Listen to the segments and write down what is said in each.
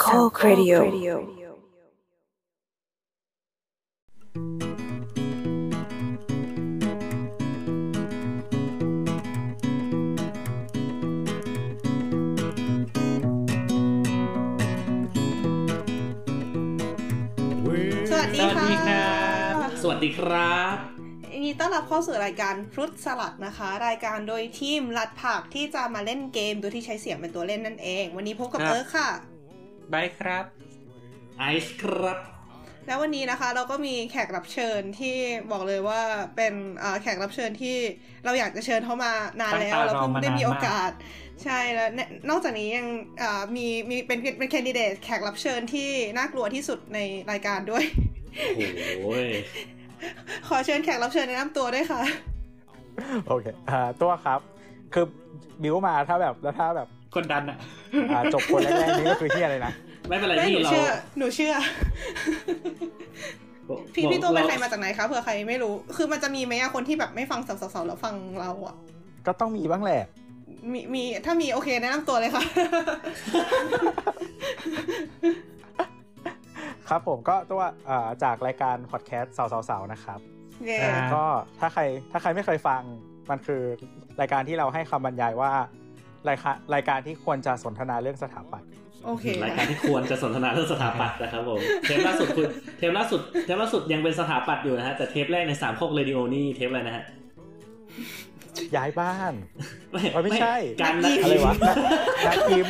Sample Radio สวัสดีค่ะสวัสดีครับยินดีต้อนรับเข้าสู่รายการฟรุตสลัดนะคะรายการโดยทีมลัดผักที่จะมาเล่นเกมโดยที่ใช้เสียงเป็นตัวเล่นนั่นเองวันนี้พบกับเอิร์ธค่ะไบค์ครับไอซ์ครับแล้ววันนี้นะคะเราก็มีแขกรับเชิญที่บอกเลยว่าเป็นแขกรับเชิญที่เราอยากจะเชิญเขามานานแล้วเราเพิ่งได้มีโอกาสใช่แล้วนอกจากนี้ยังมีเป็นแคนดิเดตแขกรับเชิญที่น่ากลัวที่สุดในรายการด้วยโอ้ยขอเชิญแขกรับเชิญแนะนำตัวด้วยค่ะโอเคตัวครับคือบิวมาถ้าแบบคนดันอ่ะจบคนแรกๆนี่ก็คือเหี้ยเลยนะไม่เป็นไรพี่เราหนูเชื่อพี่ตัวเป็นใครมาจากไหนคะเผื่อใครไม่รู้คือมันจะมีไหมคนที่แบบไม่ฟังสาวๆแล้วฟังเราอ่ะก็ต้องมีบ้างแหละมีถ้ามีโอเคแนะนำตัวเลยค่ะครับผมก็ตัวจากรายการพอดแคสต์สาวๆนะครับก็ถ้าใครไม่เคยฟังมันคือรายการที่เราให้คำบรรยายว่ารายการที่ควรจะสนทนาเรื่องสถาปัตย์โอเครายการที่ควรจะสนทนาเรื่องสถาปัตย์นะครับผมเทปล่าสุดยังเป็นสถาปัตย์อยู่นะฮะแต่เทปแรกใน3โคกเรดิโอนี่เทปอะไรนะฮะย้ายบ้านไม่ใช่การอะไรวะนักยิม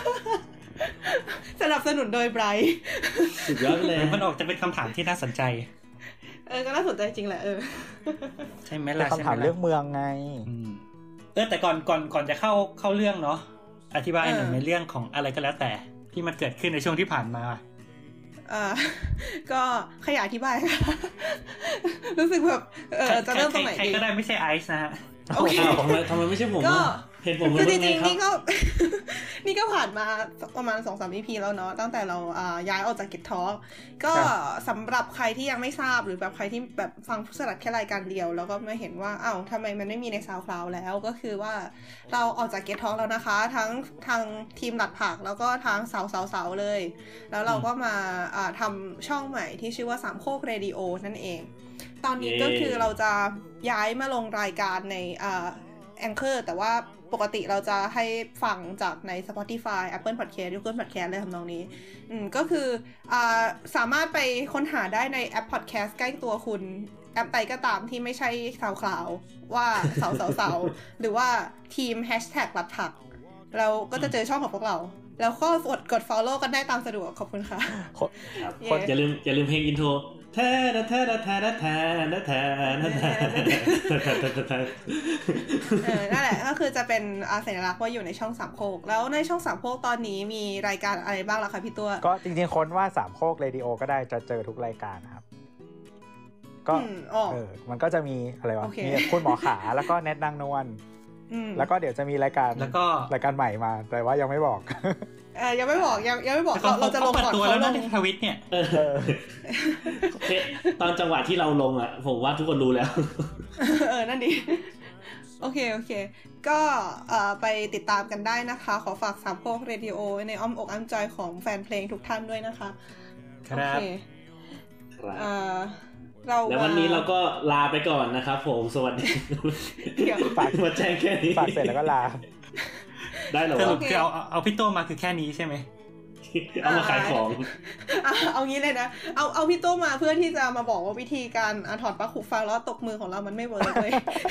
สนับสนุนโดยไบรท์สุดยอดเลยมันออกจะเป็นคำถามที่น่าสนใจก็น่าสนใจจริงแหละใช่ไหมล่ะคำถามเรื่องเมืองไงแต่ก่อนจะเข้าเรื่องเนาะอธิบายหน่อยในเรื่องของอะไรก็แล้วแต่ที่มันเกิดขึ้นในช่วงที่ผ่านมาก็ขยายอธิบายค่ะรู้สึกแบบจะเริ่มตรงไหนดีใครก็ได้ไม่ใช่ไอซ์นะฮะโอเคทำไมไม่ใช่ผมเห็นผมคือจริงๆนี่ก็ผ่านมาประมาณ 2-3 EP แล้วเนาะตั้งแต่เราย้ายออกจาก Get Talk ก็สำหรับใครที่ยังไม่ทราบหรือแบบใครที่แบบฟังสลัดแค่รายการเดียวแล้วก็มาเห็นว่าอ้าวทำไมมันไม่มีใน SoundCloud แล้วก็คือว่าเราออกจาก Get Talk แล้วนะคะทั้งทางทีมหลัดผักแล้วก็ทางสาวๆเลยแล้วเราก็มาทำช่องใหม่ที่ชื่อว่า3โคกเรดิโอนั่นเองตอนนี้ก็คือเราจะย้ายมาลงรายการในAnchor แต่ว่าปกติเราจะให้ฟังจากใน Spotify Apple Podcast Google Podcast เลยทำนองนี้ก็คือสามารถไปค้นหาได้ในแอป Podcast ใกล้ตัวคุณแอปใดก็ตามที่ไม่ใช่SoundCloudว่าสาวๆหรือว่าทีม #ลัดผักเราก็จะเจอช่องของพวกเราแล้วก็กด follow กันได้ตามสะดวกขอบคุณค่ะอย่าลืมเพลงอินโทรนั่นแหละก็คือจะเป็นสัญลักษณ์ว่าอยู่ในช่องสามโคกแล้วในช่องสามโคกตอนนี้มีรายการอะไรบ้างล่ะคะพี่ตัวก็จริงๆค้นว่าสามโคกเรดิโอก็ได้จะเจอทุกรายการครับก็มันก็จะมีอะไรวะมีคุณหมอขาแล้วก็แนทนางนวลแล้วก็เดี๋ยวจะมีรายการใหม่มาแต่ว่ายังไม่บอกยังไม่บอกเราจะลงก่อนแล้วในทวิตเนี่ยตอนจังหวะที่เราลงอ่ะผมว่าทุกคนรู้แล้วนั่นดิโอเคก็ไปติดตามกันได้นะคะขอฝากสามโคกเรดิโอในอ้อมอกอ้อมใจของแฟนเพลงทุกท่านด้วยนะคะครับแล้ววันนี้เราก็ลาไปก่อนนะครับผมสวัสดีฝากมาแจ้งแค่นี้ฝากเสร็จแล้วก็ลาได้เหรอสรุปคือเอาพี่โตมาคือแค่นี้ใช่ไหมเอามาขายของเอางี้เลยนะเอาพี่โตมาเพื่อที่จะมาบอกว่าวิธีการถอดปลั๊กหูฟังแล้วตบมือของเรามันไม่เวิร์กเลย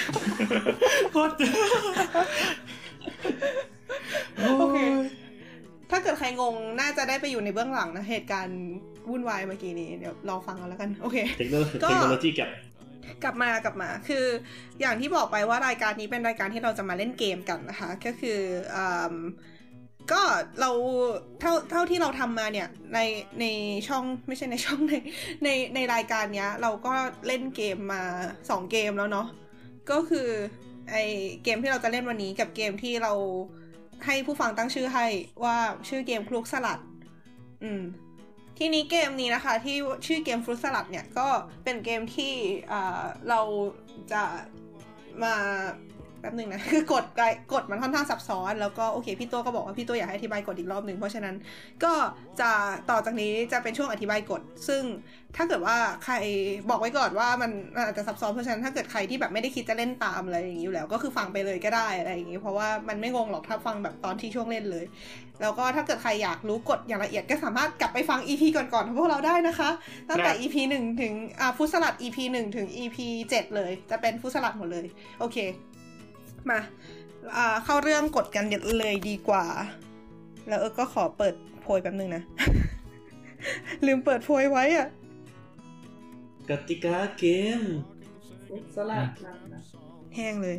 โอเคถ้าเกิดใครงงน่าจะได้ไปอยู่ในเบื้องหลังนะเหตุการณ์วุ่นวายเมื่อกี้นี้เดี๋ยวรอฟังกันแล้วกันโอเคเทคโนโลยีกลับมาคืออย่างที่บอกไปว่ารายการนี้เป็นรายการที่เราจะมาเล่นเกมกันนะคะก็คือก็เราเท่าที่เราทำมาเนี่ยในช่องไม่ใช่ในช่องในรายการเนี้ยเราก็เล่นเกมมา2เกมแล้วเนาะก็คือไอเกมที่เราจะเล่นวันนี้กับเกมที่เราให้ผู้ฟังตั้งชื่อให้ว่าชื่อเกมฟลุกสลัดทีนี้เกมนี้นะคะที่ชื่อเกมฟลุกสลัดเนี่ยก็เป็นเกมที่เราจะมาแป๊บนึงนะคือกฎมันค่อนข้างซับซ้อนแล้วก็โอเคพี่ตัวก็บอกว่าพี่ตัวอยากให้อธิบายกฎอีกรอบนึงเพราะฉะนั้นก็จะต่อจากนี้จะเป็นช่วงอธิบายกฎซึ่งถ้าเกิดว่าใครบอกไว้ก่อนว่ามันอาจจะซับซ้อนเพราะฉะนั้นถ้าเกิดใครที่แบบไม่ได้คิดจะเล่นตามอะไรอย่างนี้อยู่แล้วก็คือฟังไปเลยก็ได้อะไรอย่างนี้เพราะว่ามันไม่งงหรอกถ้าฟังแบบตอนที่ช่วงเล่นเลยแล้วก็ถ้าเกิดใครอยากรู้กฎอย่างละเอียดก็สามารถกลับไปฟัง EP ก่อนๆของพวกเราได้นะคะตั้งแต่ EP 1ถึงฟุตสลัด EP 1ถึง EP 7เลยจะเป็นฟุตสลัดหมดเลยโอเคมาเข้าเรื่องกฎกันเลยดีกว่าแล้วก็ขอเปิดโพยแป๊บนึงนะ ลืมเปิดโพยไว้อ่ะกติกาเกมสลัดแห้งเลย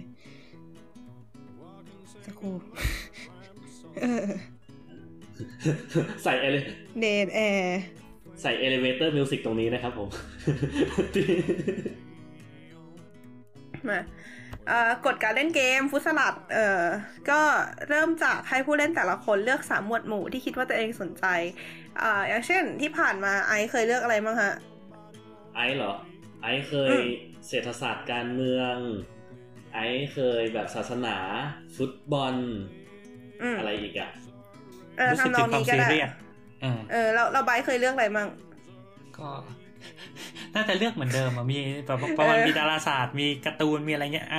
สักครู่ใส่อะไรเดดแอร์ใส่เอลิเวเตอร์มิวสิกตรงนี้นะครับผมมากฎการเล่นเกมฟุตสลัดก็เริ่มจากให้ผู้เล่นแต่ละคนเลือก3หมวดหมู่ที่คิดว่าตัวเองสนใจอย่างเช่นที่ผ่านมาไอซ์เคยเลือกอะไรบ้างฮะไอซ์เหรอไอซ์เคยเศรษฐศาสตร์การเมืองไอซ์เคยแบบศาสนาฟุตบอลอะไรอีกอ่ะทำนองนี้ก็ได้เราไบค์เคยเลือกอะไรบ้างก็น่าจะเลือกเหมือนเดิมมีแบบประมาณมีดาราศาสตร์มีการ์ตูนมีอะไรเงี้ย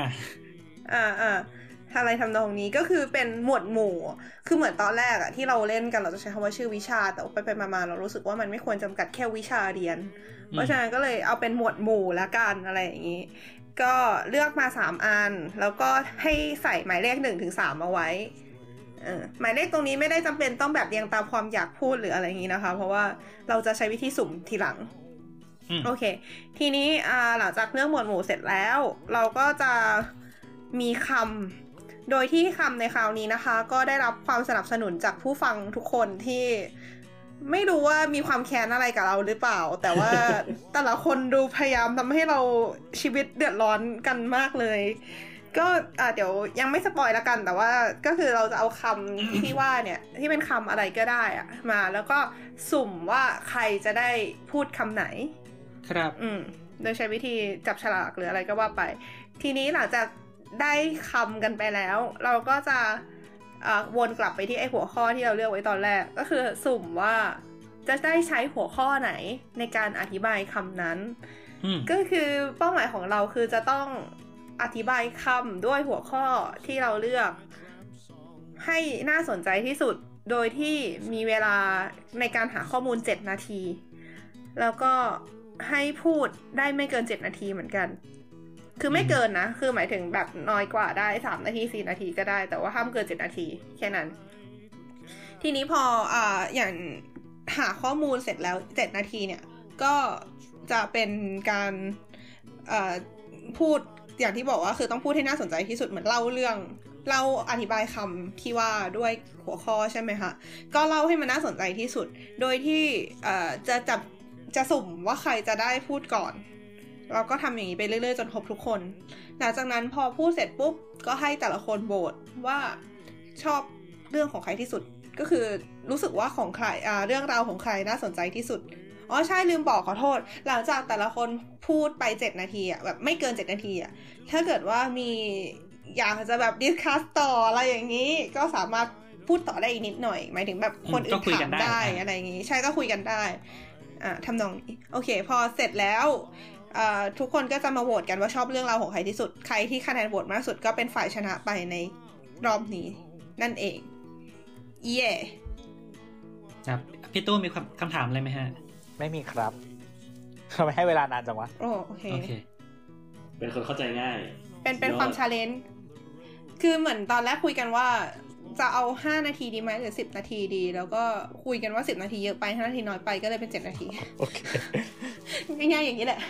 อะไรทำนองนี้ก็คือเป็นหมวดหมู่คือเหมือนตอนแรกอะที่เราเล่นกันเราจะใช้คำว่าชื่อวิชาแต่ไปมาเรารู้สึกว่ามันไม่ควรจำกัดแค่วิชาเรียนเพราะฉะนั้นก็เลยเอาเป็นหมวดหมู่ละกันอะไรอย่างนี้ก็เลือกมา3อันแล้วก็ให้ใส่หมายเลข 1-3 เอาไว้หมายเลขตรงนี้ไม่ได้จำเป็นต้องแบบเรียงตามความอยากพูดหรืออะไรอย่างนี้นะคะเพราะว่าเราจะใช้วิธีสุ่มทีหลังโอเคทีนี้หลังจากเลือกหมวดหมู่เสร็จแล้วเราก็จะมีคำโดยที่คำในคราวนี้นะคะก็ได้รับความสนับสนุนจากผู้ฟังทุกคนที่ไม่รู้ว่ามีความแค้นอะไรกับเราหรือเปล่าแต่ว่า แต่ละคนดูพยายามทำให้เราชีวิตเดือดร้อนกันมากเลยก็เดี๋ยวยังไม่สปอยละกันแต่ว่าก็คือเราจะเอาคำที่ว่าเนี่ยที่เป็นคำอะไรก็ได้มาแล้วก็สุ่มว่าใครจะได้พูดคำไหนครับโดยใช้วิธีจับฉลากหรืออะไรก็ว่าไปทีนี้หลังจากได้คำกันไปแล้วเราก็จะวนกลับไปที่ไอ้หัวข้อที่เราเลือกไว้ตอนแรกก็คือสุ่มว่าจะได้ใช้หัวข้อไหนในการอธิบายคำนั้นก็คือเป้าหมายของเราคือจะต้องอธิบายคำด้วยหัวข้อที่เราเลือกให้น่าสนใจที่สุดโดยที่มีเวลาในการหาข้อมูล7นาทีแล้วก็ให้พูดได้ไม่เกิน7นาทีเหมือนกันคือไม่เกินนะคือหมายถึงแบบน้อยกว่าได้3นาที4นาทีก็ได้แต่ว่าห้ามเกิน7นาทีแค่นั้นทีนี้พออย่างหาข้อมูลเสร็จแล้ว7นาทีเนี่ยก็จะเป็นการพูดอย่างที่บอกว่าคือต้องพูดให้น่าสนใจที่สุดเหมือนเล่าเรื่องเล่าอธิบายคำที่ว่าด้วยหัวข้อใช่ไหมคะก็เล่าให้มันน่าสนใจที่สุดโดยที่จะสุ่มว่าใครจะได้พูดก่อนเราก็ทำอย่างนี้ไปเรื่อยๆจนครบทุกคนหลังจากนั้นพอพูดเสร็จปุ๊บก็ให้แต่ละคนโหวตว่าชอบเรื่องของใครที่สุดก็คือรู้สึกว่าของใครเรื่องราวของใครน่าสนใจที่สุดอ๋อใช่ลืมบอกขอโทษหลังจากแต่ละคนพูดไป7นาทีแบบไม่เกิน7นาทีถ้าเกิดว่ามีอยากจะแบบดิสคัสต่ออะไรอย่างนี้ก็สามารถพูดต่อได้อีกนิดหน่อยหมายถึงแบบคนอื่นถามได้อะไรอย่างนี้ใช่ก็คุยกันได้ทำนองนี้โอเคพอเสร็จแล้วทุกคนก็จะมาโหวตกันว่าชอบเรื่องราวของใครที่สุดใครที่คะแนนโหวตมากสุดก็เป็นฝ่ายชนะไปในรอบนี้นั่นเองเย่ครับพี่ตู้มีคำถามอะไรไหมฮะไม่มีครับเขาไม่ให้เวลานานจังวะโอเคเป็นคนเข้าใจง่ายเป็นความชาเลนจ์คือเหมือนตอนแรกคุยกันว่าจะเอา5นาทีดีไหมหรือ10นาทีดีแล้วก็คุยกันว่า10นาทีเยอะไป5นาทีน้อยไปก็เลยเป็น7นาทีโอเคง่ายๆอย่างนี้แหละ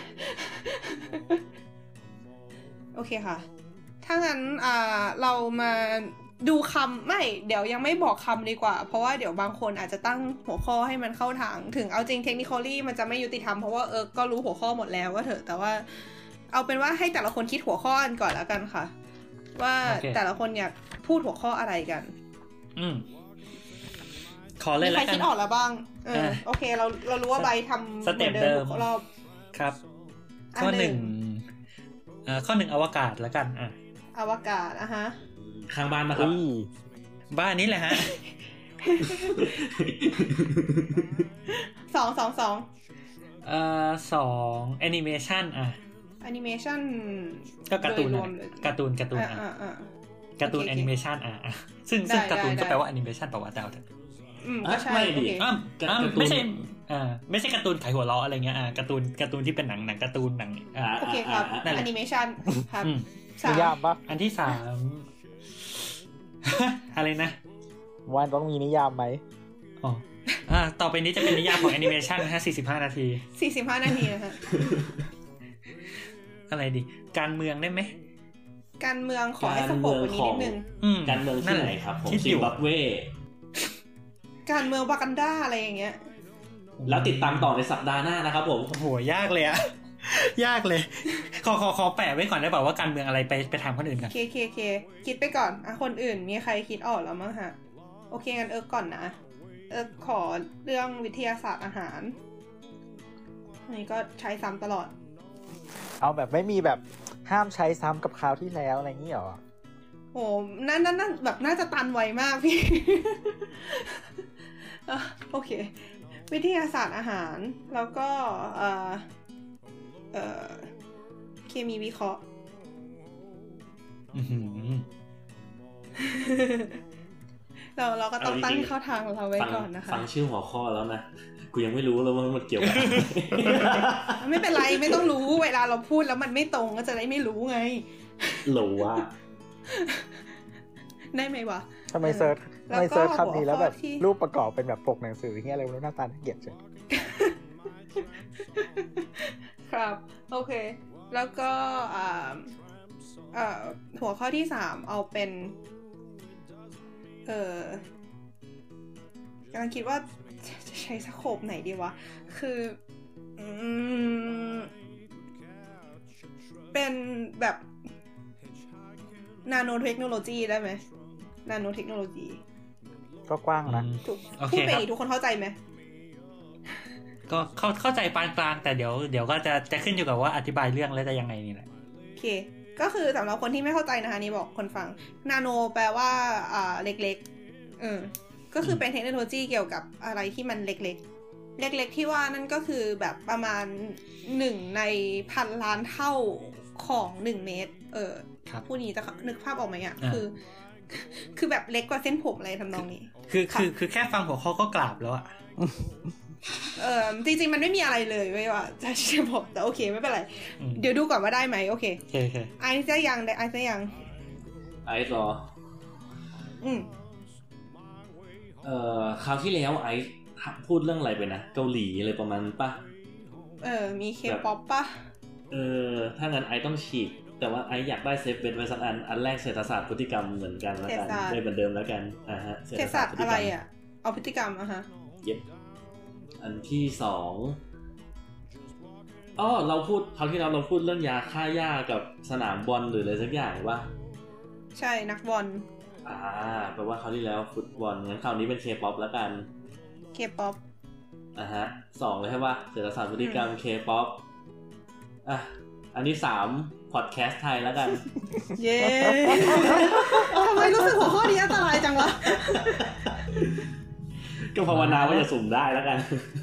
โอเคค่ะถ้างั้นเรามาดูคำไม่เดี๋ยวยังไม่บอกคำดีกว่าเพราะว่าเดี๋ยวบางคนอาจจะตั้งหัวข้อให้มันเข้าทางถึงเอาจริงเทคนิคอลี่มันจะไม่ยุติธรรมเพราะว่าก็รู้หัวข้อหมดแล้วก็เถอะแต่ว่าเอาเป็นว่าให้แต่ละคนคิดหัวข้อกันก่อนแล้วกันค่ะว่าแต่ละคนอยากพูดหัวข้ออะไรกันขอเลยแล้วกันใครคิดออกแล้วบ้างโอเคเรารู้ว่าใบทำสเต็ปเดิมรอบครับข้อ1อวกาศแล้วกันอวกาศฮะข้างบ้านมาครับบ้านนี้แหละฮะ 2 แอนิเมชั่นแอนิเมชั่นก็การ์ตูนการ์ตูนการ์ตูนแอนิเมชั่นซึ่งการ์ตูนก็แปลว่าแอนิเมชั่นแปลว่าแต่ก็ใช่ไม่ใช่การ์ตูนขายหัวเราะอะไรเงี้ยการ์ตูนที่เป็นหนังการ์ตูนหนังโอเคครับแอนิเมชั่นครับนิยามปะอันที่3อะไรนะวันต้องมีนิยามไหมต่อไปนี้จะเป็นนิยามของแอนิเมชั่นนะฮะ45 นาทีนะฮะอะไรดีการเมืองได้ไหมการเมืองขอให้สปอร์ตกว่านี้นิดนึงการเมืองที่ไหนครับผมซิมบับเวการเมืองวากันดาอะไรอย่างเงี้ยแล้วติดตามต่อในสัปดาห์หน้านะครับผมโอ้โหยากเลยยากเลยขอแปะไว้ก่อนได้ป่าวว่าการเมืองอะไรไปถามคนอื่นกันเคคิดไปก่อนคนอื่นมีใครคิดออกแล้วมั้งฮะโอเคงั้นก่อนนะขอเรื่องวิทยาศาสตร์อาหารอันนี้ก็ใช้ซ้ำตลอดเอาแบบไม่มีแบบห้ามใช้ซ้ำกับคราวที่แล้วอะไรงี้หรอโอ้นั่นแบบน่าจะตันไวมากพี่ โอเควิทยาศาสตร์อาหารแล้วก็เคมีวิเคราะห์เราก็ต้องตั้งเข้าทางเราไว้ก่อนนะคะฟังชื่อหัวข้อแล้วนะกูยังไม่รู้เลยว่ามันเกี่ยวกับไม่เป็นไรไม่ต้องรู้เวลาเราพูดแล้วมันไม่ตรงก็จะได้ไม่รู้ไงรู้ว่าได้ไหมวะทำไมเซิร์ชคำนี้แล้วแบบรูปประกอบเป็นแบบปกหนังสืออย่างเงี้ยอะไรหน้าตาน่าเกลียดจังครับโอเคแล้วก็หัวข้อที่3เอาเป็นกำลังคิดว่าจะใช้สโคปไหนดีวะคือเป็นแบบนาโนเทคโนโลยีได้ไหมนาโนเทคโนโลยีก็กว้างนะพูดไปทุกคนเข้าใจไหมก็เข้าใจปานกลางแต่เดี๋ยวก็จะขึ้นอยู่กับว่าอธิบายเรื่องแล้วจะยังไงนี่แหละโอเคก็คือสำหรับคนที่ไม่เข้าใจนะคะนี่บอกคนฟังนาโนแปลว่าเล็กๆก็คือเป็นเทคโนโลยีเกี่ยวกับอะไรที่มันเล็กที่ว่านั่นก็คือแบบประมาณ1ใน1,000 ล้านเท่าของ1เมตรผู้นี้จะนึกภาพออกไหมคือแบบเล็กกว่าเส้นผมอะไรทำนองนี้คือแค่ฟังหัวข้อก็กราบแล้วอะจริงๆมันไม่มีอะไรเลยเว้ยว่าจะเชื่อผมแต่โอเคไม่เป็นไรเดี๋ยวดูก่อนว่าได้ไหมโอเคไอซ์จะยังได้ไอซ์จะยังไอซ์เหรอคราวที่แล้วไอซ์พูดเรื่องอะไรไปนะเกาหลีอะไรประมาณป่ะมีเคป๊อปป่ะถ้างั้นไอซ์ต้องฉีกแต่ว่าไอซ์อยากได้เซฟเบนไว้สักอันแรกเศรษฐศาสตร์พฤติกรรมเหมือนกันแล้วกันได้เหมือนเดิมแล้วกันฮะเศรษฐศาสตร์อะไรเอาพฤติกรรมฮะเย็บอันที่2เราพูดคราวที่เราพูดเรื่องยาฆ่าหญ้ากับสนามบอลหรืออะไรสักอย่างว่าใช่นักบอลแปลว่าคราวที่แล้วฟุตบอลงั้นคราวนี้เป็นเคป๊อปแล้วกันเคป๊อปฮะ2เลยใช่ป่ะเศรษฐศาสตร์พฤติกรรมเคป๊อปอันที่3พอดแคสต์ไทยแล้วกันเย้ทำไมรู้สึกหัวข้อนี้อันตรายจังวะก็ภาวนาว่าจะสุ่มได้แล้วกัน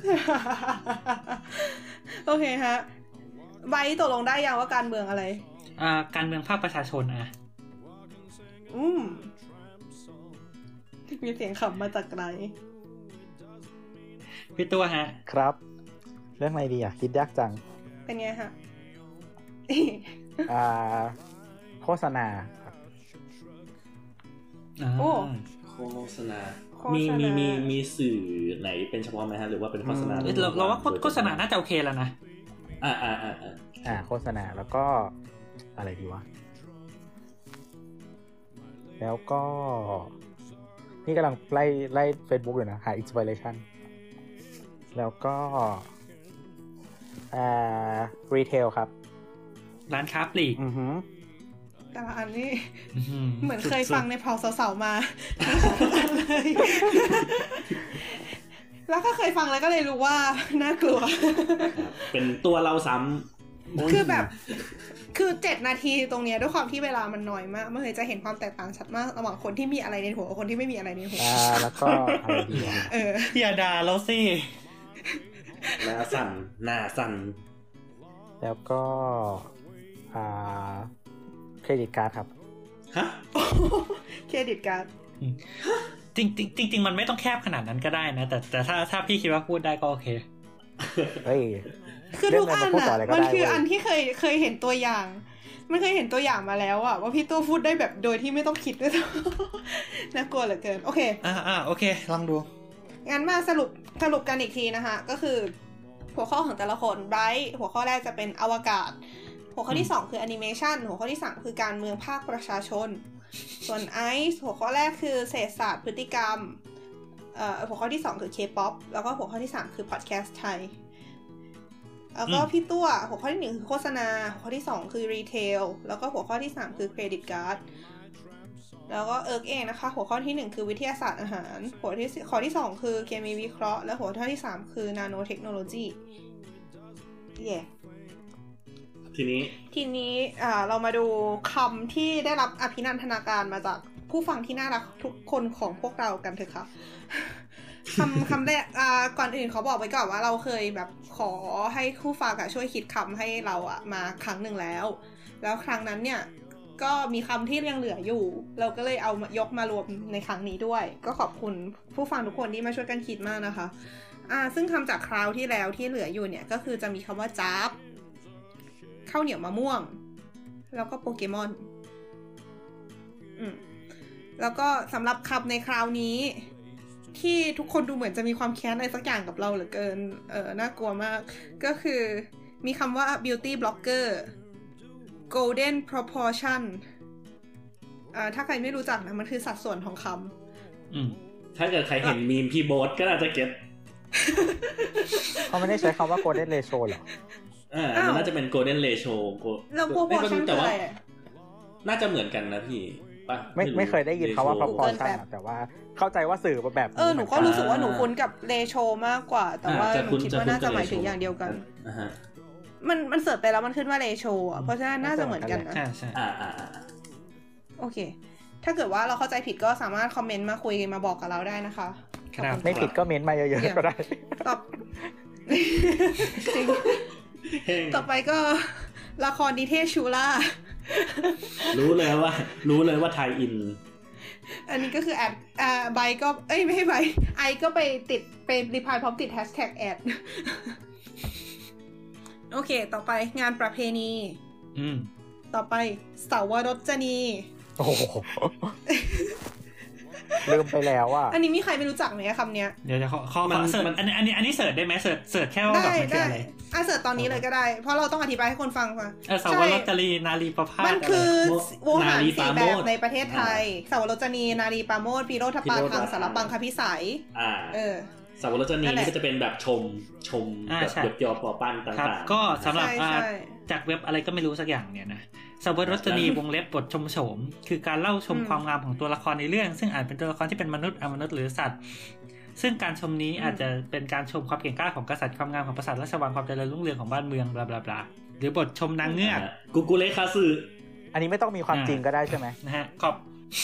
โอเคฮะใบตกลงได้ยังว่าการเมืองอะไรการเมืองภาคประชาชนมีเสียงขำมาจากไหนพี่ตัวฮะครับเรื่องอะไรดีคิดยากจังเป็นไงฮะโฆษณาครับโฆษณามีสื่อไหนเป็นเฉพาะไหมฮะหรือว่าเป็นโฆษณาเราว่าโฆษณาน่าจะโอเคแล้วนะโฆษณาแล้วก็อะไรดีวะแล้วก็นี่กำลังไล่ Facebook อยู่นะหาอินสปิเรชั่นแล้วก็รีเทลครับร้านค้าปลีกแต่ละอันนี้เหมือนเคยฟังในเผาสาวๆมาเลยแล้วก็เคยฟังแล้วก็เลยรู้ว่าน่ากลัวเป็นตัวเราซ้ำคือแบบคือ7นาทีตรงเนี้ยด้วยความที่เวลามันน้อยมากมันเลยจะเห็นความแตกต่างชัดมากระหว่างคนที่มีอะไรในหัวกับคนที่ไม่มีอะไรในหัวแล้วก็อะไรดีอย่าด่าเราสิหน้าสั่นแล้วก็เครดิตการ์ดครับฮะเครดิตการ์ดจริงมันไม่ต้องแคบขนาดนั้นก็ได้นะแต่ถ้าพี่คิดว่าพูดได้ก็โอเคเฮ้ยคือทุกอันอ่ะมันคืออันที่เคยเห็นตัวอย่างไม่เคยเห็นตัวอย่างมาแล้วอ่ะว่าพี่ตัวพูดได้แบบโดยที่ไม่ต้องคิดด้วยน่ากลัวเหลือเกินโอเคโอเคลองดูงั้นมาสรุปกันอีกทีนะคะก็คือหัวข้อของแต่ละคนไบรท์หัวข้อแรกจะเป็นอวกาศหัวข้อที่2คือแอนิเมชันหัวข้อที่3คือการเมืองภาคประชาชนส่วนไอซ์หัวข้อแรกคือเศรษฐศาสตร์พฤติกรรมหัวข้อที่2คือ K-pop แล้วก็หัวข้อที่3คือพอดแคสต์ไทยแล้วก็พี่ตัวหัวข้อที่1คือโฆษณาหัวข้อที่2คือรีเทลแล้วก็หัวข้อที่3คือเครดิตการ์ดแล้วก็เองนะคะหัวข้อที่1คือวิทยาศาสตร์อาหารหัวข้อที่2คือเคมีวิเคราะห์และหัวข้อที่3คือนาโนเทคโนโลยีทีนี้เรามาดูคำที่ได้รับอภินันทนาการมาจากผู้ฟังที่น่ารักทุกคนของพวกเรากันเถอะค่ะคำแรกก่อนอื่นเขาบอกไว้ก่อนว่าเราเคยแบบขอให้ผู้ฟังช่วยคิดคำให้เรามาครั้งหนึ่งแล้วครั้งนั้นเนี่ยก็มีคำที่ยังเหลืออยู่เราก็เลยเอายกมารวมในครั้งนี้ด้วยก็ขอบคุณผู้ฟังทุกคนที่มาช่วยกันคิดมากนะคะซึ่งคำจากคราวที่แล้วที่เหลืออยู่เนี่ยก็คือจะมีคำว่าจ๊าบข้าวเหนียวมะม่วงแล้วก็โปเกมอนแล้วก็สำหรับคำในคราวนี้ที่ทุกคนดูเหมือนจะมีความแค้นอะไรสักอย่างกับเราเหลือเกินน่ากลัวมากก็คือมีคำว่า beauty blogger golden proportion ถ้าใครไม่รู้จักนะมันคือสัดส่วนของคำถ้าเกิดใครเห็นมีมพี่โบ๊ทก็น่าจะเก็ตเขาไม่ได้ใช้คำว่า golden ratio หรอมันน่าจะเป็น golden ratio แล้ว proportion คืออะไรน่าจะเหมือนกันนะพี่ไม่เคยได้ยินคำว่า proportion แต่ว่าเข้าใจว่าสื่อแบบหนูก็รู้สึกว่าหนูคุ้นกับ ratio มากกว่าแต่ว่าหนูคิดว่าน่าจะหมายถึงอย่างเดียวกันมันเสิร์ชไปแล้วมันขึ้นว่า ratio เพราะฉะนั้นน่าจะเหมือนกันนะใช่โอเคถ้าเกิดว่าเราเข้าใจผิดก็สามารถคอมเมนต์มาคุยมาบอกกับเราได้นะคะไม่ผิดก็เม้นต์มาเยอะๆก็ได้จริงต่อไปก็ละครนิเทศชูล่ารู้เลยว่าไทยอินอันนี้ก็คือแอดใบก็ไม่ให้ใบไอก็ไปติดเป็นรีพลายพร้อมติดแฮชแท็กแอดโอเคต่อไปงานประเพณีต่อไปเสาวรจนีโอ้โหลืมไปแล้วอ่ะอันนี้มีใครไม่รู้จักไหมคำเนี้ยเดี๋ยวจะขอเสิร์ชอันนี้เสิร์ชได้ไหมเสิร์ชแค่ว่าแบบมันคืออะไรเสิร์ชตอนนี้เลยก็ได้เพราะเราต้องอธิบายให้คนฟังเสาวรจนีนารีประภาสมันคือโวหาร4แบบในประเทศไทยเสาวรจนีนารีปราโมทย์พิโรธปาทังสารปังคพิสัยเสาวรจนีนี่ก็จะเป็นแบบชมแบบยอปอปั้นต่างๆก็สำหรับจากเว็บอะไรก็ไม่รู้สักอย่างเนี่ยนะเสาวรจนีวงเล็บบทชมโฉมคือการเล่าชมความงามของตัวละครในเรื่องซึ่งอาจเป็นตัวละครที่เป็นมนุษย์อมนุษย์หรือสัตว์ซึ่งการชมนี้อาจจะเป็นการชมความเก่งกล้าของกษัตริย์ความงามของปราสาทราชวังความเจริญรุ่งเรืองของบ้านเมืองบลาบลาหรือบทชมนางเงือกกูเลคาซึอันนี้ไม่ต้องมีความจริงก็ได้ใช่ไหมนะฮะขอบ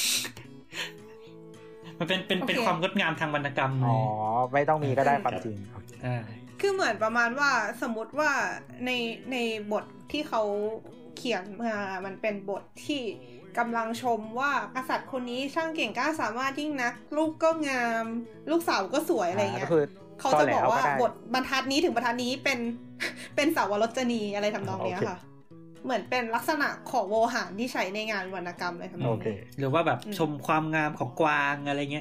มันเป็นความงดงามทางวรรณกรรมไม่ต้องมีก็ได้ความจริงคือเหมือนประมาณว่าสมมติว่าในบทที่เขาเขียนมามันเป็นบทที่กำลังชมว่ากษัตริย์คนนี้ช่างเก่งกล้าสามารถยิ่งนักลูกก็งามลูกสาวก็สวยอะไรเงี้ยเขาจะบอกว่าบทบรรทัดนี้ถึงบรรทัดนี้เป็นสาวรจนีอะไรทำนองเนี้ยค่ะเหมือนเป็นลักษณะของโวหารที่ใช้ในงานวรรณกรรมอะไรทำนองนี้หรือว่าแบบชมความงามของกวางอะไรเงี้ย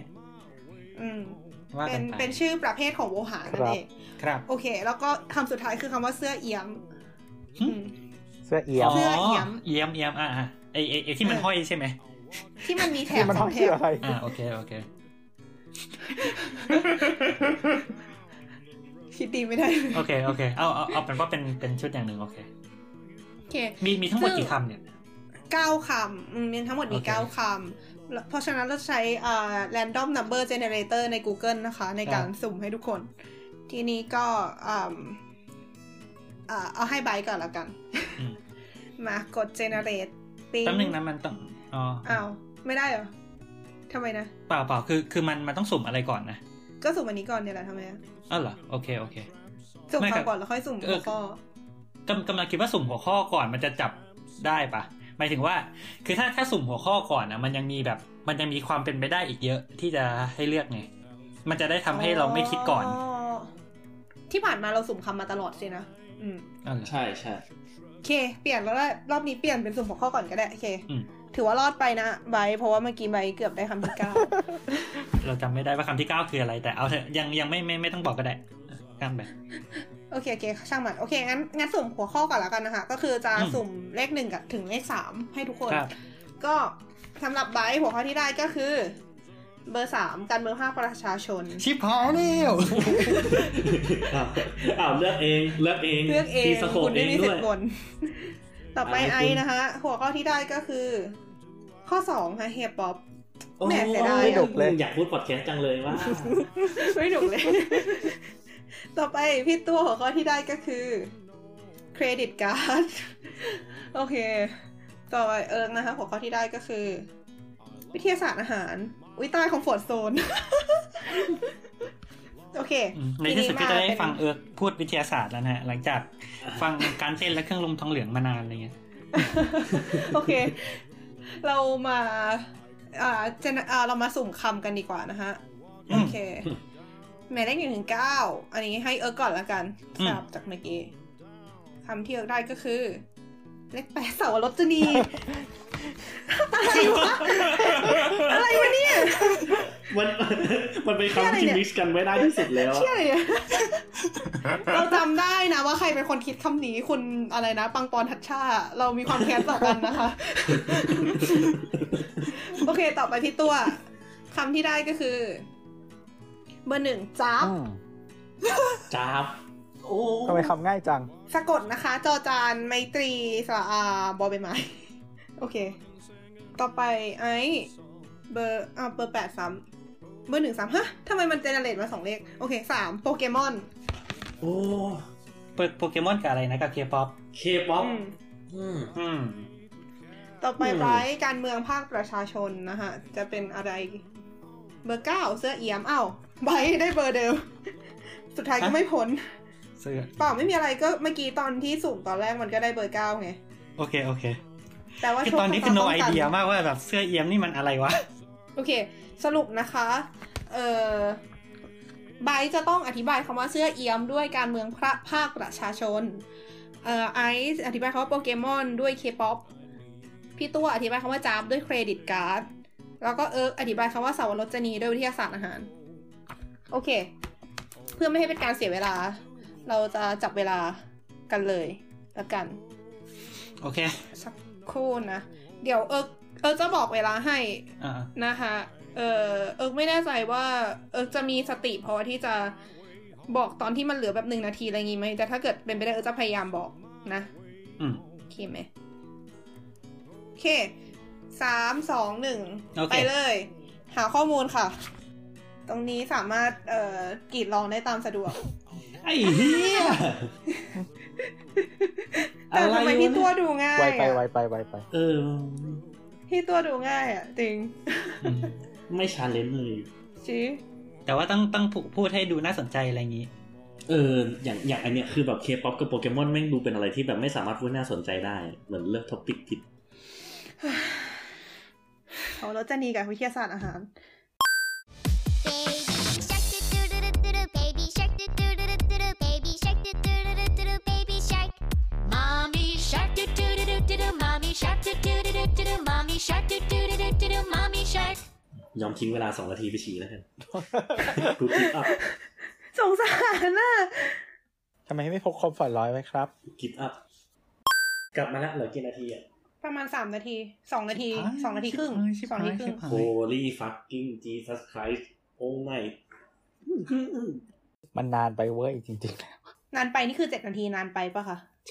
เป็นชื่อประเภทของโวหารนั่นเองครับโอเคแล้วก็คำสุดท้ายคือคำว่าเสื้อเอี่ยมเสื้อเอี่ยมเอี่ยมไอที่มันห้อยใช่ไหมที่มันมีแถบ2แถบโอเคคิดดีไม่ได้โอเคเอาเป็นว่าเป็นชุดอย่างหนึ่งโอเคมีทั้งหมดกี่คำเนี่ย 9คำมีทั้งหมดมี9คำเพราะฉะนั้นเราใช้ random number generator ใน Google นะคะในการสุ่มให้ทุกคนทีนี้ก็เอาให้ไบก่อนแล้วกันมากด generate ปิ๊งแป๊บนึงนะมันต้องอ้าวไม่ได้เหรอทำไมนะเปล่าคือมันต้องสุ่มอะไรก่อนนะก็สุ่มอันนี้ก่อนเนี่ยแหละทำไมอ้าวเหรอโอเคสุ่มก่อนแล้วค่อยสุ่มหัวข้อกำลังคิดว่าสุ่มหัวข้อก่อนมันจะจับได้ปะหมายถึงว่าคือถ้าสุ่มหัวข้อก่อนนะมันยังมีความเป็นไปได้อีกเยอะที่จะให้เลือกไงมันจะได้ทำให้เราไม่คิดก่อนที่ผ่านมาเราสุ่มคำมาตลอดสินะใช่โอเคเปลี่ยนแล้วรอบนี้เปลี่ยนเป็นสุ่มหัวข้อก่อนก็ได้โอเคถือว่ารอดไปนะไบเพราะว่าเมื่อกี้ไบเกือบได้คำที่9 เราจำไม่ได้ว่าคำที่9คืออะไรแต่เอาเถอะยังไม่ต้องบอกก็ได้กันไปโอเคช่างมันโอเคงั้นสุ่มหัวข้อก่อนแล้วกันนะคะก็คือจะสุ่มเลข1กับถึงเลข3ให้ทุกคนก็สำหรับไบหัวข้อที่ได้ก็คือเบอร์3การเมืองภาคประชาชนชิบหายแล้วเลือกเองตีสโคปเองด้วยต่อไปไอนะคะหัวข้อที่ได้ก็คือข้อ2ค่ะเฮียป๊อปแหมเสียดายอยากพูดพอดแคสต์จังเลยว่าไม่หนุกเลยต่อไปพี่ตัวหัวข้อที่ได้ก็คือเครดิตการ์ดโอเคต่อไปนะคะหัวข้อที่ได้ก็คือวิทยาศาสตร์อาหารใต้ของฟอร์ดโซนโอเคในที่สุดก็จะได้ฟังพูดวิทยาศาสตร์แล้วนะฮะหลังจากฟังการเต้นและเครื่องลมทองเหลืองมานานอะไรเงี้ยโอเคเรามาเรามาสุ่มคำกันดีกว่านะฮะโอเคแม่ได้1 ถึง 9อันนี้ให้ก่อนละกันทราบจากเมื่อกี้คำที่ได้ก็คือเลข8เสาวรจนีอะไรวะเนี่ยมันเป็นคำที่มิกซ์กันไว้ได้ที่สุดแล้วเราจำได้นะว่าใครเป็นคนคิดคำนี้คุณอะไรนะปังปอนทัชชาเรามีความแค้นต่อกันนะคะโอเคต่อไปที่ตัวคำที่ได้ก็คือเบอร์1จ๊าบโอ้ทำไมคำง่ายจังสะกดนะคะจอจานไมตรีสระอาบอใบไม้โอเคต่อไปไอเบอร์8ซ้ำเบอร์1ซ้ำฮะทำไมมันเจเนเรตมา2เลขโอเค3โปเกมอนโอ้โปเกมอนกับอะไรนะกับเคป๊อปต่อไปไบรท์การเมืองภาคประชาชนนะฮะจะเป็นอะไรเบอร์9เสื้อเอี่ยมไบรท์ได้เบอร์เดิมสุดท้ายก็ไม่พ้นเปล่าไม่มีอะไรก็เมื่อกี้ตอนที่สุ่มตอนแรกมันก็ได้เบอร์9ไงโอเคแต่ว่าตอนนี้คือ no idea มากว่าแบบเสื้อเอี่ยมนี่มันอะไรวะโอเคสรุปนะคะไบร์ทจะต้องอธิบายคำว่าเสื้อเอี่ยมด้วยการเมืองภาคประชาชนไอซ์อธิบายคำว่าโปเกมอนด้วยเคป๊อปพี่ตัวอธิบายคำว่าจ๊าบด้วยเครดิตการ์ดแล้วก็อธิบายคำว่าเสาวรจนีด้วยวิทยาศาสตร์อาหารโอเคเพื่อไม่ให้เป็นการเสียเวลาเราจะจับเวลากันเลยแล้วกันโอเคสักครู่นะเดี๋ยวจะบอกเวลาให้นะคะไม่แน่ใจว่าจะมีสติพอที่จะบอกตอนที่มันเหลือแบบ1 นาทีอะไรงี้ไหมแต่ถ้าเกิดเป็นไปได้จะพยายามบอกนะโอเคไหมโอเค3 2 1ไปเลยหาข้อมูลค่ะตรงนี้สามารถกรีดร้องได้ตามสะดวกไอ้เหี้ยแต่ทำไมพี่ตัวดูง่ายไวไปพี่ตัวดูง่ายอ่ะจริงไม่ชาเลนจ์เลยชี้แต่ว่าต้องพูดให้ดูน่าสนใจอะไรอย่างนี้อย่างอันเนี้ยคือแบบเคป๊อปกับโปเกมอนแม่งดูเป็นอะไรที่แบบไม่สามารถพูดน่าสนใจได้เหมือนเลือกท็อปิกผิดเขารจนีกับวิทยาศาสตร์อาหารยอมทิ้งเวลา2 นาทีไปฉี่แล้วกันกูกิฟต์อัพสงสารน่ะทำไมไม่พกคอมฟอร์ต100ไว้ครับกิฟต์อัพกลับมาแล้วเหลือกี่นาทีอ่ะประมาณ3 นาที2 นาที2 นาทีครึ่ง2 นาทีครึ่ง Holy fucking Jesus Christ Oh my มันนานไปเว้ยจริงๆแล้วนานไปนี่คือ7 นาทีนานไปปะคะใช่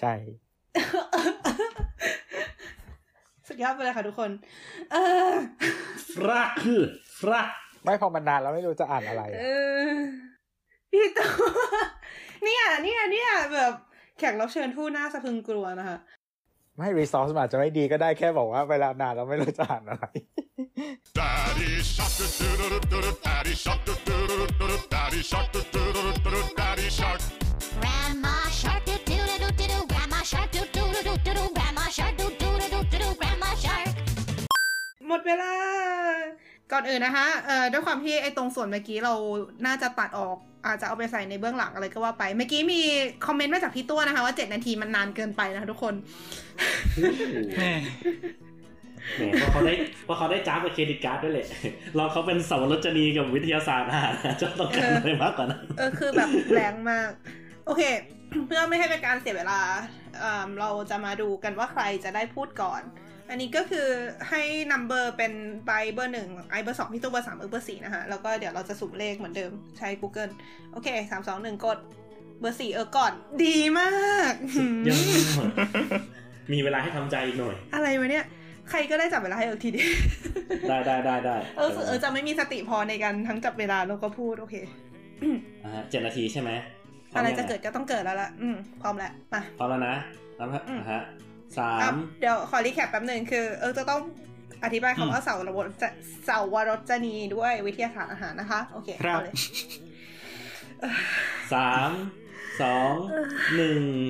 สุดยอดไปเลยค่ะทุกคนฟรักไม่พอมันนานแล้วไม่รู้จะอ่านอะไรพี่ตัวเนี่ยแบบแขกรับเชิญผู้น่าสะพรึงกลัวนะคะไม่รีซอสอาจจะไม่ดีก็ได้แค่บอกว่าเวลานานเราไม่รู้จะอ่านอะไร Daddy Shark Daddy Shark Daddy Shark Daddy Shark Grandma Shark Grandma Shark Grandma Shark Grandma Shark หมดเวลาก่อนอื่นนะคะด้วยความที่ไอ้ตรงส่วนเมื่อกี้เราน่าจะตัดออกอาจจะเอาไปใส่ในเบื้องหลังอะไรก็ว่าไปเมื่อกี้มีคอมเมนต์มาจากพี่ตัวนะคะว่า7นาทีมันนานเกินไปนะคะทุกคนแหมเพราะเขาได้จ้าบกับเครดิตการ์ดด้วยแหละเราเขาเป็นสาวรจนีกับวิทยาศาสตร์จะต้องการอะไรมากกว่านั้นคือแบบแรงมากโอเคเพื่อไม่ให้เป็นการเสียเวลาเราจะมาดูกันว่าใครจะได้พูดก่อนอันนี้ก็คือให้นัมเบอร์เป็นใบเบอร์1ไอเบอร์2พี่ตู้เบอร์3เบอร์4นะคะแล้วก็เดี๋ยวเราจะสุ่มเลขเหมือนเดิมใช้ Google โอเค3 2 1กดเบอร์4ก่อนดีมากยังมีเวลาให้ทำใจอีกหน่อยอะไรวะเนี่ยใครก็ได้จับเวลาให้ทีเดียวได้จะไม่มีสติพอในการทั้งจับเวลาแล้วก็พูดโอเค 7นาทีใช่ไหมอะไรจะเกิดก็ต้องเกิดแล้วล่ะพร้อมแล้วมาพร้อมแล้วนะ3 เดี๋ยวขอรีแคปแป๊บนึงคือจะต้องอธิบายคำว่าเสาวรจนีด้วยวิทยาศาสตร์อาหารนะคะโอเคเอาเลย 3 2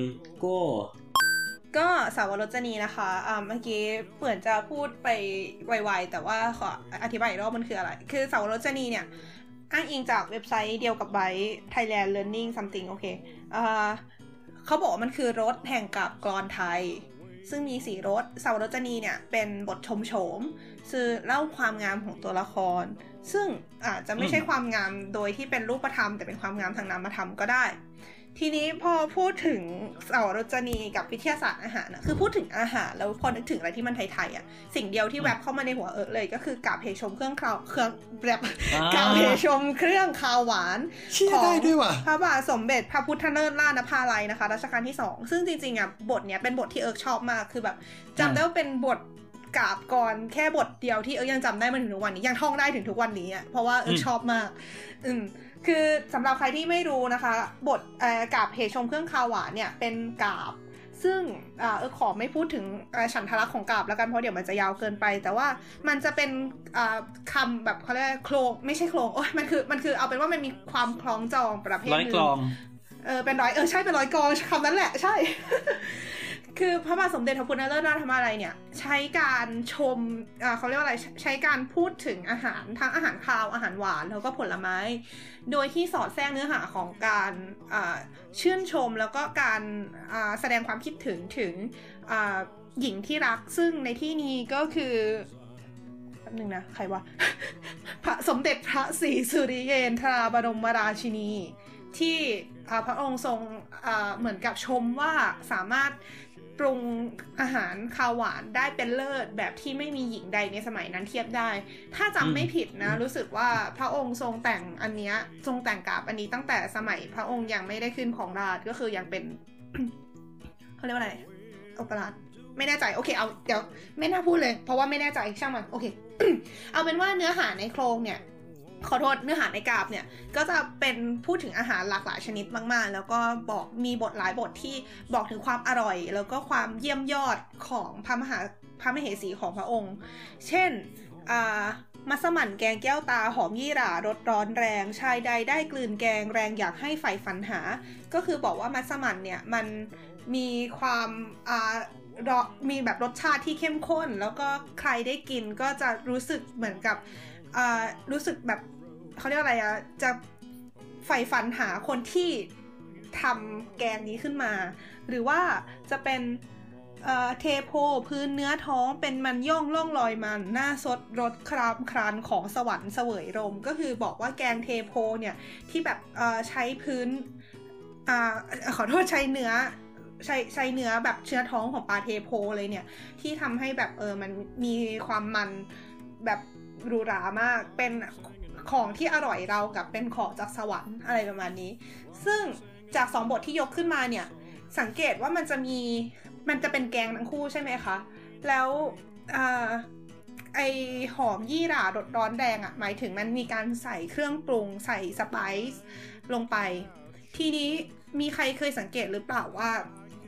1 go ก็เสาวรจนีนะคะเมื่อกี้เหมือนจะพูดไปไวๆแต่ว่าขออธิบายอีกรอบมันคืออะไรคือเสาวรจนีเนี่ยอ้างอิงจากเว็บไซต์เดียวกับไบต์ Thailand Learning something โอเคเขาบอกว่ามันคือรถแห่งกาบกลอนไทยซึ่งมี4รสเสาวรจนีเนี่ยเป็นบทชมโฉมคือเล่าความงามของตัวละครซึ่งอาจจะไม่ใช่ความงามโดยที่เป็นรูปธรรมแต่เป็นความงามทางนามธรรมก็ได้ทีนี้พอพูดถึงเสาวรจนีกับวิทยาศาสตร์อาหารนะคือพูดถึงอาหารแล้วพอนึกถึงอะไรที่มันไทยๆอ่ะสิ่งเดียวที่แวบเข้ามาในหัวเลยก็คือกาบเหชมเครื่องแบบกาบเหชมเครื่องคาวหวานของพระบาทสมเด็จพระพุทธเลิศราชนภาลัยนะคะรัชกาลที่2ซึ่งจริงๆอ่ะบทเนี้ยเป็นบทที่ชอบมากคือแบบจำได้ว่าเป็นบทกาบก่อนแค่บทเดียวที่ยังจำได้มาถึงทุกวันนี้ยังท่องได้ถึงทุกวันนี้อ่ะเพราะว่าชอบมากคือสำหรับใครที่ไม่รู้นะคะบทกาบเหชมเครื่องคาวหวานเนี่ยเป็นกาบซึ่งขอไม่พูดถึงฉันทลักษณ์ของกาบแล้วกันเพราะเดี๋ยวมันจะยาวเกินไปแต่ว่ามันจะเป็นคำแบบเขาเรียกโครงไม่ใช่โครงโอ้ยมันคือเอาเป็นว่ามันมีความคล้องจองประเภทนึงร้อยกลองเป็นร้อยใช่เป็นร้อยกลองคำนั้นแหละใช่ คือพระบาทสมเด็จพระพุทธเลิศราชนภาลัยเนี่ยใช้การชมเขาเรียกว่าอะไรใช้การพูดถึงอาหารทั้งอาหารคาวอาหารหวานแล้วก็ผลไม้โดยที่สอดแทรกเนื้อหาของการชื่นชมแล้วก็การแสดงความคิดถึงหญิงที่รักซึ่งในที่นี้ก็คือแป๊บนึงนะใครวะ พระสมเด็จพระศรีสุริเยนทราบรมราชินีที่พระองค์ทรงเหมือนกับชมว่าสามารถปรุงอาหารคาวหวานได้เป็นเลิศแบบที่ไม่มีหญิงใดในสมัยนั้นเทียบได้ถ้าจำไม่ผิดนะรู้สึกว่าพระองค์ทรงแต่งอันเนี้ยทรงแต่งกาบอันนี้ตั้งแต่สมัยพระองค์ยังไม่ได้ขึ้นของราชก็คือยังเป็น เขาเรียกว่าอะไรอุปราชไม่แน่ใจโอเคเอาเดี๋ยวไม่น่าพูดเลยเพราะว่าไม่แน่ใจช่างมันโอเค เอาเป็นว่าเนื้อหาในโครงเนี่ยขอโทษเนื้อหาในกาบเนี่ยก็จะเป็นพูดถึงอาหารหลากหลายชนิดมากๆแล้วก็บอกมีบทหลายบทที่บอกถึงความอร่อยแล้วก็ความเยี่ยมยอดของพระมเหสีของพระองค์เช่นมัสมั่นแกงแก้วตาหอมยี่หร่ารสร้อนแรงชายใดได้กลืนแกงแรงอยากให้ใฝ่ฝันหาก็คือบอกว่ามัสมั่นเนี่ยมันมีความมีแบบรสชาติที่เข้มข้นแล้วก็ใครได้กินก็จะรู้สึกเหมือนกับรู้สึกแบบเขาเรียกอะไรจะใฝ่ฝันหาคนที่ทำแกงนี้ขึ้นมาหรือว่าจะเป็นเทโพพื้นเนื้อท้องเป็นมันย่องล่องลอยมันหน้าสดรสครามครานของสวรรค์เสวยลมก็คือบอกว่าแกงเทโพเนี่ยที่แบบใช้พื้นขอโทษใช้เนื้อแบบเชื้อท้องของปลาเทโพเลยเนี่ยที่ทำให้แบบมันมีความมันแบบหรูหรามากเป็นของที่อร่อยเรากับเป็นของจากสวรรค์อะไรประมาณนี้ซึ่งจาก2บทที่ยกขึ้นมาเนี่ยสังเกตว่ามันจะเป็นแกงทั้งคู่ใช่ไหมคะแล้วไอหอมยี่หร่ารสร้อนแรงหมายถึงมันมีการใส่เครื่องปรุงใส่สไปซ์ลงไปทีนี้มีใครเคยสังเกตหรือเปล่าว่า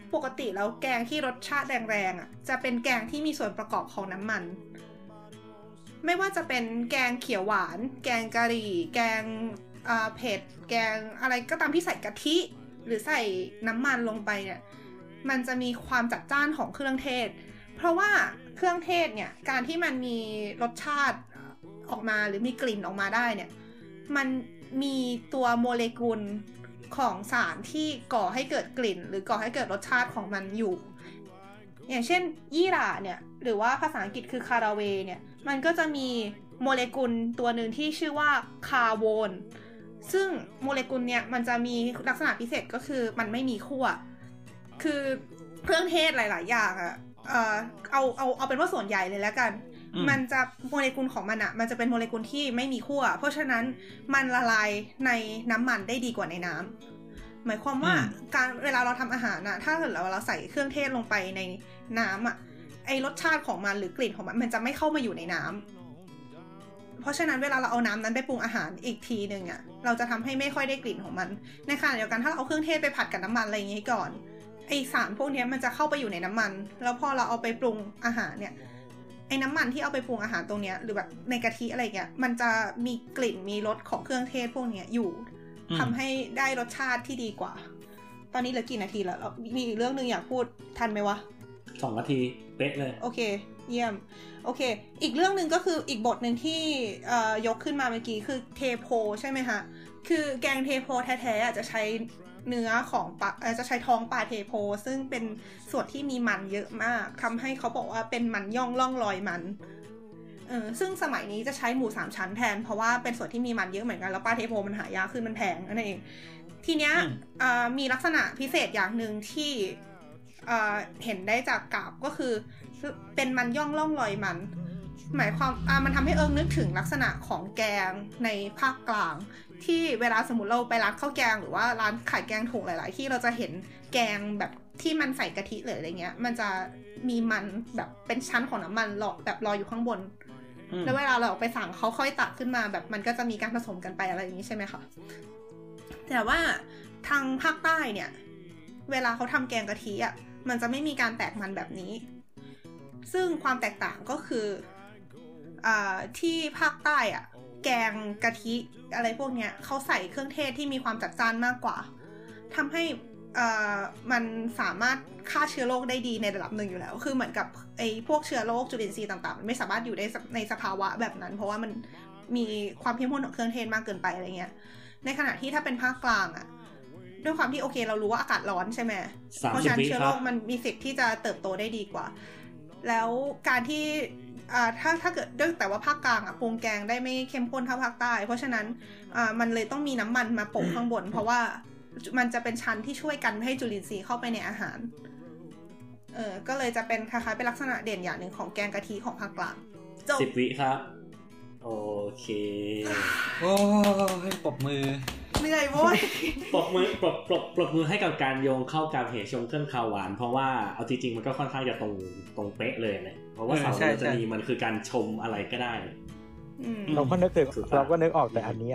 ปกติแล้วแกงที่รสชาติแรงๆอ่ะจะเป็นแกงที่มีส่วนประกอบของน้ำมันไม่ว่าจะเป็นแกงเขียวหวานแกงกะหรี่แกงเผ็ดแกงอะไรก็ตามที่ใส่กะทิหรือใส่น้ำมันลงไปเนี่ยมันจะมีความจัดจ้านของเครื่องเทศเพราะว่าเครื่องเทศเนี่ยการที่มันมีรสชาติออกมาหรือมีกลิ่นออกมาได้เนี่ยมันมีตัวโมเลกุลของสารที่ก่อให้เกิดกลิ่นหรือก่อให้เกิดรสชาติของมันอยู่อย่างเช่นยี่หร่าเนี่ยหรือว่าภาษาอังกฤษคือคาราเวเนี่ยมันก็จะมีโมเลกุลตัวหนึ่งที่ชื่อว่าคาโวนซึ่งโมเลกุลเนี่ยมันจะมีลักษณะพิเศษก็คือมันไม่มีขั้วคือเครื่องเทศหลายๆอย่างอ่ะเอาเป็นว่าส่วนใหญ่เลยแล้วกันมันจะโมเลกุลของมันอ่ะมันจะเป็นโมเลกุลที่ไม่มีขั้วเพราะฉะนั้นมันละลายในน้ำมันได้ดีกว่าในน้ำหมายความว่าการเวลาเราทำอาหารน่ะถ้าเกิดเราใส่เครื่องเทศลงไปในน้ำอ่ะไอรสชาติของมันหรือกลิ่นของมันจะไม่เข้ามาอยู่ในน้ำเพราะฉะนั้นเวลาเราเอาน้ำนั้นไปปรุงอาหารอีกทีนึงอ่ะเราจะทำให้ไม่ค่อยได้กลิ่นของมันในขณะเดียวกันถ้าเราเอาเครื่องเทศไปผัดกับน้ำมันอะไรอย่างงี้ก่อนไอสารพวกนี้มันจะเข้าไปอยู่ในน้ำมันแล้วพอเราเอาไปปรุงอาหารเนี่ยไอ้น้ำมันที่เอาไปปรุงอาหารตรงเนี้ยหรือแบบในกะทิอะไรเงี้ยมันจะมีกลิ่นมีรสของเครื่องเทศพวกเนี้ยอยู่ทำให้ได้รสชาติที่ดีกว่าตอนนี้เหลือกี่นาทีแล้วมีอีกเรื่องนึงอยากพูดทันไหมวะ 2 นาทีเป๊ะเลยโอเคเยี่ยมโอเคอีกเรื่องนึงก็คืออีกบทนึงที่ยกขึ้นมาเมื่อกี้คือเทโพใช่ไหมคะคือแกงเทโพแท้ๆจะใช้เนื้อของปลาจะใช้ท้องปลาเทโพซึ่งเป็นส่วนที่มีมันเยอะมากทำให้เขาบอกว่าเป็นมันย่องล่องลอยมันซึ่งสมัยนี้จะใช้หมู3ชั้นแทนเพราะว่าเป็นส่วนที่มีมันเยอะเหมือนกันแล้วปลาเทโพมันหายากขึ้นมันแพงนั่นเองทีเนี้ยมีลักษณะพิเศษอย่างนึงที่เห็นได้จากกาบก็คือเป็นมันย่องล่องลอยมันหมายความมันทำให้นึกถึงลักษณะของแกงในภาคกลางที่เวลาสมมติเราไปร้านข้าวแกงหรือว่าร้านขายแกงถุงหลายๆที่เราจะเห็นแกงแบบที่มันใส่กะทิเลยอะไรเงี้ยมันจะมีมันแบบเป็นชั้นของน้ำมันลอยอยู่ข้างบนแล้วเวลาเราไปสั่งเขาค่อยตักขึ้นมาแบบมันก็จะมีการผสมกันไปอะไรอย่างนี้ใช่ไหมคะแต่ว่าทางภาคใต้เนี่ยเวลาเขาทำแกงกะทิอ่ะมันจะไม่มีการแตกมันแบบนี้ซึ่งความแตกต่างก็คือที่ภาคใต้อ่ะแกงกะทิอะไรพวกเนี้ยเขาใส่เครื่องเทศที่มีความจัดจ้านมากกว่าทำให้มันสามารถฆ่าเชื้อโรคได้ดีในระดับหนึ่งอยู่แล้วคือเหมือนกับไอ้พวกเชื้อโรคจุลินทรีย์ต่างๆมันไม่สามารถอยู่ได้ในสภาวะแบบนั้นเพราะว่ามันมีความเข้มข้นของเครื่องเทศมากเกินไปอะไรเงี้ยในขณะที่ถ้าเป็นภาคกลางอ่ะด้วยความที่โอเคเรารู้ว่าอากาศร้อนใช่ไหมเพราะฉะนั้นเชื้อโรคมันมีสิทธิ์ที่จะเติบโตได้ดีกว่าแล้วการที่ถ้าเกิดแต่ว่าภาคกลางปรุงแกงได้ไม่เข้มข้นเท่าภาคใต้เพราะฉะนั้นมันเลยต้องมีน้ำมันมาโปะข้างบนเพราะว่ามันจะเป็นชั้นที่ช่วยกันให้จุลินทรีย์เข้าไปในอาหารก็เลยจะเป็นคล้ายๆเป็นลักษณะเด่นอย่างหนึ่งของแกงกะทิของภาคกลางจบ 10 วิครับโอเคโอ้ยปรบมือเหนื่อยโว้ยปรบมือให้กับการโยงเข้ากับเหตุชงเครื่องคาวหวานเพราะว่าเอาจริงๆมันก็ค่อนข้างจะตรงเป๊ะเลยแหละเพราะว่าสาวจะมีมันคือการชมอะไรก็ได้เราก็นึกออกแต่อันนี้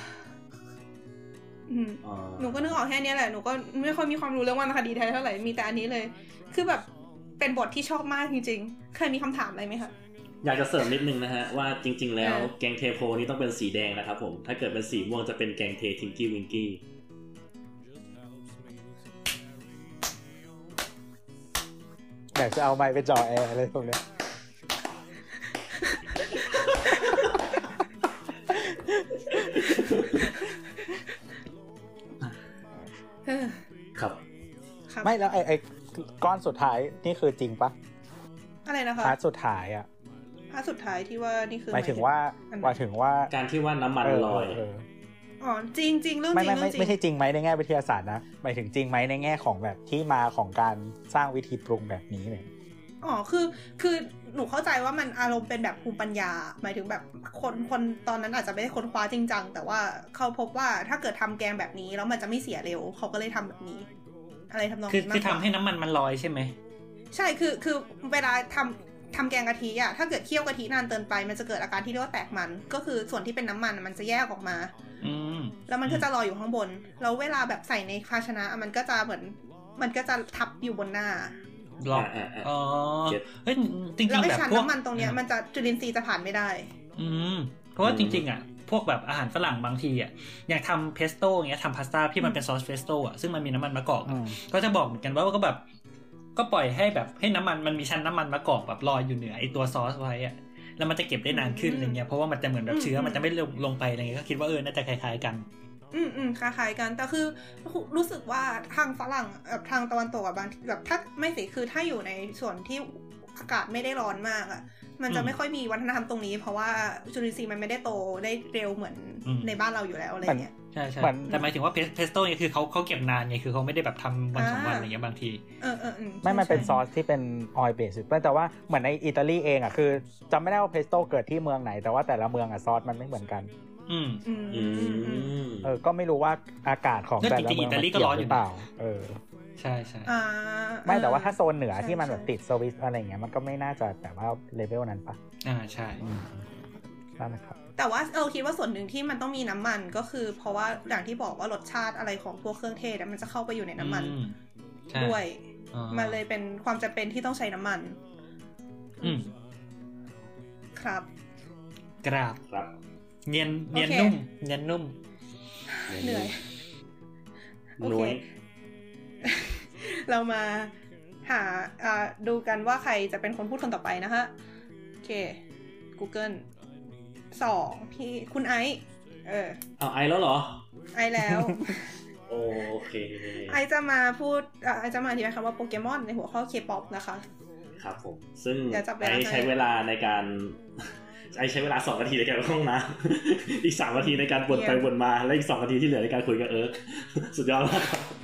หนูก็นึกออกแค่นี้แหละหนูก็ไม่ค่อยมีความรู้เรื่องวรรณคดีไทยเท่าไหร่มีแต่อันนี้เลยคือแบบเป็นบทที่ชอบมากจริงๆเคยมีคำถามอะไรไหมคะอยากจะเสริมนิดนึงนะฮะว่าจริงๆแล้วแกงเทโพนี่ต้องเป็นสีแดงนะครับผมถ้าเกิดเป็นสีม่วงจะเป็นแกงเททิงกี้วิงกี้อยากจะเอาไมค์ไปจ่อแอร์อะไรพวกนี้ครับไม่แล้วไอ้ก้อนสุดท้ายนี่คือจริงปะอะไรนะคะพาร์ทสุดท้ายพาร์ทสุดท้ายที่ว่านี่คือหมายถึงว่าการที่ว่าน้ำมันลอยอ๋อจริงเรื่องจริงไม่ใช่จริงไหมในแง่วิทยาศาสตร์นะหมายถึงจริงไหมในแง่ของแบบที่มาของการสร้างวิธีปรุงแบบนี้เนี่ยอ๋อคือหนูเข้าใจว่ามันอารมณ์เป็นแบบภูมิปัญญาหมายถึงแบบคนตอนนั้นอาจจะไม่ได้ค้นคว้าจริงจังแต่ว่าเขาพบว่าถ้าเกิดทำแกงแบบนี้แล้วมันจะไม่เสียเร็วเขาก็เลยทำแบบนี้อะไรทำนองนี้มากคือทำให้น้ำมันลอยใช่ไหมใช่คือเวลาทำแกงกะทิอ่ะถ้าเกิดเคี่ยวกะทินานเกินไปมันจะเกิดอาการที่เรียกว่าแตกมันก็คือส่วนที่เป็นน้ำมันมันจะแยกออกมาแล้วมันก็จะลอยอยู่ข้างบนแล้วเวลาแบบใส่ในภาชนะมันก็จะเหมือนมันก็จะทับอยู่บนหน้าล็อกเฮ้ยจริงๆแบบพวกน้ำมันตรงเนี้ยมันจะจุลินทรีย์จะผ่านไม่ได้เพราะว่าจริงๆอ่ะพวกแบบอาหารฝรั่งบางทีอ่ะอย่างทำเพสโต้อย่างเงี้ยทำพาสต้าที่มันเป็นซอสเพสโต้อ่ะซึ่งมันมีน้ำมันมะกอกก็จะบอกเหมือนกันว่าก็แบบก็ปล่อยให้แบบให้น้ำมันมีชั้นน้ำมันมะกอกแบบลอยอยู่เหนือไอตัวซอสไว้อ่ะแล้วมันจะเก็บได้นานขึ้นอะไรเงี้ยเพราะว่ามันจะเหมือนแบบเชื้อมันจะไม่ลงไปอะไรเงี้ยก็คิดว่าน่าจะคล้ายๆกันคล้ายๆกันแต่คือรู้สึกว่าทางฝรั่งแบบทางตะวันตกอ่ะบางแบบถ้าไม่สิคือถ้าอยู่ในส่วนที่อากาศไม่ได้ร้อนมากอ่ะมันจะไม่ค่อยมีวัฒนธรรมตรงนี้เพราะว่าจุลินทรีย์มันไม่ได้โตได้เร็วเหมือนในบ้านเราอยู่แล้วอะไรเงี้ยใช่ใช่แต่หมายถึงว่าเพสโต้เนี่ยคือเขาเก็บนานไงคือเขาไม่ได้แบบทำวัน2วันอะไรเงี้ยบางทีไม่มันเป็นซอสที่เป็นออยล์เบสแต่ว่าเหมือนในอิตาลีเองอ่ะคือจำไม่ได้ว่าเพสโต้เกิดที่เมืองไหนแต่ว่าแต่ละเมืองอ่ะซอสมันไม่เหมือนกันก็ไม่รู้ว่าอากาศของแต่ละเมืองมันเกี่ยวหรือเปล่าใช่ใช่ไม่แต่ว่าถ้าโซนเหนือที่มันแบบติดสวิสอะไรเงี้ยมันก็ไม่น่าจะแต่ว่าเลเวลนั้นปะใช่นั่นนะครับแต่ว่าคิดว่าส่วนหนึ่งที่มันต้องมีน้ำมันก็คือเพราะว่าอย่างที่บอกว่ารสชาติอะไรของพวกเครื่องเทศมันจะเข้าไปอยู่ในน้ำมันด้วยมันเลยเป็นความจำเป็นที่ต้องใช้น้ำมันครับเนียนนุ่มเหนื่อยโอเคเรามาหาดูกันว่าใครจะเป็นคนพูดคนต่อไปนะคะโอเค Google 2พี่คุณไอซ์เอาไอซ์แล้วเหรอไอซ์แล้วโอเคไอซ์จะมาพูดไอซ์จะมาอธิบายคำว่าโปเกมอนในหัวข้อ K-POP นะคะครับผมซึ่งไอซ์ใช้เวลาในการไอใช้เวลา2นาทีในการเข้าห้องน้ำอีก3นาทีในการบ่นไปบ่นมาและอีก2นาทีที่เหลือในการคุยกับสุดยอดมาก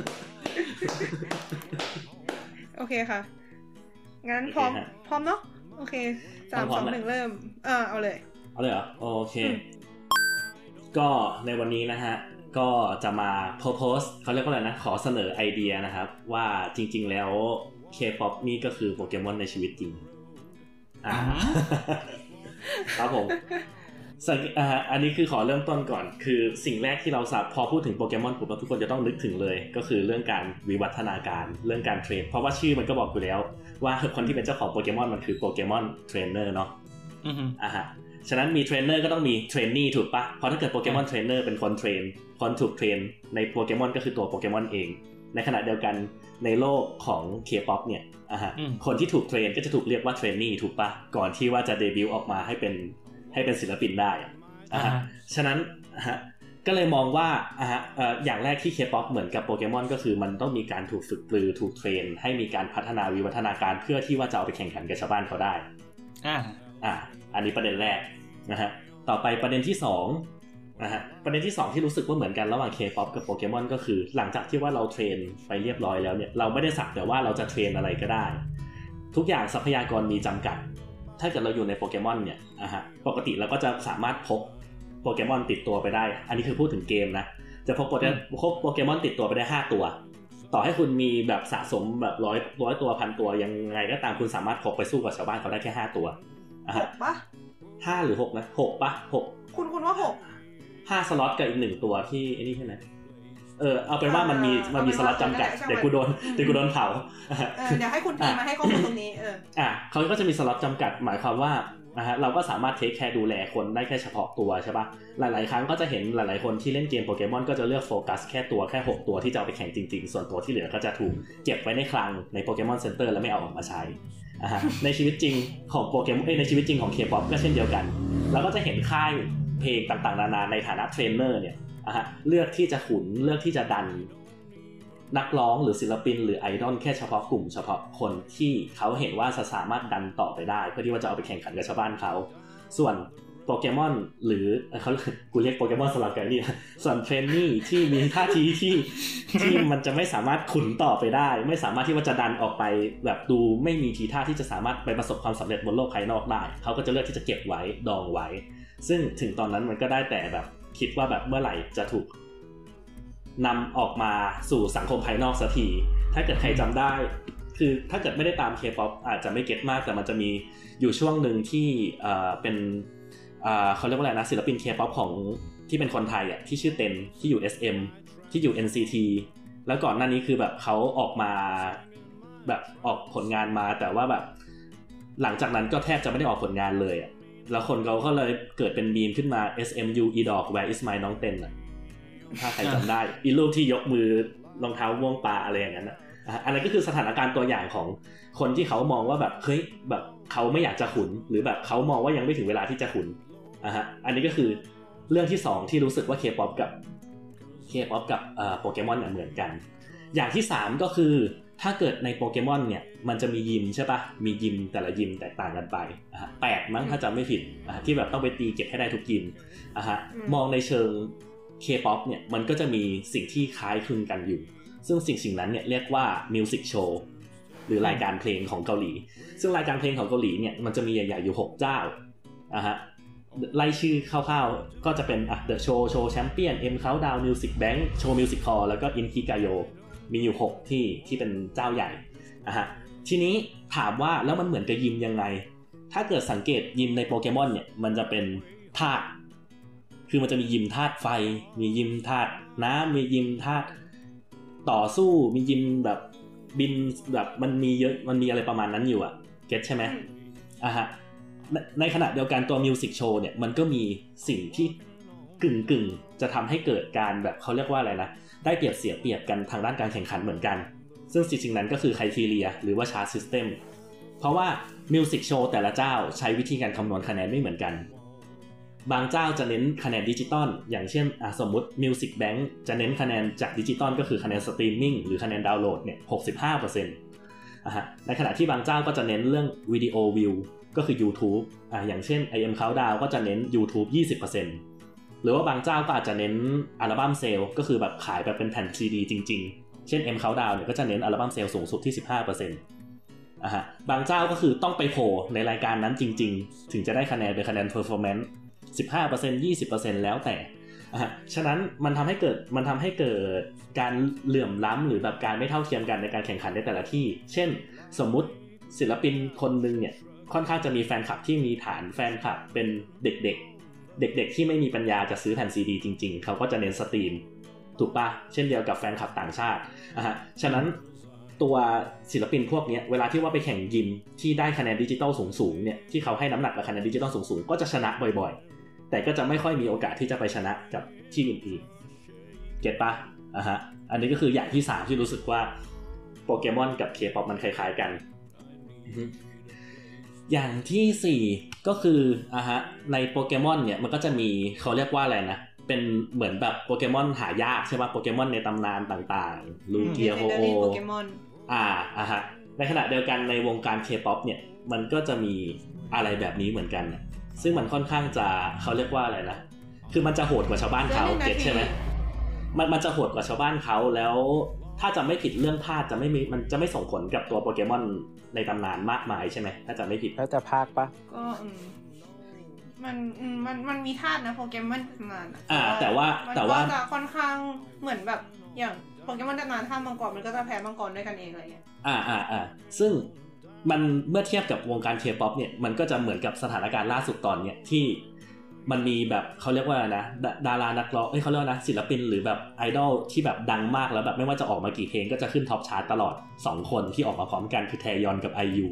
โอเคค่ะงั้นพร้อมเนาะโอเค3 2 1เริ่มเอาเลยเหรอโอเคก็ในวันนี้นะฮะก็จะมาโพสเขาเรียกว่าอะไรนะขอเสนอไอเดียนะครับว่าจริงๆแล้ว K-POP นี่ก็คือโปเกมอนในชีวิตจริงครับผมอันนี้คือขอเริ่มต้นก่อนคือสิ่งแรกที่เราพอพูดถึงโปเกมอนปุ๊บทุกคนจะต้องนึกถึงเลยก็คือเรื่องการวิวัฒนาการเรื่องการเทรนเพราะว่าชื่อมันก็บอกอยู่แล้วว่าคนที่เป็นเจ้าของโปเกมอนมันคือโปเกมอนเทรนเนอร์เนาะฉะนั้นมีเทรนเนอร์ก็ต้องมีเทรนนี่ถูกปะเพราะถ้าเกิดโปเกมอนเทรนเนอร์เป็นคนเทรนคนถูกเทรนในโปเกมอนก็คือตัวโปเกมอนเองในขณะเดียวกันในโลกของ K-POP เนี่ยคนที่ถูกเทรนก็จะถูกเรียกว่าเทรนนี่ถูกปะก่อนที่ว่าจะเดบิวต์ออกมาให้เป็นศิลปินได้ฉะนั้นก็เลยมองว่าอย่างแรกที่ K-POP เหมือนกับโปเกมอนก็คือมันต้องมีการถูกฝึกปรือถูกเทรนให้มีการพัฒนาวิวัฒนาการเพื่อที่ว่าจะเอาไปแข่งขันกับชาวบ้านเขาได้อันนี้ประเด็นแรกนะฮะต่อไปประเด็นที่2นะฮะประเด็นที่2ที่รู้สึกว่าเหมือนกันระหว่าง K-POP กับโปเกมอนก็คือหลังจากที่ว่าเราเทรนไปเรียบร้อยแล้วเนี่ยเราไม่ได้สักแต่ว่าเราจะเทรนอะไรก็ได้ทุกอย่างทรัพยากรมีจำกัดถ้าเกิดเราอยู่ในโปเกมอนเนี่ยปกติเราก็จะสามารถพกโปเกมอนติดตัวไปได้อันนี้คือพูดถึงเกมนะจะพกโปเกมอนติดตัวไปได้5ตัวต่อให้คุณมีแบบสะสมแบบ100ตัว1,000ตัวยังไงก็ตามคุณสามารถพกไปสู้กับชาวบ้านเขาได้แค่5ตัว 6ปะ 5หรือ6นะ6ปะ6 คุณว่า 5สล็อตกับอีก1ตัวที่ไอ้นี่ใช่ไหมเอาเป็นว่ามันมีสล็อตจำกัดเดี๋ยวกูโดนเผาเดี๋ยวให้คุณพีมาให้ข้อมูลตรงนี้เขาก็จะมีสล็อตจำกัดหมายความว่าเราก็สามารถเทคแคร์ดูแลคนได้แค่เฉพาะตัวใช่ปะหลายๆครั้งก็จะเห็นหลายๆคนที่เล่นเกมโปเกมอนก็จะเลือกโฟกัสแค่6ตัวที่จะเอาไปแข่งจริงๆส่วนตัวที่เหลือก็จะถูกเก็บไว้ในคลังในโปเกมอนเซ็นเตอร์แล้วไม่เอาออกมาใช้ในชีวิตจริงของโปเกมอนในชีวิตจริงของ K-POP ก็เช่นเดียวกันเราก็จะเห็นค่ายเพลงต่างๆนานาในฐานะเทรนเนอร์เนี่ยเลือกที่จะขุนเลือกที่จะดันนักร้องหรือศิลปินหรือไอดอลแค่เฉพาะกลุ่มเฉพาะคนที่เขาเห็นว่าสามารถดันต่อไปได้เพื่อที่ว่าจะเอาไปแข่งขันกับชาวบ้านเขาส่วนโปเกมอนหรือกูเรียกโปเกมอนสลับกันนี่ส่วนเทรนนี่ที่มีท่าทีที่มันจะไม่สามารถขุนต่อไปได้ไม่สามารถที่ว่าจะดันออกไปแบบดูไม่มีทีท่าที่จะสามารถไปประสบความสำเร็จบนโลกภายนอกได้เขาก็จะเลือกที่จะเก็บไว้ดองไว้ซึ่งถึงตอนนั้นมันก็ได้แต่แบบคิดว่าแบบเมื่อไหร่จะถูกนำออกมาสู่สังคมภายนอกสักทีถ้าเกิดใครจำได้คือถ้าเกิดไม่ได้ตาม K-POP อาจจะไม่เก็ตมากแต่มันจะมีอยู่ช่วงหนึ่งที่เป็นเขาเรียกว่าอะไรนะศิลปิน K-POP ของที่เป็นคนไทยที่ชื่อเต็นที่อยู่ SM ที่อยู่ NCT แล้วก่อนหน้านี้คือแบบเขาออกมาแบบออกผลงานมาแต่ว่าแบบหลังจากนั้นก็แทบจะไม่ได้ออกผลงานเลยอ่ะแล้วคนเขาก็เลยเกิดเป็นมีมขึ้นมา SMU Edog Where is my น้องเต้นอ่ะถ้าใครจำได้อีรูปที่ยกมือรองเท้าม่วงปลาอะไรอย่างนั้นอ่ะอันนั้นก็คือสถานการณ์ตัวอย่างของคนที่เขามองว่าแบบเฮ้ยแบบเขาไม่อยากจะขุนหรือแบบเขามองว่ายังไม่ถึงเวลาที่จะขุนอันนี้ก็คือเรื่องที่2ที่รู้สึกว่า K-pop กับโปเกมอนเหมือนกันอย่างที่3ก็คือถ้าเกิดในโปเกมอนเนี่ยมันจะมียิมใช่ปะมียิมแต่ละยิมแตกต่างกันไป8มั้งถ้าจำไม่ผิดที่แบบต้องไปตีเก็บให้ได้ทุกยิมมองในเชิง K-pop เนี่ยมันก็จะมีสิ่งที่คล้ายคลึงกันอยู่ซึ่งสิ่งนั้นเนี่ยเรียกว่ามิวสิกโชว์หรือรายการเพลงของเกาหลีซึ่งรายการเพลงของเกาหลีเนี่ยมันจะมีใหญ่ๆอยู่6เจ้าไล่ชื่อคร่าวๆก็จะเป็นThe Show Champion M Countdown Music Bank Show Music Hall แล้วก็ Inkigayo มีอยู่6ที่เป็นเจ้าใหญ่ทีนี้ถามว่าแล้วมันเหมือนกับยิมยังไงถ้าเกิดสังเกตยิมในโปเกมอนเนี่ยมันจะเป็นธาตุคือมันจะมียิมธาตุไฟมียิมธาตุน้ำมียิมธาตุต่อสู้มียิมแบบบินแบบมันมีเยอะมันมีอะไรประมาณนั้นอยู่อะเก็ทใช่ไหมในขณะเดียวกันตัวมิวสิกโชว์เนี่ยมันก็มีสิ่งที่กึ่งจะทำให้เกิดการแบบเขาเรียกว่าอะไรนะได้เปรียบเสียเปรียบกันทางด้านการแข่งขันเหมือนกันซึ่งสิ่งนั้นก็คือไครทีเรียหรือว่าชาร์ตซิสเต็มเพราะว่ามิวสิกโชว์แต่ละเจ้าใช้วิธีการคำนวณคะแนนไม่เหมือนกันบางเจ้าจะเน้นคะแนนดิจิตอลอย่างเช่นสมมุติ Music Bank จะเน้นคะแนนจากดิจิตอลก็คือคะแนนสตรีมมิ่งหรือคะแนนดาวน์โหลดเนี่ย 65% ในขณะที่บางเจ้าก็จะเน้นเรื่องวิดีโอวิวก็คือ YouTube อย่างเช่น IM Countdown ก็จะเน้น YouTube 20% หรือว่าบางเจ้าก็อาจจะเน้นอัลบั้มเซลล์ก็คือแบบขายแบบเป็นแผ่น CD จริงๆเช่น M Countdown เนี่ยก็จะเน้นอัลบั้มเซลล์สูงสุดที่ 15% บางเจ้าก็คือต้องไปโผล่ในรายการนั้นจริงๆถึงจะได้คะแนนเป็นคะแนน performance 15% 20% แล้วแต่ฉะนั้นมันทำให้เกิดการเหลื่อมล้ำหรือแบบการไม่เท่าเทียมกันในการแข่งขันในแต่ละที่เช่นสมมุติศิลปินคนนึงเนี่ยค่อนข้างจะมีแฟนคลับที่มีฐานแฟนคลับเป็นเด็กที่ไม่มีปัญญาจะซื้อแผ่นซีดีจริงๆเขาก็จะเน้นสตรีมถูกปะเช่นเดียวกับแฟนคลับต่างชาติฉะนั้นตัวศิลปินพวกนี้เวลาที่ว่าไปแข่งยิมที่ได้คะแนนดิจิตอลสูงๆเนี่ยที่เขาให้น้ำหนักกับคะแนนดิจิตอลสูงๆก็จะชนะบ่อยๆแต่ก็จะไม่ค่อยมีโอกาสที่จะไปชนะกับที่อื่นๆเก็ทปะอันนี้ก็คืออย่างที่3ที่รู้สึกว่าโปเกมอนกับ K-pop มันคล้ายๆกันอย่างที่4ก็คือในโปเกมอนเนี่ยมันก็จะมีเขาเรียกว่าอะไรนะเป็นเหมือนแบบโปเกมอนหายากใช่ป่ะโปเกมอนในตำนานต่างๆลูเกียโฮโอในขณะเดียวกันในวงการ K-pop เนี่ยมันก็จะมีอะไรแบบนี้เหมือนกันซึ่งมันค่อนข้างจะเขาเรียกว่าอะไรนะคือมันจะโหดกว่าชาวบ้านเขาเก็ทใช่ไหมมันจะโหดกว่าชาวบ้านเขาแล้วถ้าจะไม่ผิดเรื่องธาตุมันจะไม่ส่งผลกับตัวโปเกมอนในตำนานมากมายใช่ไหมถ้าจะไม่ผิดแล้วแต่ภาคปะก็มันมีธาตุนะโปเกมอนตำนานแต่ว่าจะค่อนข้างเหมือนแบบอย่างโปเกมอนตำนานธาตุมังกรมันก็จะแพ้มังกรด้วยกันเองอะไรเงี้ยซึ่งมันเมื่อเทียบกับวงการ K-pop เนี่ยมันก็จะเหมือนกับสถานการณ์ล่าสุดตอนเนี้ยที่มันมีแบบเขาเรียกว่านะดารานักร้องเขาเรียกนะศิลปินหรือแบบไอดอลที่แบบดังมากแล้วแบบไม่ว่าจะออกมากี่เพลงก็จะขึ้นท็อปชาร์ตตลอด2คนที่ออกมาพร้อมกันคือแทยอนกับ IU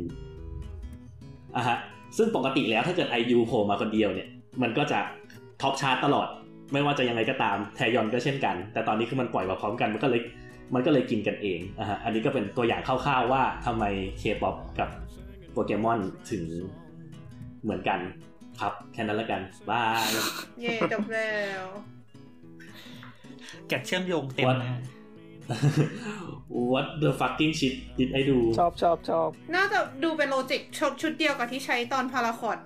ซึ่งปกติแล้วถ้าเกิด IU โผล่มาคนเดียวเนี่ยมันก็จะท็อปชาร์ตตลอดไม่ว่าจะยังไงก็ตามแทยอนก็เช่นกันแต่ตอนนี้คือมันปล่อยมาพร้อมกันมันก็เลยกินกันเองอันนี้ก็เป็นตัวอย่างคร่าวๆว่าทำไม K-pop กับโปเกมอนถึงเหมือนกันครับแค่นั้นแล้วกันบายเย่จบแล้วแกะเชื่อมโยงเต็มนะ What the fucking shit did I do ชอบน่าจะดูเป็นโลจิกชุดเดียวกับที่ใช้ตอนพาราคอร์ด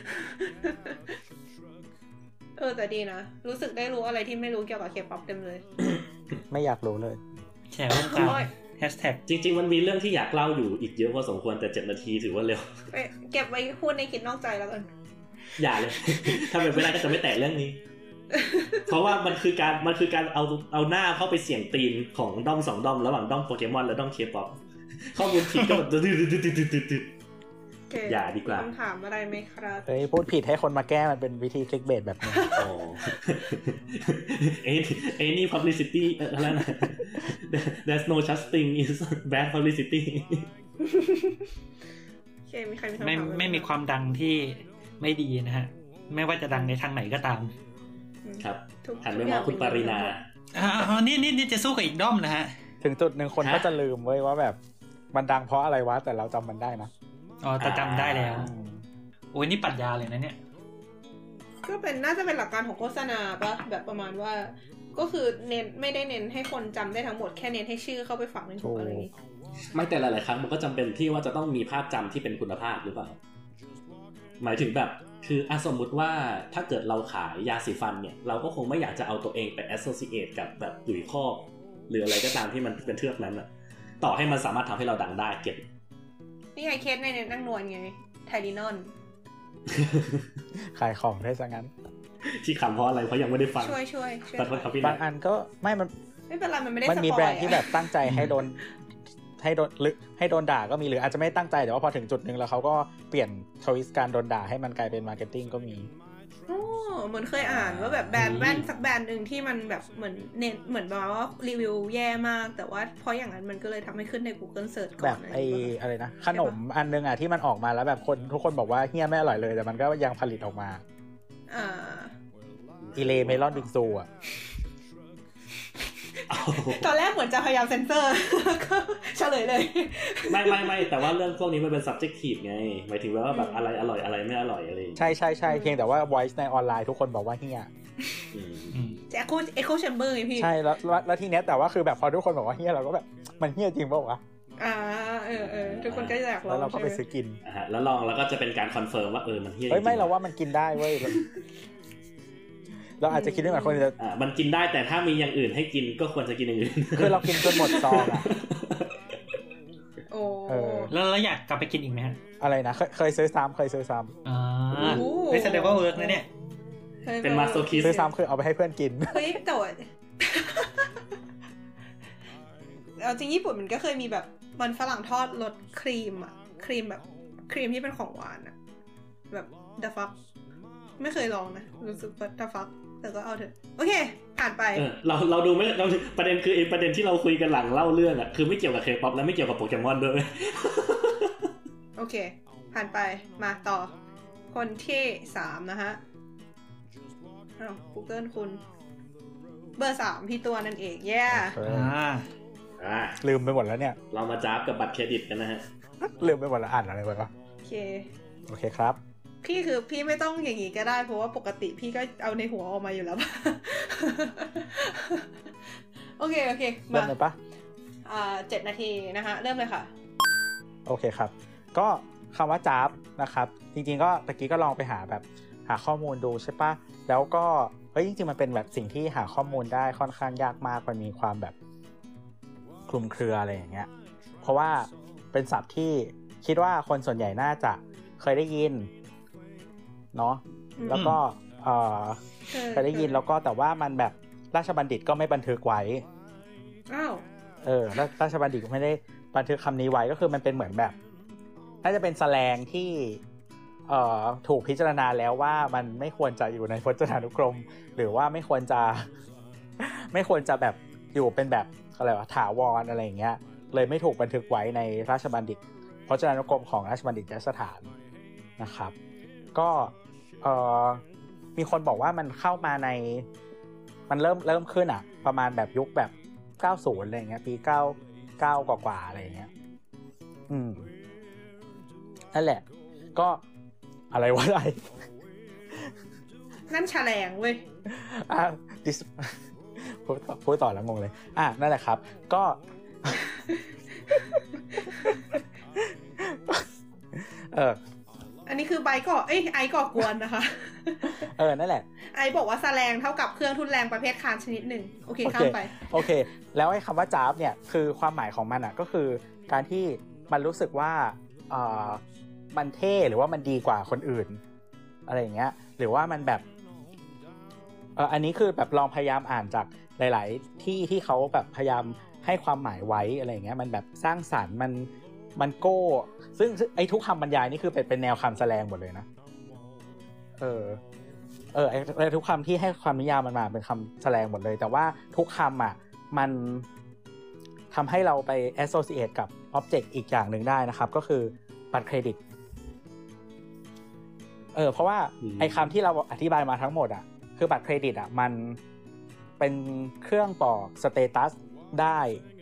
แต่ดีนะรู้สึกได้รู้อะไรที่ไม่รู้เกี่ยวกับ K-pop เต็มเลยไม่อยากรู้เลยแชร์กันแฮชแท็กจริงๆมันมีเรื่องที่อยากเล่าอยู่อีกเยอะพอสมควรแต่7นาทีถือว่าเร็วเก็บไว้พูดในคิดนอกใจแล้วกันอย่าเลยถ้าเป็นไปได้ก็จะไม่แตะเรื่องนี้เพราะว่ามันคือการเอาหน้าเข้าไปเสี่ยงตีนของด้อม2ด้อมระหว่างด้อมโปเกมอนและด้อม K-pop ข้อมูลผิดก็แบบอย่าดีกว่าคำถามอะไรไหมครับพูดผิดให้คนมาแก้มันเป็นวิธีคลิกเบสแบบนี้นี่ publicity อะไรนะ there's no such thing is bad publicity โอเคมีใครมีคำถามไม่มีความดังที่ไม่ดีนะฮะไม่ว่าจะดังในทางไหนก็ตามครับหันไปมองคุณปรินานี่จะสู้กับอีกด้อมนะฮะถึงจุดนึงคนก็จะลืมเว้ยว่าแบบมันดังเพราะอะไรวะแต่เราจำมันได้นะแต่จำได้แล้วโอ้ยนี่ปรัชญาเลยนะเนี่ยก็เป็นน่าจะเป็นหลักการของโฆษณาปะแบบประมาณว่าก็คือเน้นไม่ได้เน้นให้คนจำได้ทั้งหมดแค่เน้นให้ชื่อเข้าไปฝังในหัวอะไรอย่างงี้ไม่แต่หลายๆครั้งมันก็จำเป็นที่ว่าจะต้องมีภาพจำที่เป็นคุณภาพหรือเปล่าหมายถึงแบบคือสมมุติว่าถ้าเกิดเราขายยาสีฟันเนี่ยเราก็คงไม่อยากจะเอาตัวเองไป associate กับแบบปุ๋ยคอกหรืออะไรก็ตามที่มันเป็นเทือกนั้นอะต่อให้มันสามารถทำให้เราดังได้เก็บนี่ไงเคสในนั่งนวลไงไทลินอนขายของได้ซะงั้นที่ขำเพราะอะไรเพราะยังไม่ได้ฟังช่วยบางอันก็ไม่เป็นไรมันไม่ได้มันมีแบรนด์ที่แบบตั้งใจให้โดนด่าก็มีหรืออาจจะไม่ตั้งใจแต่ว่าพอถึงจุดนึงแล้วเขาก็เปลี่ยนทวิสต์การโดนด่าให้มันกลายเป็นมาร์เก็ตติ้งก็มีเหมือนเคยอ่านว่าแบบแบรนด์แว่นสักแบรนด์นึงที่มันแบบเหมือนเน้นเหมือนแบบว่ารีวิวแย่มากแต่ว่าเพราะอย่างนั้นมันก็เลยทำให้ขึ้นใน Google Search ก่อนแบบอะไรนะขนมอันนึงที่มันออกมาแล้วแบบทุกคนบอกว่าเฮี้ยไม่อร่อยเลยแต่มันก็ยังผลิตออกมาอีเลเมลอนบิงซูตอนแรกเหมือนจะพยายามเซ็นเซอร์ก็เฉลยเลยไม่แต่ว่าเรื่องพวกนี้มันเป็น subjective ไงหมายถึงว่าแบบอะไรอร่อยอะไรไม่อร่อยอะไรใช่เพียงแต่ว่า voice ในออนไลน์ทุกคนบอกว่าเฮี้ยจะecho chamber ไงพี่ใช่แล้วทีเนี้ยแต่ว่าคือแบบพอทุกคนบอกว่าเฮี้ยเราก็แบบมันเฮี้ยจริงเปล่าวะทุกคนก็อยากลองแล้วเราก็ไปซื้อกินแล้วลองแล้วก็จะเป็นการคอนเฟิร์มว่ามันเฮี้ยไม่เราว่ามันกินได้เว้ยเราอาจจะคิดได้เหมือนคนมันกินได้แต่ถ้ามีอย่างอื่นให้กินก็ควรจะกินอย่างอื่นคือเรากินจนหมดซองแล้วอยากกลับไปกินอีกไหมฮะอะไรนะเคยซื้อซ้ำไม่แสดงว่าเวิร์กนะเนี่ยเป็นมาสโซคิสซื้อซ้ำคือเอาไปให้เพื่อนกินเฮ้ยแต่เอาจริงญี่ปุ่นมันก็เคยมีแบบมันฝรั่งทอดรสครีมครีมแบบครีมที่เป็นของหวานแบบ the fuck ไม่เคยลองนะรู้สึกว่า the fuckแต่ก็เอาเถอะโอเคผ่านไปเราดูไม่เราประเด็นคือประเด็นที่เราคุยกันหลังเล่าเรื่องคือไม่เกี่ยวกับ K-pop และไม่เกี่ยวกับโปเกมอนด้วยโอเคผ่านไปมาต่อคนที่3นะฮะGoogle คุณเบอร์3พี่ตัวนั่นเองลืมไปหมดแล้วเนี่ยเรามาจ้าบกับบัตรเครดิตกันนะฮะลืมไปหมดแล้วอ่านอะไรไปวะโอเคครับพี่คือพี่ไม่ต้องอย่างนี้ก็ได้เพราะว่าปกติพี่ก็เอาในหัวออกมาอยู่แล้วโอเคเริ่มเลยปะ 7 นาทีนะคะเริ่มเลยค่ะโอเคครับก็คำว่าจ๊าบนะครับจริงๆก็ตะกี้ก็ลองไปหาข้อมูลดูใช่ปะแล้วก็จริงๆมันเป็นแบบสิ่งที่หาข้อมูลได้ค่อนข้างยากมากมันมีความแบบคลุมเครืออะไรอย่างเงี้ยเพราะว่าเป็นศัพท์ที่คิดว่าคนส่วนใหญ่น่าจะเคยได้ยินเนาะแล้วก็เคยได้ยินแล้วก็แต่ว่ามันแบบราชบัณฑิตก็ไม่บันทึกไว้ราชบัณฑิตไม่ได้บันทึกคำนี้ไว้ก็คือมันเป็นเหมือนแบบน่าจะเป็นแสลงที่ถูกพิจารณาแล้วว่ามันไม่ควรจะอยู่ในพจนานุกรมหรือว่าไม่ควรจะแบบอยู่เป็นแบบอะไรวะถาวรอะไรอย่างเงี้ยเลยไม่ถูกบันทึกไว้ในราชบัณฑิตพจนานุกรมของราชบัณฑิตยสถานนะครับก็มีคนบอกว่ามันเข้ามาในมันเริ่มขึ้นประมาณแบบยุคแบบ90อะไรอย่างเงี้ยปี99กว่าๆอะไรอย่างเงี้ยนั่นแหละก็อะไรวะอะไรนั่นแฉลงเว้ยพูดต่อแล้วงงเลยนั่นแหละครับก็อันนี้คือไอก่อกวนนะคะนั่นแหละไอบอกว่าแสลงเท่ากับเครื่องทุนแรงประเภทคานชนิดหนึ่งโอเคข้ามไปโอเคแล้วไอ้คำว่าจ๊าบเนี่ยคือความหมายของมันก็คือการที่มันรู้สึกว่ามันเท่หรือว่ามันดีกว่าคนอื่นอะไรอย่างเงี้ยหรือว่ามันแบบอันนี้คือแบบลองพยายามอ่านจากหลายๆที่เขาแบบพยายามให้ความหมายไว้อะไรอย่างเงี้ยมันแบบสร้างสรรค์มันโก้ซึ่งไอ้ทุกคำบรรยายนี่คือเป็นแนวคำแสลงหมดเลยนะไอ้ทุกคำที่ให้ความนิยามมันมาเป็นคำแสลงหมดเลยแต่ว่าทุกคำมันทำให้เราไป associate กับ object อีกอย่างหนึ่งได้นะครับก็คือบัตรเครดิตเพราะว่าไอ้คำที่เราอธิบายมาทั้งหมดอ่ะคือบัตรเครดิตอ่ะมันเป็นเครื่องบอกสเตตัสได้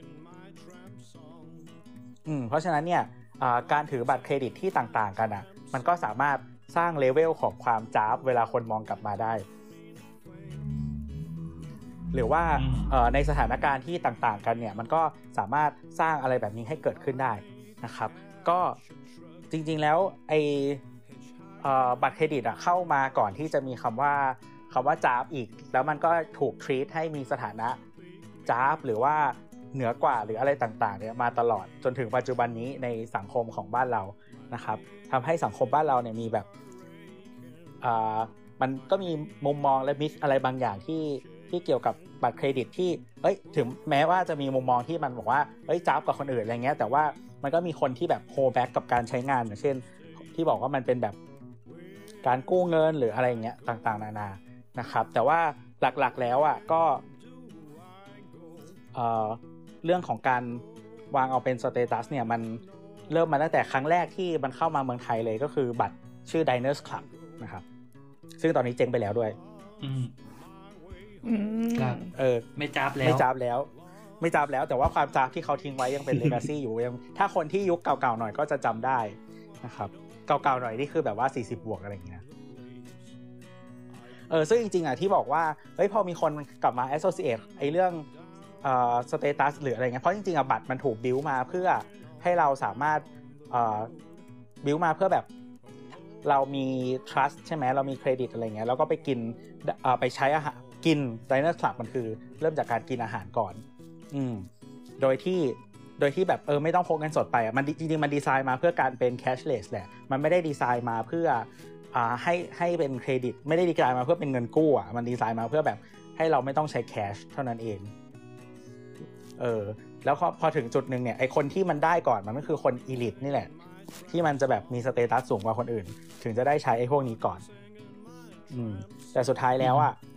เพราะฉะนั้นเนี่ยการถือบัตรเครดิตที่ต่างๆกันอ่ะมันก็สามารถสร้างเลเวลของความจ๊าบเวลาคนมองกลับมาได้หรือว่าในสถานการณ์ที่ต่างๆกันเนี่ยมันก็สามารถสร้างอะไรแบบนี้ให้เกิดขึ้นได้นะครับก็จริงๆแล้วไอ้บัตรเครดิตเข้ามาก่อนที่จะมีคำว่าจ๊าบอีกแล้วมันก็ถูกทรีตให้มีสถานะจ๊าบหรือว่าเหนือกว่าหรืออะไรต่างๆเนี่ยมาตลอดจนถึงปัจจุบันนี้ในสังคมของบ้านเรานะครับทำให้สังคมบ้านเราเนี่ยมีแบบมันก็มีมุมมองและมิสอะไรบางอย่างที่เกี่ยวกับบัตรเครดิตที่ถึงแม้ว่าจะมีมุมมองที่มันบอกว่าจ๊าบกว่าคนอื่นอะไรเงี้ยแต่ว่ามันก็มีคนที่แบบโฮแบ็กกับการใช้งานอย่างเช่นที่บอกว่ามันเป็นแบบการกู้เงินหรืออะไรเงี้ยต่างๆนานานะครับแต่ว่าหลักๆแล้วก็เรื่องของการวางเอาเป็นสเตตัสเนี่ยมันเริ่มมาตั้งแต่ครั้งแรกที่มันเข้ามาเมืองไทยเลยก็คือบัตรชื่อ Diners Club นะครับซึ่งตอนนี้เจ๊งไปแล้วด้วยครับไม่จ๊าบแล้วแต่ว่าความจ๊าบที่เขาทิ้งไว้ยังเป็น legacy อยู่ยังถ้าคนที่ยุคเก่าๆหน่อยก็จะจำได้นะครับเก่าๆหน่อยนี่คือแบบว่า40บวกอะไรอย่างเงี้ยซึ่งจริงๆที่บอกว่าพอมีคนกลับมา associate ไอ้เรื่องstatus หรืออะไรเงี้ยเพราะจริงๆบัตรมันถูกบิวมาเพื่อให้เราสามารถบิวมาเพื่อแบบเรามี trust ใช่ไหมเรามีเครดิตอะไรเงี้ยแล้วก็ไปกินไปใช้อาหารกิน Diners Club มันคือเริ่มจากการกินอาหารก่อนโดยที่แบบไม่ต้องพกเงินสดไปมันจริงๆมันดีไซน์มาเพื่อการเป็น cashless แหละมันไม่ได้ดีไซน์มาเพื่อให้เป็นเครดิตไม่ได้ดีไซน์มาเพื่อเป็นเงินกู้มันดีไซน์มาเพื่อแบบให้เราไม่ต้องใช้แคชเท่านั้นเองแล้วพอถึงจุดนึงเนี่ยไอคนที่มันได้ก่อนมันก็คือคนอีลิทนี่แหละที่มันจะแบบมีสเตตัสสูงกว่าคนอื่นถึงจะได้ใช้ไอพวกนี้ก่อนแต่สุดท้ายแล้ว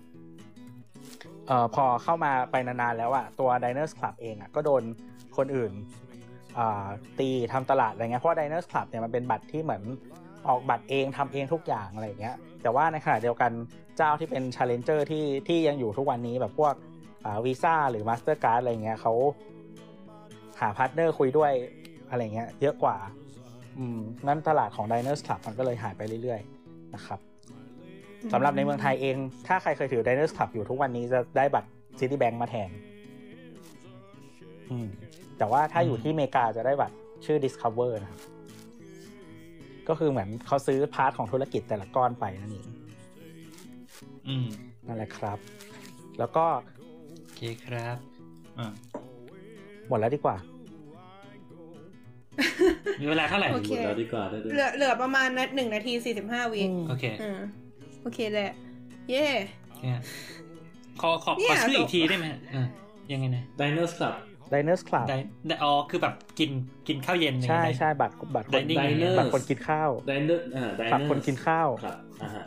พอเข้ามาไปนานๆแล้วตัว Diners Club เองก็โดนคนอื่นตีทำตลาดอะไรเงี้ยเพราะ Diners Club เนี่ยมันเป็นบัตรที่เหมือนออกบัตรเองทำเองทุกอย่างอะไรเงี้ยแต่ว่าในขณะเดียวกันเจ้าที่เป็น Challenger ที่ยังอยู่ทุกวันนี้แบบพวกVisa หรือ Mastercard อะไรเงี้ยเขาหาพาร์ทเนอร์คุยด้วยอะไรเงี้ยเยอะกว่านั้นตลาดของ Diners Club มันก็เลยหายไปเรื่อยๆนะครับสำหรับในเมืองไทยเองถ้าใครเคยถือ Diners Club อยู่ทุกวันนี้จะได้บัตร Citibank มาแทนแต่ว่าถ้าอยู่ที่อเมริกาจะได้บัตรชื่อ Discover นะครับก็คือเหมือนเขาซื้อพาร์ทของธุรกิจแต่ละก้อนไปนั่นเองนั่นแหละครับแล้วก็โอเคครับหมดแล้วดีกว่ามีเวลาเท่าไหร่หมดแล้วดีกว่าเหลือประมาณ1 นาที 45 วิโอเคโอเคแหละเย่ขอชื่ออีกทีได้ไหมยังไงนะ Diners Club คือแบบกินข้าวเย็นใช่บัตรคนกินข้าวบัตรคนกินข้าวครับ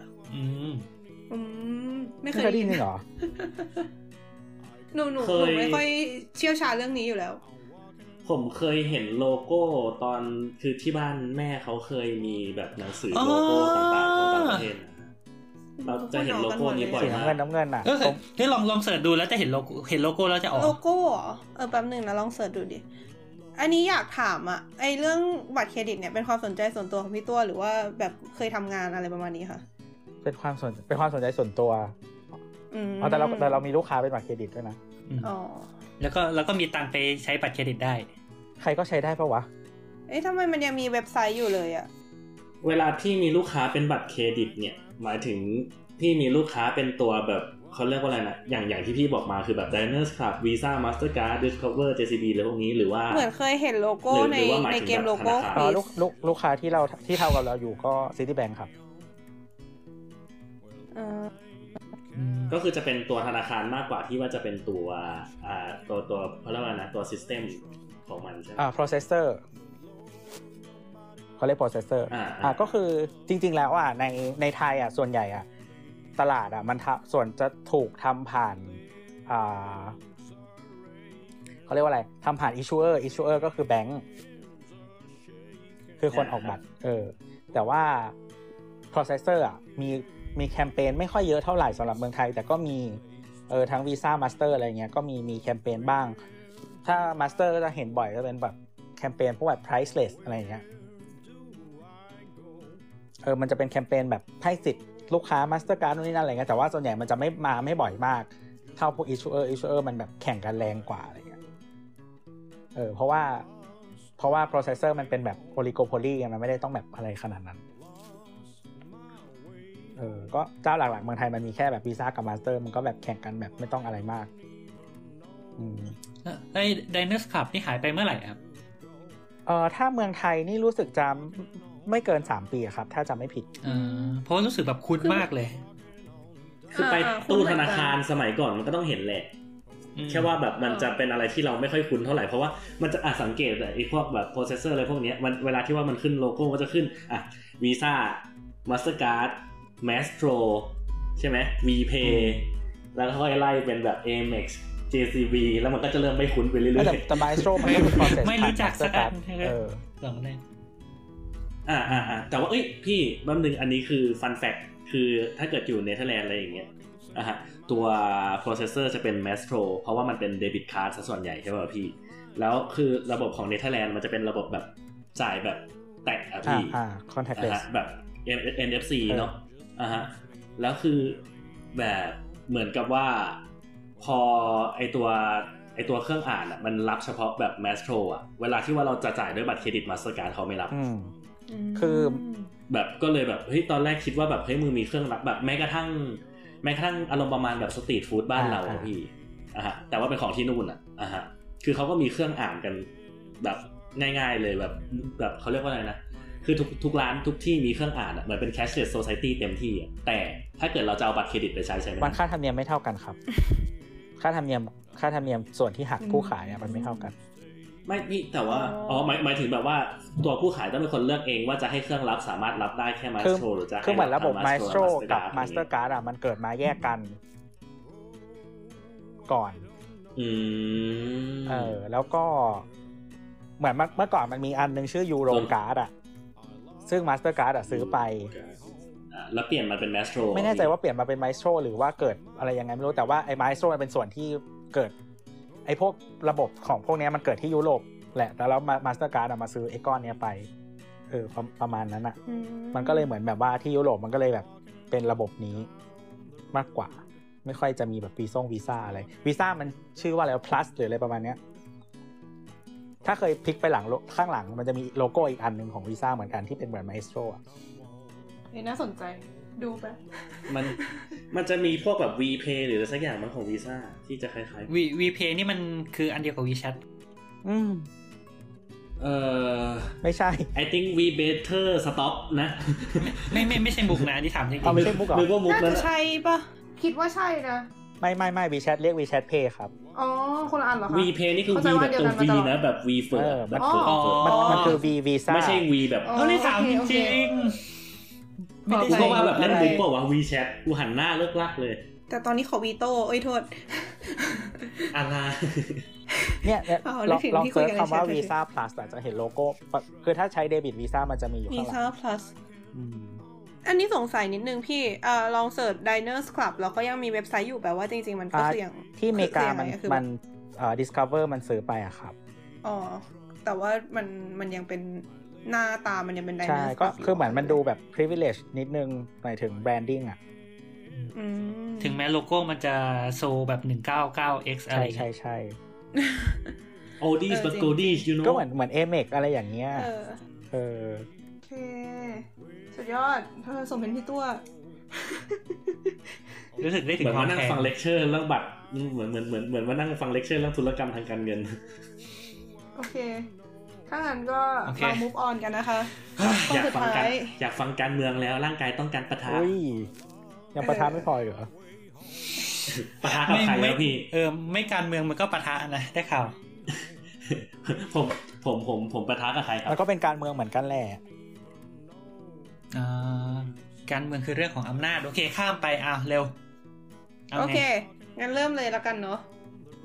ไม่เคยได้ยินเหรอหนูไม่ค่อยเชี่ยวชาญเรื่องนี้อยู่แล้วผมเคยเห็นโลโก้ตอนคือที่บ้านแม่เขาเคยมีแบบหนังสือโลโก้ต่างๆของต่างประเทศเราจะเห็นโลโก้นี้บ่อยมากน้ำเงินที่ลองเสิร์ชดูแล้วจะเห็นโลโก้แล้วจะออกโลโก้เหรอแป๊บนึงนะลองเสิร์ชดูดิอันนี้อยากถามไอเรื่องบัตรเครดิตเนี่ยเป็นความสนใจส่วนตัวของพี่ตัวหรือว่าแบบเคยทำงานอะไรประมาณนี้ค่ะเป็นความสนใจส่วนตัวแต่เรามีลูกค้าเป็นบัตรเครดิตด้วยนะแล้วก็มีตังค์ไปใช้บัตรเครดิตได้ใครก็ใช้ได้ปะวะทำไมมันยังมีเว็บไซต์อยู่เลยเวลาพี่มีลูกค้าเป็นบัตรเครดิตเนี่ยหมายถึงพี่มีลูกค้าเป็นตัวแบบเขาเรียกว่าอะไรนะอย่างที่พี่บอกมาคือแบบ Diners Club Visa Mastercard Discover JCB อะไรพวกนี้หรือว่าเหมือนเคยเห็นโลโก้ในเกมโลโก้ลูกค้าที่เท่ากับเราอยู่ก็ Citibank ครับก็คือจะเป็นตัวธนาคารมากกว่าที่ว่าจะเป็นตัวเขาเรียกว่านะตัว system ของมันใช่ไหม processor เขาเรียก processor ก็คือจริงๆแล้วในไทยส่วนใหญ่ตลาดมันส่วนจะถูกทำผ่านเเขาเรียกว่าอะไรทำผ่าน issuer ก็คือแบงค์คือคนออกบัตรแต่ว่า processor อ่ะมีแคมเปญไม่ค่อยเยอะเท่าไหร่สำหรับเมืองไทยแต่ก็มีทั้ง Visa Master อะไรเงี้ยก็มีแคมเปญบ้างถ้า Master ก็จะเห็นบ่อยก็เป็นแบบแคมเปญพวกแบบ priceless อะไรเงี้ยมันจะเป็นแคมเปญแบบให้สิทธิ์ลูกค้า Mastercard นู่นนี่นั่นอะไรเงี้ยแต่ว่าส่วนใหญ่มันจะไม่บ่อยมากเท่าพวก issuer มันแบบแข่งกันแรงกว่าอะไรเงี้ยเพราะว่า processor มันเป็นแบบ oligopoly มันไม่ได้ต้องแบบอะไรขนาดนั้นก็เจ้าหลักๆเมืองไทยมันมีแค่แบบ Visa กับ Master มันก็แบบแข่งกันแบบไม่ต้องอะไรมากไอ้ Diners Club นี่หายไปเมื่อไหร่ครับถ้าเมืองไทยนี่รู้สึกจะไม่เกิน3ปีครับถ้าจำไม่ผิดเพราะรู้สึกแบบคุ้นมากเลยคือไปตู้ธนาคารสมัยก่อนมันก็ต้องเห็นแหละแค่ว่าแบบมันจะเป็นอะไรที่เราไม่ค่อยคุ้นเท่าไหร่เพราะว่ามันจะสังเกตไอ้พวกแบบ processor อะไรพวกนี้มันเวลาที่ว่ามันขึ้นโลโก้ก็จะขึ้นVisa Mastercard Maestro ใช่ไหม VPay แล้วค่อยไล่เป็นแบบ Amex JCB แล้วมันก็จะเริ่มไม่คุ้นไปเรื่อยๆแต่ Maestro มันก็เป็น process ไม่รู้จักสักอันลองได้แต่ว่าพี่แป๊บนึงอันนี้คือ fun fact คือถ้าเกิดอยู่เนเธอร์แลนด์อะไรอย่างเงี้ยตัว processor จะเป็น Maestro เพราะว่ามันเป็น debit card ซะส่วนใหญ่ใช่ป่ะพี่แล้วคือระบบของเนเธอร์แลนด์มันจะเป็นระบบแบบจ่ายแบบแตะพี่ contactless แบบ NFC เนาะแล้วคือแบบเหมือนกับว่าพอไอตัวเครื่องอ่านมันรับเฉพาะแบบ Maestro เวลาที่ว่าเราจะจ่ายด้วยบัตรเครดิต Mastercard เขาไม่รับคือแบบก็เลยแบบเฮ้ยตอนแรกคิดว่าแบบเฮ้ยมึงมีเครื่องรับแบบแม้กระทั่งอารมณ์ประมาณแบบสตรีทฟู้ดบ้านเราพี่แต่ว่าเป็นของที่นู่นคือเขาก็มีเครื่องอ่านกันแบบง่ายๆเลยแบบเขาเรียกว่าอะไรนะคือทุกร้านทุกที่มีเครื่องอ่านเหมือนเป็น cashless society เต็มที่แต่ถ้าเกิดเราจะเอาบัตรเครดิตไปใช้ไม่ได้มันค่าธรรมเนียมไม่เท่ากันครับ ค่าธรรมเนียมส่วนที่หักผู้ขายมันไม่เท่ากันไม่พี่แต่ว่าหมายถึงแบบว่าตัวผู้ขายต้องเป็นคนเลือกเองว่าจะให้เครื่องรับสามารถรับได้แค่ Maestro หรือจะคือเหมือนระบบ Maestro กับ Mastercard มันเกิดมาแยกกันก่อนแล้วก็เหมือนเมื่อก่อนมันมีอันนึงชื่อ Euro Card ซึ่ง Mastercard ซื้อไปแล้วเปลี่ยนมาเป็น Maestro ไม่แน่ใจว่าเปลี่ยนมาเป็น Maestro หรือว่าเกิดอะไรยังไงไม่รู้แต่ว่าไอ้ Maestro มันเป็นส่วนที่เกิดไอ้พวกระบบของพวกนี้มันเกิดที่ยุโรปแหละแล้วMastercardมาซื้อไอ้ก้อนนี้ไปประมาณนั้นมันก็เลยเหมือนแบบว่าที่ยุโรปมันก็เลยแบบเป็นระบบนี้มากกว่าไม่ค่อยจะมีแบบวีซ่าอะไรวีซ่ามันชื่อว่าอะไร plus หรืออะไรประมาณนี้ถ้าเคยพลิกไปข้างหลังมันจะมีโลโก้อีกอันนึงของวีซ่าเหมือนกันที่เป็นเหมือน Maestro น่าสนใจดูไปมันจะมีพวกแบบ VPay หรืออะไรสักอย่างมันของ Visa ที่จะคล้ายๆ VPay นี่มันคืออันเดียวกับ WeChat ไม่ใช่ I think we better stop นะไม่ใช่มุกนะที่ถามจริงๆไม่ใช่มุกหรอนึกว่ามุกนั้นใช่ป่ะคิดว่าใช่นะไม่ WeChat เรียก WeChat Pay ครับคนละอันเหรอคะ VPay นี่คือ V แบบตัว V นะแบบ V first แบบมันคือ Visa ไม่ใช่ V แบบนี่ถามจริงไม่ได้ก็ว่าแบบเล่นมุกเปล่าวะ WeChat กูหันหน้าเลิกลักเลยแต่ตอนนี้ขอวีโต้โทษอะไรเนี่ยลองเซิร์ชคำว่า Visa Plus จะเห็นโลโก้คือถ้าใช้เดบิต Visa มันจะมีอยู่ข้างหลัง Visa Plus อันนี้สงสัยนิดนึงพี่ลองเสิร์ช Diners Club แล้วก็ยังมีเว็บไซต์อยู่แบบว่าจริงๆมันก็คืออย่างที่อเมริกามันDiscover มันซื้อไปอะครับแต่ว่ามันยังเป็นหน้าตามันยังเป็น Diners ใช่ก็คือเหมือนมันดูแบบ privilege นิดนึงหมายถึง branding อะถึงแม้โลโก้มันจะโซแบบ 199x อะไรใช่ oldies but goldies you know ก็เหมือน Amex อะไรอย่างเงี้ยโอเคสุดยอดสมเป็นพี่ตัวรู้สึกได้ถึงความแพงเหมือนมานั่งฟังเลคเชอร์เรื่องบัตรเหมือนมานั่งฟังเลคเชอร์เรื่องธุรกรรมทางการเงินโอเคถ้างั้นก็มา move on กันนะคะอยากฟังการเมืองแล้วร่างกายต้องการปะทะยังปะทะไม่พอเหรอปะทะกับใครแล้วพี่ไม่การเมืองมันก็ปะทะนะได้ข่าวผมปะทะกับใครครับมันก็เป็นการเมืองเหมือนกันแหละการเมืองคือเรื่องของอำนาจโอเคข้ามไปเร็วโอเคงั้นเริ่มเลยแล้วกันเนาะ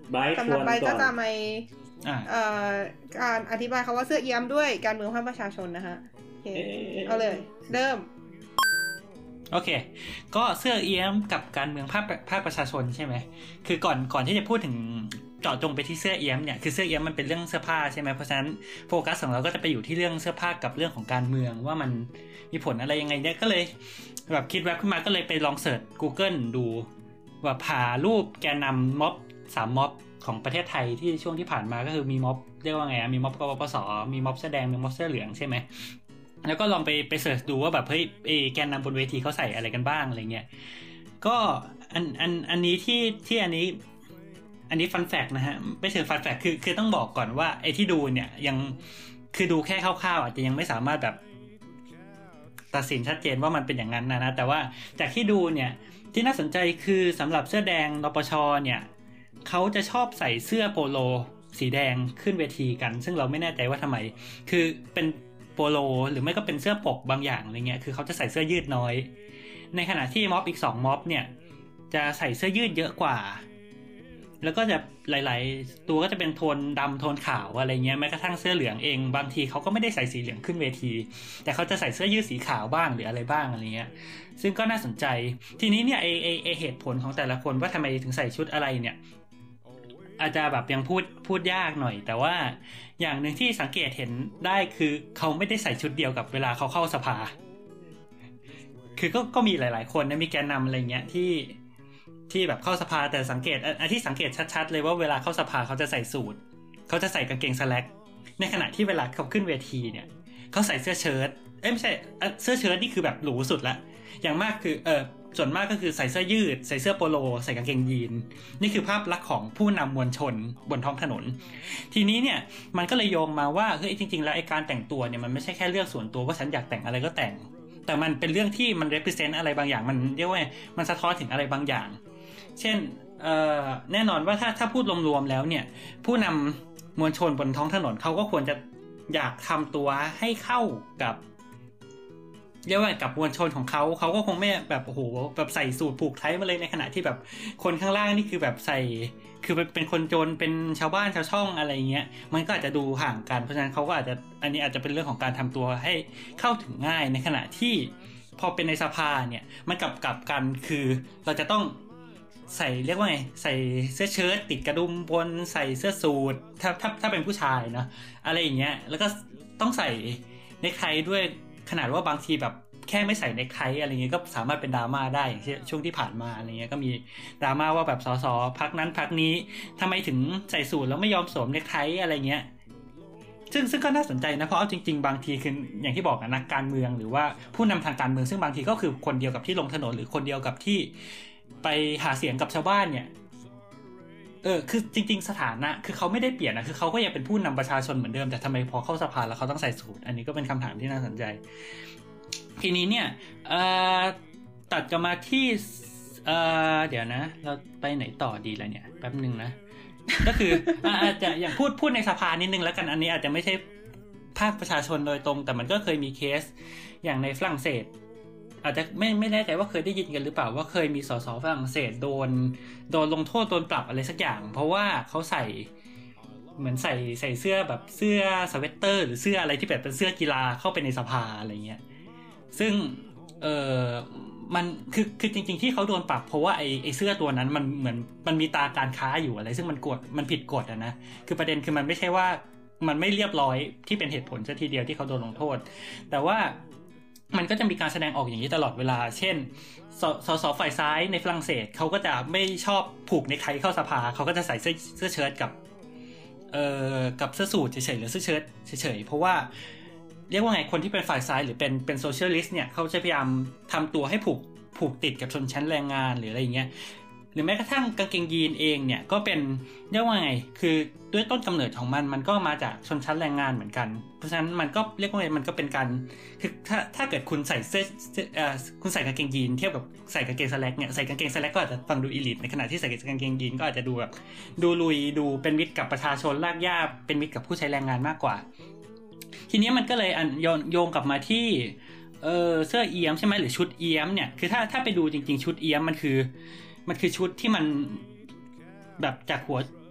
สำหรับใบก็จะไม่การอธิบายคำว่าเสื้อเอี้ยมด้วยการเมืองภาคประชาชนนะคะเอาเลยเริ่มโอเคก็เสื้อเอี้ยมกับการเมืองภาคประชาชนใช่ไหมคือก่อนที่จะพูดถึงเจาะจงไปที่เสื้อเอี้ยมเนี่ยคือเสื้อเอี้ยมมันเป็นเรื่องเสื้อผ้าใช่ไหมเพราะฉะนั้นโฟกัสของเราก็จะไปอยู่ที่เรื่องเสื้อผ้ากับเรื่องของการเมืองว่ามันมีผลอะไรยังไงเนี่ยก็เลยแบบคิดแวบขึ้นมาก็เลยไปลองเสิร์ช Google ดูว่าหารูปแกนนำม็อบ3ม็อบของประเทศไทยที่ช่วงที่ผ่านมาก็คือมีม็อบเรียกว่าไงมีม็อบกปปสมีม็อบเสื้อแดงมีม็อบเสื้อเหลืองใช่ไหมแล้วก็ลองไปเสิร์ชดูว่าแบบเฮ้ยแกนนำบนเวทีเขาใส่อะไรกันบ้างอะไรเงี้ยก็อันนี้ที่อันนี้ฟันแฟกต์นะฮะไม่เชิงฟันแฟกต์คือต้องบอกก่อนว่าไอ้ที่ดูเนี่ยยังคือดูแค่คร่าวๆอาจจะยังไม่สามารถแบบตัดสินชัดเจนว่ามันเป็นอย่างนั้นนะแต่ว่าจากที่ดูเนี่ยที่น่าสนใจคือสำหรับเสื้อแดงนปชเนี่ยเขาจะชอบใส่เสื้อโปโลสีแดงขึ้นเวทีกันซึ่งเราไม่แน่ใจว่าทำไมคือเป็นโปโลหรือไม่ก็เป็นเสื้อปกบางอย่างอะไรเงี้ยคือเขาจะใส่เสื้อยืดน้อยในขณะที่ม็อบอีก2ม็อบเนี่ยจะใส่เสื้อยืดเยอะกว่าแล้วก็จะหลายๆตัวก็จะเป็นโทนดำโทนขาวอะไรเงี้ยแม้กระทั่งเสื้อเหลืองเองบางทีเขาก็ไม่ได้ใส่สีเหลืองขึ้นเวทีแต่เขาจะใส่เสื้อยืดสีขาวบ้างหรืออะไรบ้างอะไรเงี้ยซึ่งก็น่าสนใจทีนี้เนี่ยเหตุผลของแต่ละคนว่าทำไมถึงใส่ชุดอะไรเนี่ยอาจจะแบบยังพูดยากหน่อยแต่ว่าอย่างหนึ่งที่สังเกตเห็นได้คือเขาไม่ได้ใส่ชุดเดียวกับเวลาเขาเข้าสภาคือก็มีหลายๆคนนะมีแกนนำอะไรเงี้ยที่แบบเข้าสภาแต่สังเกตที่สังเกตชัดๆเลยว่าเวลาเข้าสภาเขาจะใส่สูทเขาจะใส่กางเกงสแล็กในขณะที่เวลาเขาขึ้นเวทีเนี่ยเขาใส่เสื้อเชิ้ตไม่ใช่เสื้อเชิ้ตนี่คือแบบหรูสุดละอย่างมากคือส่วนมากก็คือใส่เสื้อยืดใส่เสื้อโปโลใส่กางเกงยีนนี่คือภาพลักษณ์ของผู้นำมวลชนบนท้องถนนทีนี้เนี่ยมันก็เลยโยงมาว่าเฮ้ยจริงๆแล้วไอ้การแต่งตัวเนี่ยมันไม่ใช่แค่เรื่องส่วนตัวว่าฉันอยากแต่งอะไรก็แต่งแต่มันเป็นเรื่องที่มัน represent อะไรบางอย่างมันเรียกว่ามันสะท้อนถึงอะไรบางอย่างเช่นแน่นอนว่าถ้าพูดรวมๆแล้วเนี่ยผู้นำมวลชนบนท้องถนนเขาก็ควรจะอยากทำตัวให้เข้ากับเรียกว่ากับมวลชนของเขาก็คงไม่แบบโอ้โหแบบใส่สูทผูกไทมาเลยในขณะที่แบบคนข้างล่างนี่คือแบบใส่คือเป็นคนจนเป็นชาวบ้านชาวช่องอะไรเงี้ยมันก็อาจจะดูห่างกันเพราะฉะนั้นเขาก็อาจจะอันนี้อาจจะเป็นเรื่องของการทำตัวให้เข้าถึงง่ายในขณะที่พอเป็นในสภาเนี่ยมันกลับกันคือเราจะต้องใส่เรียกว่าไงใส่เสื้อเชิ้ตติดกระดุมบนใส่เสื้อสูทถ้าเป็นผู้ชายนะอะไรอย่างเงี้ยแล้วก็ต้องใส่เนคไทด้วยขนาดว่าบางทีแบบแค่ไม่ใส่เนคไทอะไรเงี้ยก็สามารถเป็นดราม่าได้อย่างเช่นช่วงที่ผ่านมาอะไรเงี้ยก็มีดราม่าว่าแบบสสพรรคนั้นพรรคนี้ทำไมถึงใส่สูทแล้วไม่ยอมสวมเนคไทอะไรเงี้ยซึ่งก็น่าสนใจนะเพราะเอาจริงๆบางทีคืออย่างที่บอกนะนักการเมืองหรือว่าผู้นำทางการเมืองซึ่งบางทีก็คือคนเดียวกับที่ลงถนนหรือคนเดียวกับที่ไปหาเสียงกับชาวบ้านเนี่ยคือจริงๆสถานะคือเขาไม่ได้เปลี่ยนนะคือเขาก็ยังเป็นผู้นำประชาชนเหมือนเดิมแต่ทำไมพอเข้าสภาแล้วเขาต้องใส่สูทอันนี้ก็เป็นคำถามที่น่าสนใจทีนี้เนี่ยตัดกันมาที่เดี๋ยวนะเราไปไหนต่อดีล่ะเนี่ยแป๊บนึงนะก็คืออาจจะอย่างพูดในสภานิดนึงแล้วกันอันนี้อาจจะไม่ใช่ภาคประชาชนโดยตรงแต่มันก็เคยมีเคสอย่างในฝรั่งเศสอาจจะไม่แน่ใจว่าเคยได้ยินกันหรือเปล่าว่าเคยมีสสฝรั่งเศสโดนลงโทษโดนปรับอะไรสักอย่างเพราะว่าเขาใส่เหมือนใส่เสื้อแบบเสื้อสเวตเตอร์หรือเสื้ออะไรที่แบบเป็นเสื้อกีฬาเข้าไปในสภาอะไรเงี้ยซึ่งมันคือจริงๆที่เขาโดนปรับเพราะว่าไอ้เสื้อตัวนั้นมันเหมือนมันมีตาการค้าอยู่อะไรซึ่งมันผิดกฎอ่ะนะคือประเด็นคือมันไม่ใช่ว่ามันไม่เรียบร้อยที่เป็นเหตุผลซะทีเดียวที่เขาโดนลงโทษแต่ว่ามันก็จะมีการแสดงออกอย่างนี้ตลอดเวลาเช่นสสฝ่ายซ้ายในฝรั่งเศสเขาก็จะไม่ชอบผูกเนคไทเข้าสภาเขาก็จะใส่เสื้อเชิ้ตกับเสื้อสูทเฉยๆหรือเสื้อเชิ้ตเฉยๆเพราะว่าเรียกว่าไงคนที่เป็นฝ่ายซ้ายหรือเป็นโซเชียลิสต์เนี่ยเขาจะพยายามทำตัวให้ผูกติดกับชนชั้นแรงงานหรืออะไรอย่างเงี้ยหรือแม้กระทั่งกางเกงยีนเองเนี่ยก็เป็นเรียกว่าไงคือด้วยต้นกำเนิดของมันก็มาจากชนชั้นแรงงานเหมือนกันเพราะฉะนั้นมันก็เรียกว่าไงมันก็เป็นการคือถ้าเกิดคุณใส่คุณใส่กางเกงยีนเทียบกับใส่กางเกงสแล็กเนี่ยใส่กางเกงสแล็กก็อาจจะฟังดูอีลิทในขณะที่ใส่กางเกงยีนก็อาจจะดูแบบดูลุยดูเป็นมิตรกับประชาชนรากหญ้าเป็นมิตรกับผู้ใช้แรงงานมากกว่าทีนี้มันก็เลยโยงกลับมาที่เสื้อเอี้ยมใช่ไหมหรือชุดเอี้ยมเนี่ยคือถ้าไปดูจริงๆชุดเอี้ยมมันคือชุดที่มันแบบจาก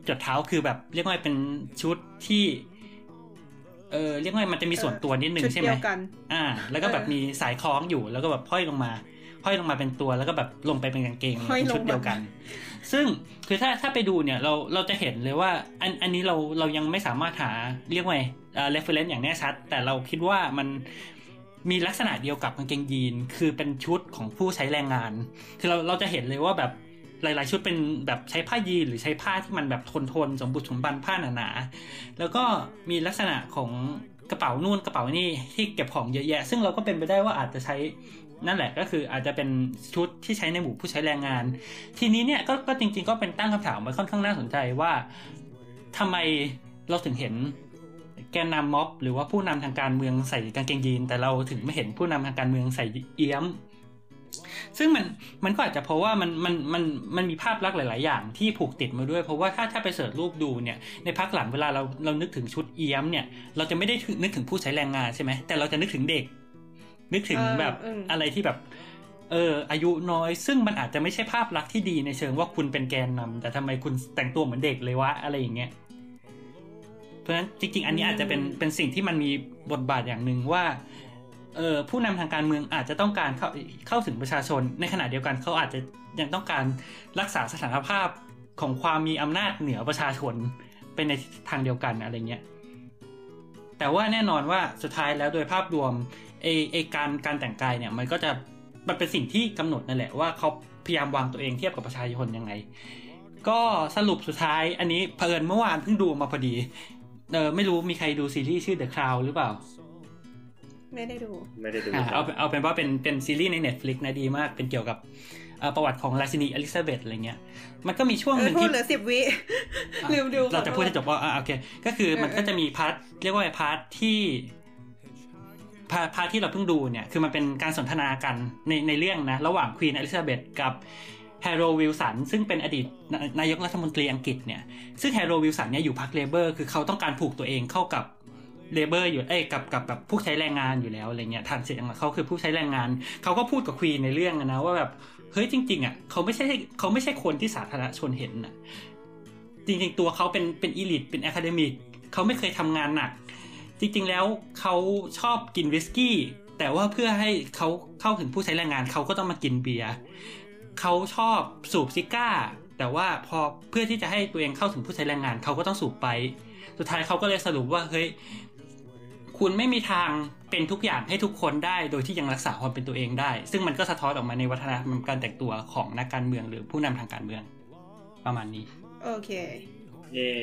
จดเท้าคือแบบเรียกว่าเป็นชุดที่เรียกว่ามันจะมีส่วนตัวนิดนึงใช่ไหมแล้วก็แบบมีสายคล้องอยู่แล้วก็แบบห้อยลงมาเป็นตัวแล้วก็แบบลงไปเป็นกางเกงชุดเดียวกันซึ่งคือถ้าไปดูเนี่ยเราจะเห็นเลยว่าอันนี้เรายังไม่สามารถหาเรียกว่าreference อย่างแน่ชัดแต่เราคิดว่ามันมีลักษณะเดียวกับกางเกงยีนคือเป็นชุดของผู้ใช้แรงงานคือเราจะเห็นเลยว่าแบบหลายๆชุดเป็นแบบใช้ผ้ายีนหรือใช้ผ้าที่มันแบบทนสมบุกสมบันผ้าหนาๆแล้วก็มีลักษณะของกระเป๋านู่นกระเป๋านี่ที่เก็บของเยอะแยะซึ่งเราก็เป็นไปได้ว่าอาจจะใช้นั่นแหละก็คืออาจจะเป็นชุดที่ใช้ในหมู่ผู้ใช้แรงงานทีนี้เนี่ยก็จริงๆก็เป็นตั้งคำถามมาค่อนข้างน่าสนใจว่าทำไมเราถึงเห็นแกนนำม็อบหรือว่าผู้นำทางการเมืองใส่กางเกงยีนแต่เราถึงไม่เห็นผู้นำทางการเมืองใส่เอี้ยมซึ่งมันก็อาจจะเพราะว่ามันมีภาพลักษณ์หลายๆอย่างที่ผูกติดมาด้วยเพราะว่าถ้าไปเสิร์ชรูปดูเนี่ยในพักหลังเวลาเรานึกถึงชุดเอี้ยมเนี่ยเราจะไม่ได้นึกถึงผู้ใช้แรงงานใช่ไหมแต่เราจะนึกถึงเด็กนึกถึงแบบอะไรที่แบบอายุน้อยซึ่งมันอาจจะไม่ใช่ภาพลักษณ์ที่ดีในเชิงว่าคุณเป็นแกนนำแต่ทำไมคุณแต่งตัวเหมือนเด็กเลยวะอะไรอย่างเงี้ยเพราะฉะนั้นจริงๆอันนี้อาจจะเป็นสิ่งที่มันมีบทบาทอย่างนึงว่าผู้นำทางการเมืองอาจจะต้องการเข้าถึงประชาชนในขณะเดียวกันเขาอาจจะยังต้องการรักษาสถานภาพของความมีอำนาจเหนือประชาชนเป็นในทางเดียวกันอะไรเงี้ยแต่ว่าแน่นอนว่าสุดท้ายแล้วโดยภาพรวมการแต่งกายเนี่ยมันเป็นสิ่งที่กำหนดนั่นแหละว่าเขาพยายามวางตัวเองเทียบกับประชาชนยังไงก็สรุปสุดท้ายอันนี้เพิ่นเมื่อวานเพิ่งดูมาพอดีไม่รู้มีใครดูซีรีส์ชื่อ The Crown หรือเปล่าไม่ได้ดูเอาเป็นว่าเป็นซีรีส์ใน Netflix นะดีมากเป็นเกี่ยวกับประวัติของราชินีอลิซาเบธอะไรเงี้ยมันก็มีช่วงนึงที่พูดเหลือ10 วิลืมดูเราจะพูดให้จบว่าโอเคก็คือมันก็จะมีพาร์ทเรียกว่าพาร์ทที่เราเพิ่งดูเนี่ยคือมันเป็นการสนทนากันในเรื่องนะระหว่างควีนอลิซาเบธกับแฮร์โรว์วิลสันซึ่งเป็นอดีตนายกรัฐมนตรีอังกฤษเนี่ยซึ่งแฮร์โรว์วิลสันเนี่ยอยู่พรรคเลเบอร์คือเขาต้องการผูกตัวเองเข้ากับเลเบอร์อยู่กับแบบผู้ใช้แรงงานอยู่แล้วอะไรเงี้ยฐานเสียงเขาคือผู้ใช้แรงงานเขาก็พูดกับควีนในเรื่องนะว่าแบบเฮ้ยจริงๆอ่ะเขาไม่ใช่คนที่สาธารณชนเห็นน่ะจริงๆตัวเขาเป็นอีลิทเป็นอะคาเดมิกเขาไม่เคยทำงานหนักจริงๆแล้วเขาชอบกินวิสกี้แต่ว่าเพื่อให้เขาเข้าถึงผู้ใช้แรงงานเขาก็ต้องมากินเบียร์เขาชอบสูบซิก้าแต่ว่าพอเพื่อที่จะให้ตัวเองเข้าถึงผู้ใช้แรงงานเขาก็ต้องสูบไปสุดท้ายเขาก็เลยสรุปว่าเฮ้ยคุณไม่มีทางเป็นทุกอย่างให้ทุกคนได้โดยที่ยังรักษาความเป็นตัวเองได้ซึ่งมันก็สะท้อนออกมาในวัฒนธรรมการแต่งตัวของนักการเมืองหรือผู้นำทางการเมืองประมาณนี้โอเคเย้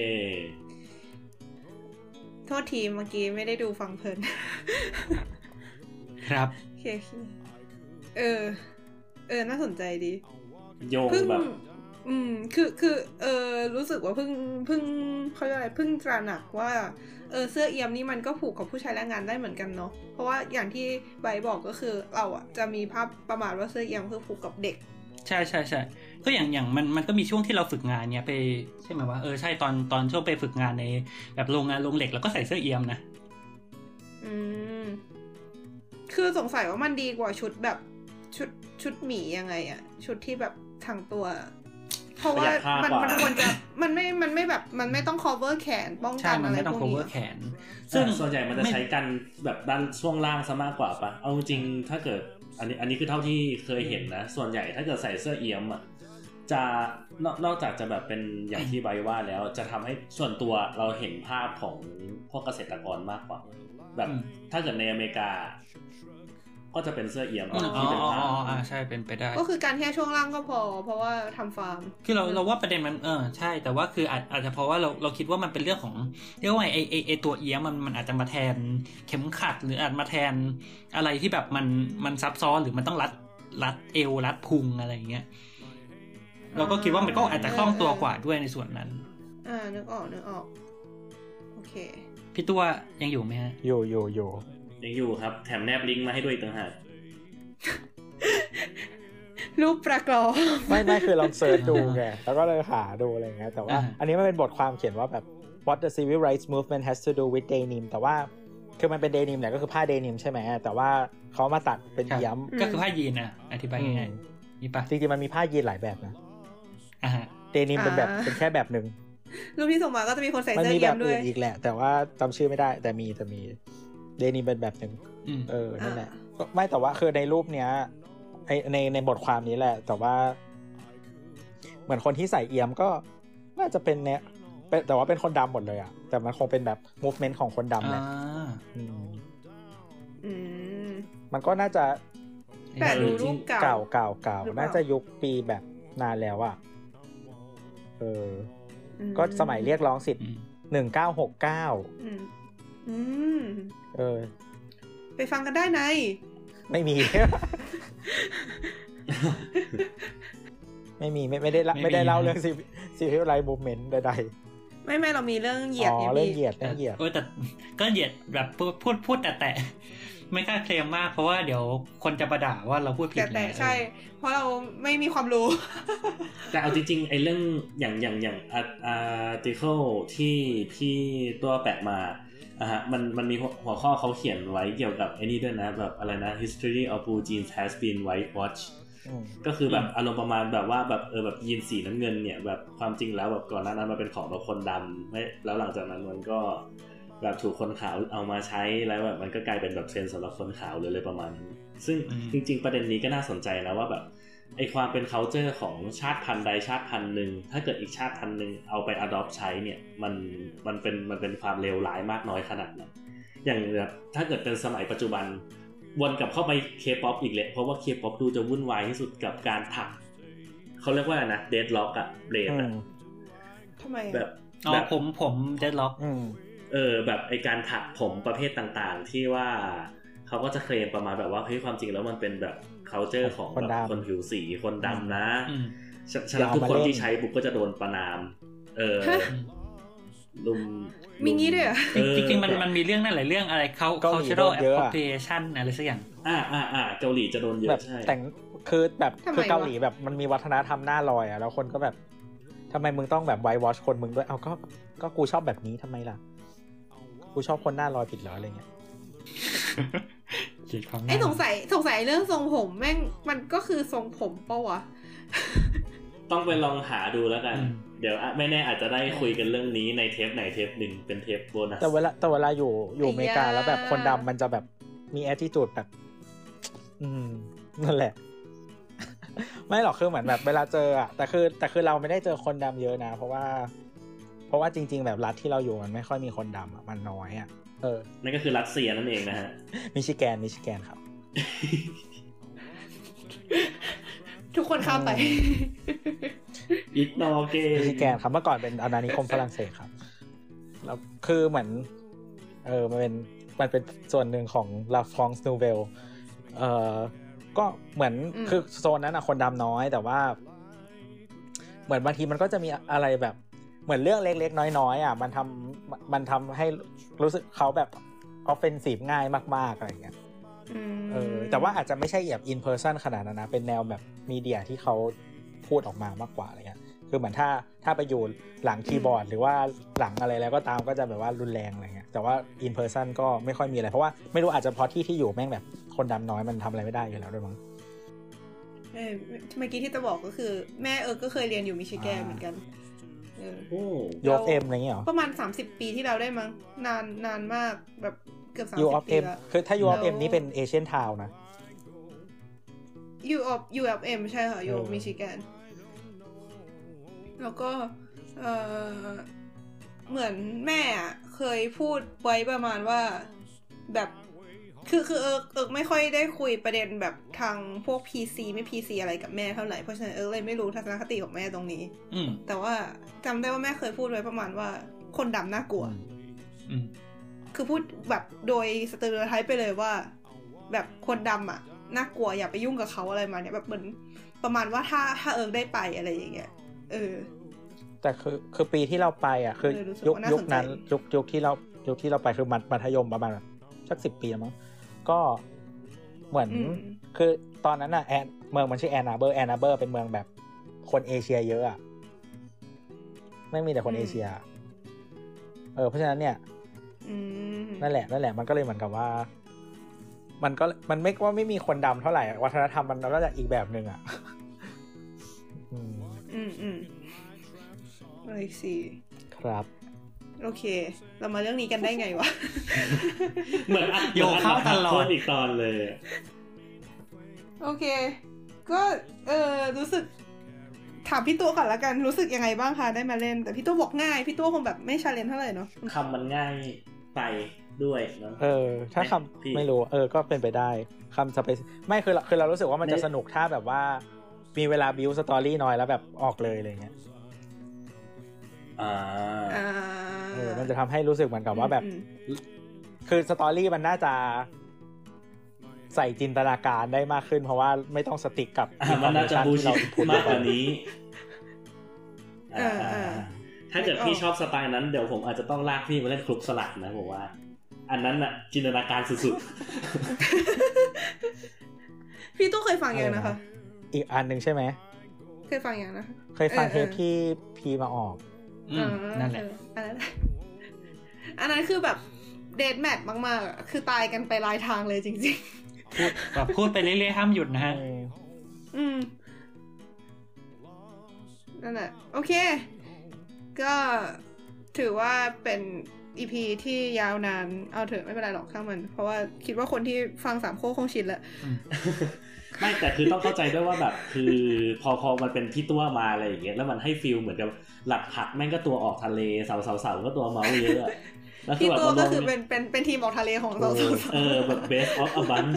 โทษทีเมื่อกี้ไม่ได้ดูฟังเพลินครับโอเคน่าสนใจดีโยงแบบคือรู้สึกว่าเพิ่งเขาเรียกอะไรเพิ่งตระหนักว่าเสื้อเอี่ยมนี่มันก็ผูกกับผู้ใช้แรงงานได้เหมือนกันเนาะเพราะว่าอย่างที่ไบบอกก็คือเราอ่ะจะมีภาพประมาณว่าเสื้อเอี่ยมคือผูกกับเด็กใช่ก็อย่างมันก็มีช่วงที่เราฝึกงานเนี่ยไปใช่ไหมว่าใช่ตอนช่วงไปฝึกงานในแบบโรงงานโรงเหล็กแล้วก็ใส่เสื้อเอี่ยมนะคือสงสัยว่ามันดีกว่าชุดแบบชุดหมียังไงอ่ะชุดที่แบบทั้งตัวเพราะว่ามันควรจะมันไม่แบบมันไม่ต้อง cover แขนป้องกันอะไรพวกนี้ cover แขนซึ่งส่วนใหญ่มันจะใช้กันแบบด้านช่วงล่างซะมากกว่าปะเอาจริงถ้าเกิดอันนี้คือเท่าที่เคยเห็นนะส่วนใหญ่ถ้าเกิดใส่เสื้อเอี่ยมอ่ะจะนอกจากจะแบบเป็นอย่างที่ไบว่าแล้วจะทำให้ส่วนตัวเราเห็นภาพของพวกเกษตรกรมากกว่าแบบถ้าเกิดในอเมริกาก็จะเป็นเสื้อเอี่ยมที่เป็นผ้าใช่เป็นไปได้ก็คือการแค่ช่วงล่างก็พอเพราะว่าทำฟาร์มคือเราว่าประเด็นมันใช่แต่ว่าคืออาจจะเพราะว่าเราคิดว่ามันเป็นเรื่องของเรียกว่าไอตัวเอี่ยมมันอาจจะมาแทนเข็มขัดหรืออาจมาแทนอะไรที่แบบมันซับซ้อนหรือมันต้องรัดเอวรัดพุงอะไรอย่างเงี้ยเราก็คิดว่ามันก็อาจจะคล่องตัวกว่าด้วยในส่วนนั้นนึกออกโอเคพี่ตัวยังอยู่ไหมฮะอยู่ยังอยู่ครับแถมแนบลิงก์มาให้ด้วยต่างหากรูปประกอบไม่คือลองเสิร์ชดูไงแล้วก็เลยหาดูอะไรเงี้ยแต่ว่าอันนี้มันเป็นบทความเขียนว่าแบบ what the civil rights movement has to do with denim แต่ว่าคือมันเป็นเดนิมแหละก็คือผ้าเดนิมใช่ไหมแต่ว่าเขามาตัดเป็นย้ำก็คือผ้ายีนนะอธิบายง่ายๆนี่ปะจริงๆมันมีผ้ายีนหลายแบบนะเดนิมเป็นแบบเป็นแค่แบบนึงรูปที่ส่งมาก็จะมีคนใส่เสื้อเอียมด้วยมันมีแบบอื่นอีกแหละแต่ว่าจำชื่อไม่ได้แต่มีเดนิมเป็นแบบนึงนั่นแหละไม่แต่ว่าคือในรูปเนี้ยในบทความนี้แหละแต่ว่าเหมือนคนที่ใส่เอียมก็น่าจะเป็นเนี่ยแต่ว่าเป็นคนดำหมดเลยอ่ะแต่มันคงเป็นแบบมูฟเมนต์ของคนดำแหละมันก็น่าจะแต่ดูรูปเก่าน่าจะยุคปีแบบนานแล้วอ่ะก็สมัยเรียกร้องสิทธิ์1969 ไปฟังกันได้ในไม่มี ไม่ได้เล่าเรื่องCivil Rights Movement ใดๆไม่เรามีเรื่องเหยียดเรื่องเหยียดแต่ก็เหยียดแบบพูดแต่ไม่กล้าเคลมมากเพราะว่าเดี๋ยวคนจะประด่าว่าเราพูดผิดแต่ใช่เพราะเราไม่มีความรู้แต่เอาจริงๆไอ้เรื่องอย่างarticle ที่พี่ตัวแปะมามันมีหัวข้อเขาเขียนไว้เกี่ยวกับไอ้นี่ด้วยนะแบบอะไรนะ history of blue jeans has been whitewashed ก็คือแบบอารมณ์ประมาณแบบว่าแบบแบบยีนสีน้ำเงินเนี่ยแบบความจริงแล้วแบบก่อนหน้านั้นมันเป็นของแบบคนดำแล้วหลังจากนั้นมันก็แบบถูกคนขาวเอามาใช้แล้วแบบมันก็กลายเป็นแบบเทรนด์สำหรับคนขาวเลยประมาณนั้นซึ่งจริงๆประเด็นนี้ก็น่าสนใจนะว่าแบบไอความเป็น culture ของชาติพันธุ์ใดชาติพันธุ์หนึ่งถ้าเกิดอีกชาติพันธุ์หนึ่งเอาไป adopt ใช้เนี่ยมันเป็นความเลวร้ายมากน้อยขนาดไหนอย่างแบบถ้าเกิดเป็นสมัยปัจจุบันวนกลับเข้าไป K-pop อีกเลยเพราะว่า K-pop ดูจะวุ่นวายที่สุดกับการถักเขาเรียกว่าอะไรนะ deadlock อะเบรดอะทำไมแบบผม deadlock แบบไอการถักผมประเภทต่างๆที่ว่าเขาก็จะเคลมประมาณแบบว่าเฮ้ยความจริงแล้วมันเป็นแบบ culture ของแบบคนผิวสีคนดำนะฉะนั้นทุกคนที่ใช้ปุ๊บก็จะโดนประณามลุมมีงี้ด้วยจริงๆมันมีเรื่องนั่นหลายเรื่องอะไรcultural appropriation อะไรสักอย่างเกาหลีจะโดนเยอะใช่แต่คือแบบคือเกาหลีแบบมันมีวัฒนธรรมหน้าลอยอ่ะแล้วคนก็แบบทำไมมึงต้องแบบไวท์วอชคนมึงด้วยเอาก็กูชอบแบบนี้ทำไมล่ะกูชอบคนหน้าลอยผิดเหรออะไรเงี้ยไอ้สงสัยเรื่องทรงผมแม่งมันก็คือทรงผมเปล่าวะต้องไปลองหาดูแล้วกันเดี๋ยวไม่แน่อาจจะได้คุยกันเรื่องนี้ในเทปไหนเทปหนึ่งเป็นเทปโบนัสแต่เวลาอยู่อเมริกาแล้วแบบคนดำมันจะแบบมี attitude แบบนั่นแหละไม่หรอกคือเหมือนแบบเวลาเจออ่ะแต่คือเราไม่ได้เจอคนดำเยอะนะเพราะว่าจริงๆแบบรัฐที่เราอยู่มันไม่ค่อยมีคนดำอ่ะมันน้อยอ่ะนั่นก็คือรัสเซียนั่นเองนะฮะมิชิแกนครับทุกคนข้ามไปอิกนอร์เกมิชิแกนครับเมื่อก่อนเป็นอาณานิคมฝรั่งเศสครับแล้วคือเหมือนมันเป็นส่วนหนึ่งของลาฟรองซ์นูเวลก็เหมือนคือโซนนั้นนะคนดำน้อยแต่ว่าเหมือนบางทีมันก็จะมีอะไรแบบเหมือนเรื่องเล็กๆน้อยๆอ่ะมันทำให้รู้สึกเขาแบบ offensive ง่ายมากๆอะไรอย่างเงี้ยแต่ว่าอาจจะไม่ใช่แบบ in person ขนาดนั้นนะเป็นแนวแบบมีเดียที่เขาพูดออกมามากกว่าอะไรเงี้ยคือเหมือนถ้าไปอยู่หลังคีย์บอร์ดหรือว่าหลังอะไรแล้วก็ตามก็จะแบบว่ารุนแรงอะไรเงี้ยแต่ว่า in person ก็ไม่ค่อยมีอะไรเพราะว่าไม่รู้อาจจะเพราะที่อยู่แม่งแบบคนดำน้อยมันทำอะไรไม่ได้อยู่แล้วด้วยมั้งเมื่อกี้ที่จะบอกก็คือแม่ก็เคยเรียนอยู่มิชิแกนเหมือนกันยูออฟเอ็มอะไรเงี้ยหรอประมาณ30ปีที่แล้วได้มั้งนานมากแบบเกือบ30ปีแล้วคือถ้ายูออฟเอ็มนี่เป็นเอเชียนทาวน์นะยูออฟเอ็มใช่ค่ะอยู่มิชิแกนแล้วก็เหมือนแม่เคยพูดไว้ประมาณว่าแบบคือไม่ค่อยได้คุยประเด็นแบบทางพวก PC ไม่ PC อะไรกับแม่เท่าไหร่เพราะฉะนั้นเลยไม่รู้ทัศนคติของแม่ตรงนี้แต่ว่าจำได้ว่าแม่เคยพูดไว้ประมาณว่าคนดำน่ากลัวคือพูดแบบโดยสเตอริโอไทป์ไปเลยว่าแบบคนดำอ่ะน่ากลัวอย่าไปยุ่งกับเขาอะไรมาเนี่ยแบบเหมือนประมาณว่าถ้าได้ไปอะไรอย่างเงี้ยแต่คือปีที่เราไปอ่ะคือยุคนั้นยุคที่เราไปคือมัธยมประมาณสัก10 ปีมั้งก็เหมือนคือตอนนั้นน่ะเมืองมันชื่อแอนนาเบอร์เป็นเมืองแบบคนเอเชียเยอะอ่ะไม่มีแต่คนเอเชียเพราะฉะนั้นเนี่ยนั่นแหละมันก็เลยเหมือนกับว่ามันไม่มีคนดำเท่าไหร่วัฒนธรรมมันก็จะอีกแบบนึงอ่ะเลยสิครับโอเคเรามาเรื่องนี้กันได้ไงวะเหมือนโยกเข้าตลอดอีกตอนเลยโอเคก็รู้สึกถามพี่ตัวก่อนละกันรู้สึกยังไงบ้างคะได้มาเล่นแต่พี่ตัวบอกง่ายพี่ตัวคงแบบไม่ชาเลนจ์เท่าไหร่เนาะคำมันง่ายไปด้วยนะถ้าคำไม่รู้ก็เป็นไปได้คำจะไปไม่คือเรารู้สึกว่ามันจะสนุกถ้าแบบว่ามีเวลาบิวสตอรี่น้อยแล้วแบบออกเลยอะไรเงี้ยมันจะทำให้รู้สึกเหมือนกับว่าแบบคือสตอรี่มันน่าจะใส่จินตนาการได้มากขึ้นเพราะว่าไม่ต้องสติ๊กกับมันน่าจะบูชิดมากกว่านี้ถ้าเกิดพี่ชอบสไตล์นั้นเดี๋ยวผมอาจจะต้องลากพี่มาเล่นคลุกสลัดนะผมว่าอันนั้นน่ะจินตนาการสุดๆพี่ตู้เคยฟังอย่างนะคะอีกอันนึงใช่ไหมเคยฟังอย่างนะเคยฟังเทปที่พีมาออกนั่นแหละอันนั้นคือแบบเดทแมทมากๆคือตายกันไปลายทางเลยจริงๆพูดไปเรื่อยๆห้ามหยุดนะฮะนั่นแหละโอเคก็ถือว่าเป็น EP ที่ยาวนานเอาเถอะไม่เป็นไรหรอกข้างมันเพราะว่าคิดว่าคนที่ฟัง3โค้คงชินแล้วไม่แต่คือต้องเข้าใจด้วยว่าแบบคือพอมันเป็นพี่ตัวมาอะไรอย่างเงี้ยแล้วมันให้ฟีลเหมือนกับหลักผักแม่งก็ตัวออกทะเลเสาก็ตัวเมาเยอะพี่ตัวก็คือเป็นทีมออกทะเลของเราแบบ best of a bunch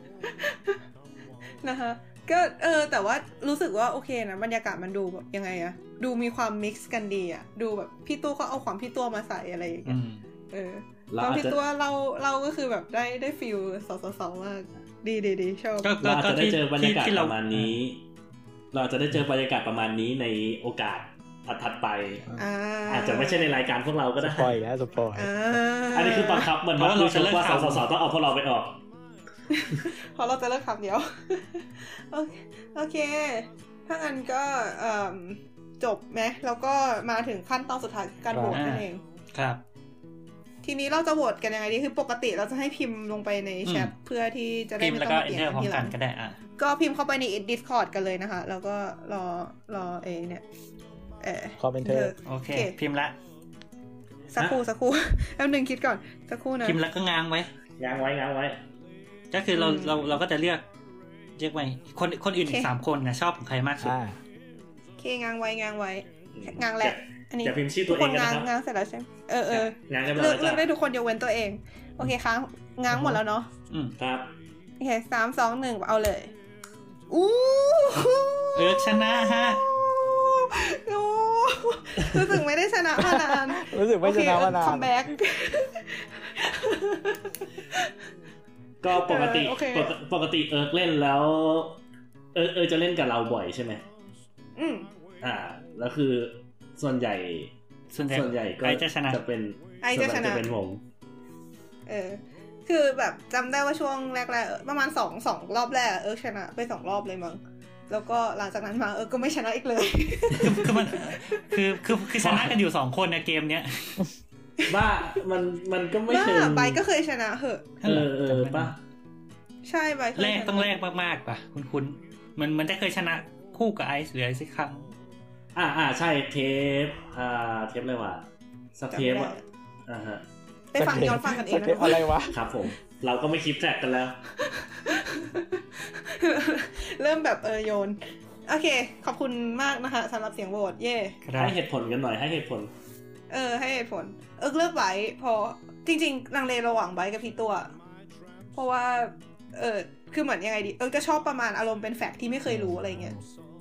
นะคะก็แต่ว่ารู้สึกว่าโอเคนะบรรยากาศมันดูแบบยังไงอะดูมีความมิกซ์กันดีอะดูแบบพี่ตัวเขาเอาความพี่ตัวมาใส่อะไรอย่างเงี้ยตอนพี่ตัวเราก็คือแบบได้ฟีลสาวๆมากดีชอบเราจะได้เจอบรรยากาศประมาณนี้เราจะได้เจอบรรยากาศประมาณนี้ในโอกาสถัดไปอาจจะไม่ใช่ในรายการพวกเราก็ได้สปอยแล้วสปอยอันนี้คือบังคับเหมือนว่าเราจะเลิกว่าสาวๆต้องเอาพวกเราไปออกพอเราจะเลิกขับเดี๋ยวโอเคถ้างั้นก็จบไหมแล้วก็มาถึงขั้นตอนสุดท้ายการโหวตนั่นเองครับทีนี้เราจะโหวตกันยังไงดีคือปกติเราจะให้พิมพ์ลงไปในแชทเพื่อที่จะได้ไม่ต้องเปลี่ยนทีหลังก็ได้ก็พิมพ์เข้าไปใน Discord กันเลยนะคะแล้วก็รอเนี่ยคอมเมนเตอร์โอเคพิมพ์ละสักครู่แล้วนึงคิดก่อนสักครู่นะพิมพ์แล้วก็ง้างไว้ก็คือเราก็จะเรียกไว้คนอื่นอีก3คนนะชอบของใครมากสุดโอเคง้างไว้ง้างแหละอันนี้จะพิมพ์ชื่อตัวเองนะครับง้างเสร็จแล้วใช่ง้างเลือกได้ทุกคนยกเว้นตัวเองโอเคค่ะง้างหมดแล้วเนาะครับโอเค3 2 1เอาเลยชนะฮะรู้สึกไม่ได้ชนะมานานรู้สึกไม่ชนะมานานคัมแบ็กก็ปกติเล่นแล้วจะเล่นกับเราบ่อยใช่ไหมแล้วคือส่วนใหญ่ก็จะเป็นผมคือแบบจำได้ว่าช่วงแรกๆประมาณ2รอบแรกชนะไป2รอบเลยมั้งแล้วก็หลังจากนั้นมาก็ไม่ชนะอีกเลยคือมันคือชนะกันอยู่2คนในเกมเนี้ยบ้ามันก็ไม่เชิงใบก็เคยชนะเหอะป่ะใช่ใบแรกต้องแรกมากๆป่ะคุณมันจะเคยชนะคู่กับไอซ์หรืออะไรสักครั้งใช่เทปอะไรวะสักเทปฮะไปฟังย้อนฟังกันเองนะอะไรวะครับผมเราก็ไม่คิดแทร็กกันแล้วเริ่มแบบโยนโอเคขอบคุณมากนะคะสำหรับเสียงโหวตเย่ให้เหตุผลกันหน่อยให้เหตุผลให้เหตุผลเลือกไว้พอจริงๆลังเลระหว่างไบกับพี่ตัวเพราะว่าคือเหมือนยังไงดีก็ชอบประมาณอารมณ์เป็นแฟกต์ที่ไม่เคยรู้อะไรเงี้ย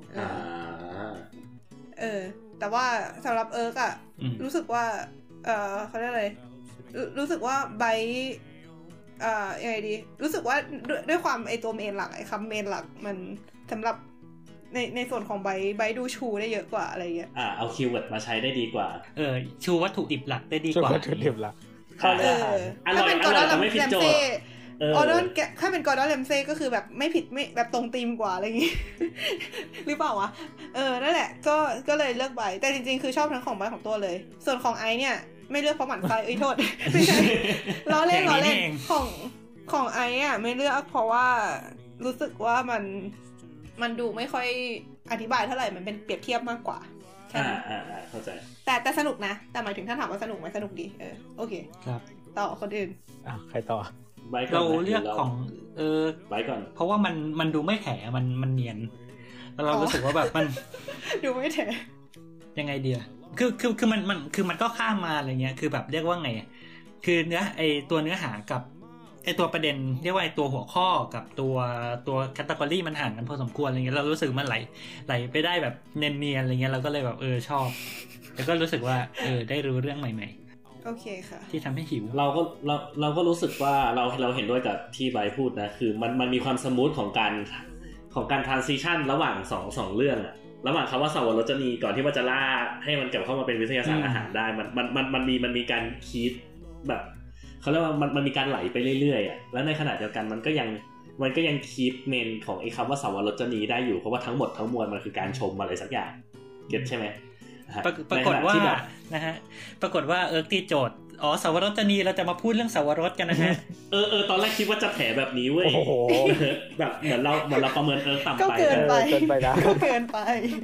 แต่ว่าสำหรับอ่ะรู้สึกว่าเขาเรียกอะไรรู้สึกว่าไบยังไงดีรู้สึกว่าด้วยความไอตัวเมนหลักไอคำเมนหลักมันสำหรับในส่วนของไบดูชูได้เยอะกว่าอะไรเงี้ยเอาคีย์เวิร์ดมาใช้ได้ดีกว่าชูวัตถุดิบหลักได้ดีกว่าวัตถุดิบหลักถ้าเป็นกอร์ดอนแรมเซ่ถ้าเป็นกอร์ดอนแรมเซ่ก็คือแบบไม่ผิดไม่แบบตรงธีมกว่าอะไรอย่างงี้หรือเปล่าวะนั่นแหละก็เลยเลือกไบแต่จริงๆคือชอบทั้งของไบของตัวเลยส่วนของไอเนี่ยไม่เลือกเพราะหมั่นไส้โทษไม่ใช่ล้อเล่นของไอไม่เลือกเพราะว่ารู้สึกว่ามันดูไม่ค่อยอธิบายเท่าไหร่มันเป็นเปรียบเทียบมากกว่าเข้าใจแต่สนุกนะแต่หมายถึงถ้าถามว่าสนุกไหมสนุกดีโอเคครับต่อคนอื่นใครต่อเราเลือกของไว้ก่อนเพราะว่ามันดูไม่แถมันเนียนแล้วเรารู้สึกว่าแบบมันดูไม่แถยังไงเดียวคือมันก็ข้ามมาอะไรเงี้ยคือแบบเรียกว่าไงคือตัวเนื้อหากับตัวประเด็นเรียกว่าตัวหัวข้อกับตัวแคตตากรีมันห่างกันพอสมควรอะไรเงี้ยเรารู้สึกมันไหลไปได้แบบเนียนๆอะไรเงี้ยเราก็เลยแบบชอบแล้วก็รู้สึกว่าได้รู้เรื่องใหม่ๆโอเคค่ะที่ทำให้หิวเราก็รู้สึกว่าเราเห็นด้วยกับที่ไบพูดนะคือมันมีความสมูทของการทรานซิชันระหว่าง2เรื่องอะระหว่างคำว่าสวรรจนีก่อนที่ว่าจะล่าให้มันกลับเข้ามาเป็นวิทยาศาสตร์อาหารได้มันมีการคีดแบบเขาเรียกว่ามันมีการไหลไปเรื่อยๆอ่ะแล้วในขณะเดียวกันมันก็ยังคีปเมนของไอ้คำว่าสวรรจนีได้อยู่เพราะว่าทั้งหมดทั้งมวลมันคือการชมอะไรสักอย่างเก็ทใช่ไหมปรากฏว่านะฮะปรากฏว่าตีโจทย์สวรจนีเราจะมาพูดเรื่องสวรสกันนะฮะตอนแรกคิดว่าจะแถแบบนี้เว้ยแบบเหมือนเราประเมินต่ำไปก็เกินไปนะก็เกินไป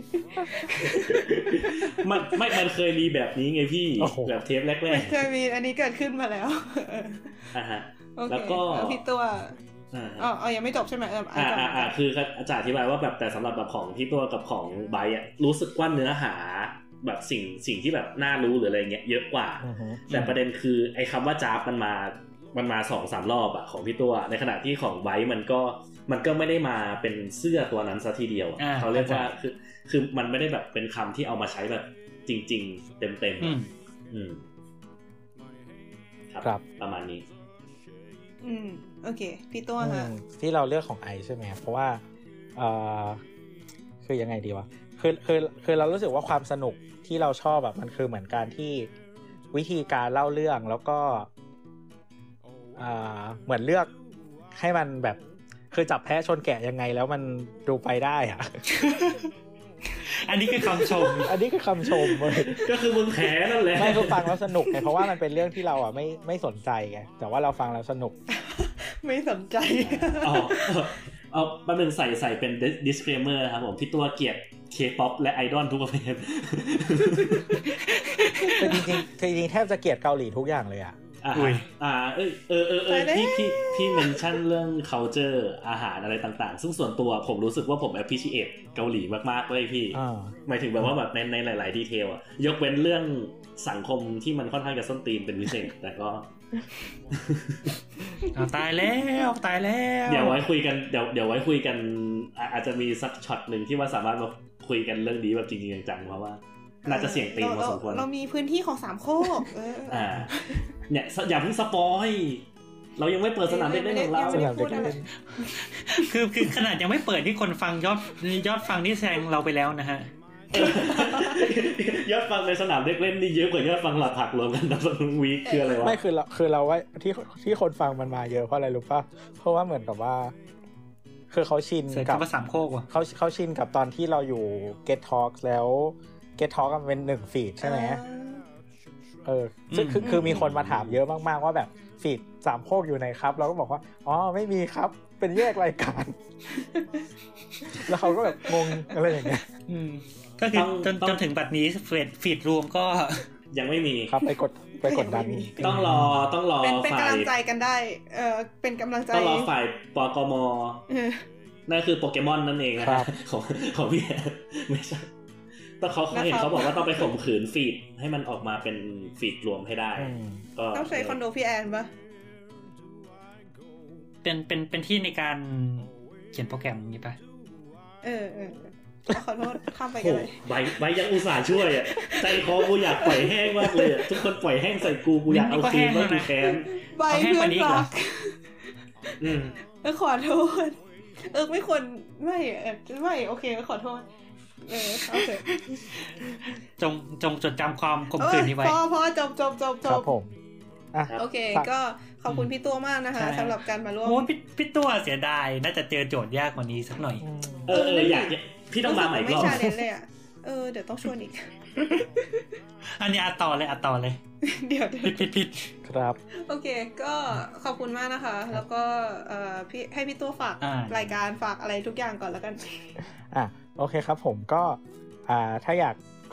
มันเคยมีแบบนี้ไงพี่แบบเทปแรกๆเคยมีอันนี้เกิดขึ้นมาแล้วฮะแล้วก็พี่ตัวยังไม่จบใช่ไหมคืออาจารย์อธิบายว่าแบบแต่สำหรับแบบของพี่ตัวกับของไบอ่ะรู้สึกว่าเนื้อหาแบบสิ่งที่แบบน่ารู้หรืออะไรเงี้ยเยอะกว่าแต่ประเด็นคือไอ้คำว่าจ๊าบมันมา 2-3 รอบอะของพี่ตัวในขณะที่ของไบมันก็ไม่ได้มาเป็นเสื้อตัวนั้นซะทีเดียวเขาเรียกว่าคือมันไม่ได้แบบเป็นคำที่เอามาใช้แบบจริงๆเต็มครับประมาณนี้โอเคพี่ตัวฮะที่เราเลือกของไอใช่ไหมเพราะว่าคือยังไงดีวะคือเรารู้สึกว่าความสนุกที่เราชอบแบบมันคือเหมือนการที่วิธีการเล่าเรื่องแล้วก็เหมือนเลือกให้มันแบบคือจับแพะชนแกะยังไงแล้วมันดูไปได้อะอันนี้คือคำชมเลยก็คือมึงแพ้นั่นแหละไม่ก็ฟังแล้วสนุกไงเพราะว่ามันเป็นเรื่องที่เราอ่ะไม่สนใจไงแต่ว่าเราฟังแล้วสนุกไม่สนใจเอาประเด็นใส่เป็น disclaimer นะครับผมพี่ตัวเกลียด K-pop และไอดอลทุกประเภทจริงแทบจะเกลียดเกาหลีทุกอย่างเลยอ่ะพี่เมนชั่นเรื่อง culture อาหารอะไรต่างๆซึ่งส่วนตัวผมรู้สึกว่าผม appreciate เกาหลีมากๆเลยพี่หมายถึงแบบว่าแบบในหลายๆดีเทลอะยกเว้นเรื่องสังคมที่มันค่อนข้างจะส้นตีนเป็นพิเศษแต่ก็ตายแล้วเดี๋ยวไว้คุยกันเดี๋ยวไว้คุยกันอาจจะมีสักช็อตนึงที่ว่าสามารถมาคุยกันเรื่องนี้แบบจริงๆจังๆเพราะว่าน่าจะเสี่ยงตีนพอสมควรเรามีพื้นที่ของ3โคกเนี่ยอย่าเพิ่งสปอยเรายังไม่เปิดสนามเด็กเล่นของเราคือขนาดยังไม่เปิดที่คนฟังยอดฟังที่แซงเราไปแล้วนะฮะยอดฟังในสนามเด็กเล่นนี่เยอะกว่ายอดฟังหลักผักรวมกันทั้งวีคคืออะไรวะไม่คือเราว่าที่คนฟังมันมาเยอะเพราะอะไรรู้ป่ะเพราะว่าเหมือนกับว่าคือเขาชินกับสามโคกว่ะเขาชินกับตอนที่เราอยู่ Get Talk แล้ว Get Talk มันเป็น1ฟีดใช่ไหมซึ่งคือมีคนมาถามเยอะมากๆว่าแบบฟีด3โคกอยู่ไหนครับเราก็บอกว่าอ๋อไม่มีครับเป็นแยกรายการแล้วเขาก็แบบงงอะไรอย่างเงี้ยก็คือจนถึงบัดนี้ฟีดรวมก็ยังไม่มีครับไปกดดันต้องรอเป็นกำลังใจกันได้เป็นกำลังใจต้องรอฝ่ายปกม.นั่นคือโปเกมอนนั่นเองนะครับของพี่ไม่ใช่ต้องเขาเห็นเขาบอกว่าต้องไปข่มขืนฟีดให้มันออกมาเป็นฟีดรวมให้ได้ก็ต้องใช้คอนโดพี่แอนปะเป็นที่ในการเขียนโปรแกรมอย่างนี้ปะขอโทษข้ามไปกันเลยใบยังอุตส่าห์ช่วยอ่ะใจคอกูอยากปล่อยแห้งมากเลยทุกคนปล่อยแห้งใส่กูอยากเอาคืนแล้วกูแค้นใบเพื่อนรักขอโทษไม่ควรไม่โอเคขอโทษโอเคจงจดจำความขมขื่นนี้ไว้พอจบครับผมโอเคก็ขอบคุณพี่ตัวมากนะคะสำหรับการมาร่วมพี่ตัวเสียดายน่าจะเจอโจทย์ยากกว่านี้สักหน่อยอยากพี่ต้องมาใหม่ก็ไม่ชาเลนจ์เลยอ่ะเดี๋ยวต้องชวนอีกอันนี้ต่อเลยเดี๋ยวผิดครับโอเคก็ขอบคุณมากนะคะแล้วก็พี่ให้พี่ตัวฝากรายการฝากอะไรทุกอย่างก่อนแล้วกันโอเคครับผมก็ถ้าอยาก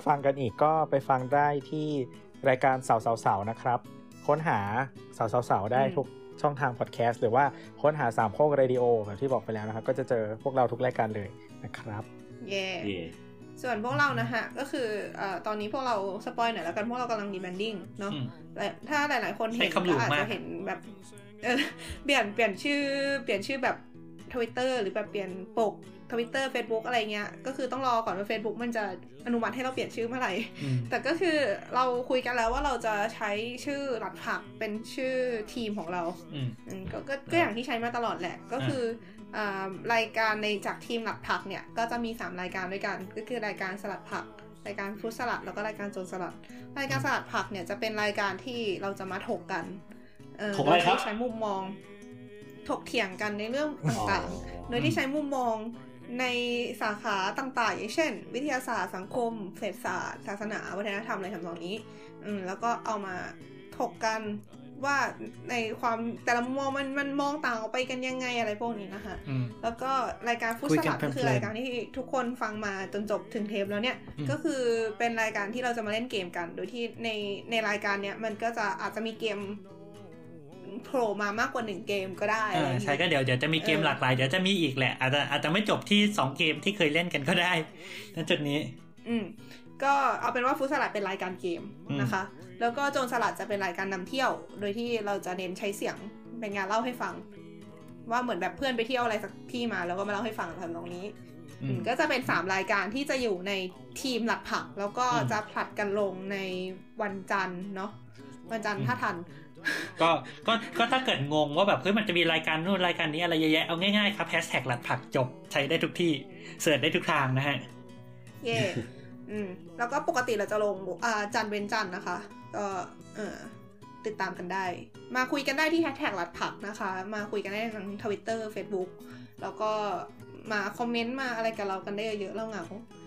ฟังกันอีกก็ไปฟังได้ที่รายการเสานะครับค้นหาเสาได้ทุกช่องทางพอดแคสต์หรือว่าค้นหาสามโคกเรดิโอแบบที่บอกไปแล้วนะครับก็จะเจอพวกเราทุกรายการเลยนะครับเย่ส่วนพวกเรานะฮะก็คือตอนนี้พวกเราสปอยหน่อยแล้วกันพวกเรากำลังดีแบนดิ้งเนาะถ้าหลายๆคนเห็นก็อาจจะเห็นแบบเปลี่ยนชื่อแบบ Twitter หรือแบบเปลี่ยนปก Twitter Facebook อะไรเงี้ยก็คือต้องรอก่อนว่า Facebook มันจะอนุมัติให้เราเปลี่ยนชื่อเมื่อไหร่แต่ก็คือเราคุยกันแล้วว่าเราจะใช้ชื่อหลักผักเป็นชื่อทีมของเราก็อย่างที่ใช้มาตลอดแหละก็คือรายการในจากทีมหลักผักเนี่ยก็จะมี3รายการด้วยกันก็คือรายการสลัดผักรายการฟรุตสลัดแล้วก็รายการโจรสลัดรายการสลัดผักเนี่ยจะเป็นรายการที่เราจะมาถกกันถกอะไรครับใช้มุมมองถกเถียงกันในเรื่องต่างๆโดยที่ใช้มุมมองในสาขาต่างๆอย่างเช่นวิทยาศาสตร์สังคมเศรษฐศาสตร์ศาสนาวัฒนธรรมอะไรทำนองนี้แล้วก็เอามาถกกันว่าในความแต่ละมุมมองมันมองต่างออกไปกันยังไงอะไรพวกนี้นะคะแล้วก็รายการฟุตสลัดก็คือรายการที่ทุกคนฟังมาจนจบถึงเทปแล้วเนี่ยก็คือเป็นรายการที่เราจะมาเล่นเกมกันโดยที่ในรายการเนี้ยมันก็จะอาจจะมีเกมโผล่มามากกว่า1เกมก็ได้ใช่ก็เดี๋ยวจะมีเกมหลากหลายเดี๋ยวจะมีอีกแหละอาจจะไม่จบที่2เกมที่เคยเล่นกันก็ได้ณจุดนี้ก็เอาเป็นว่าฟุตสลัดเป็นรายการเกมนะคะแล้วก็โจรสลัดจะเป็นรายการนำเที่ยวโดยที่เราจะเน้นใช้เสียงเป็นงานเล่าให้ฟังว่าเหมือนแบบเพื่อนไปเที่ยวอะไรสักที่มาแล้วก็มาเล่าให้ฟังทำตรงนี้ก็จะเป็น3รายการที่จะอยู่ในทีมหลักผักแล้วก็จะผลัดกันลงในวันจันทร์เนาะวันจันทร์ถ้าทันก็ถ้าเกิดงงว่าแบบเฮ้ยมันจะมีรายการนู่นรายการนี้อะไรเยอะแยะเอาง่ายๆครับแฮชแท็กหลักผักจบใช้ได้ทุกที่เสิร์ชได้ทุกทางนะฮะเย่แล้วก็ปกติเราจะลงจันทร์เว้นจันทร์นะคะก็ติดตามกันได้มาคุยกันได้ที่แฮชแท็กหลักผักนะคะมาคุยกันได้ทาง Twitter Facebook แล้วก็มาคอมเมนต์มาอะไรกับเรากันได้เยอะๆแล้วเหงา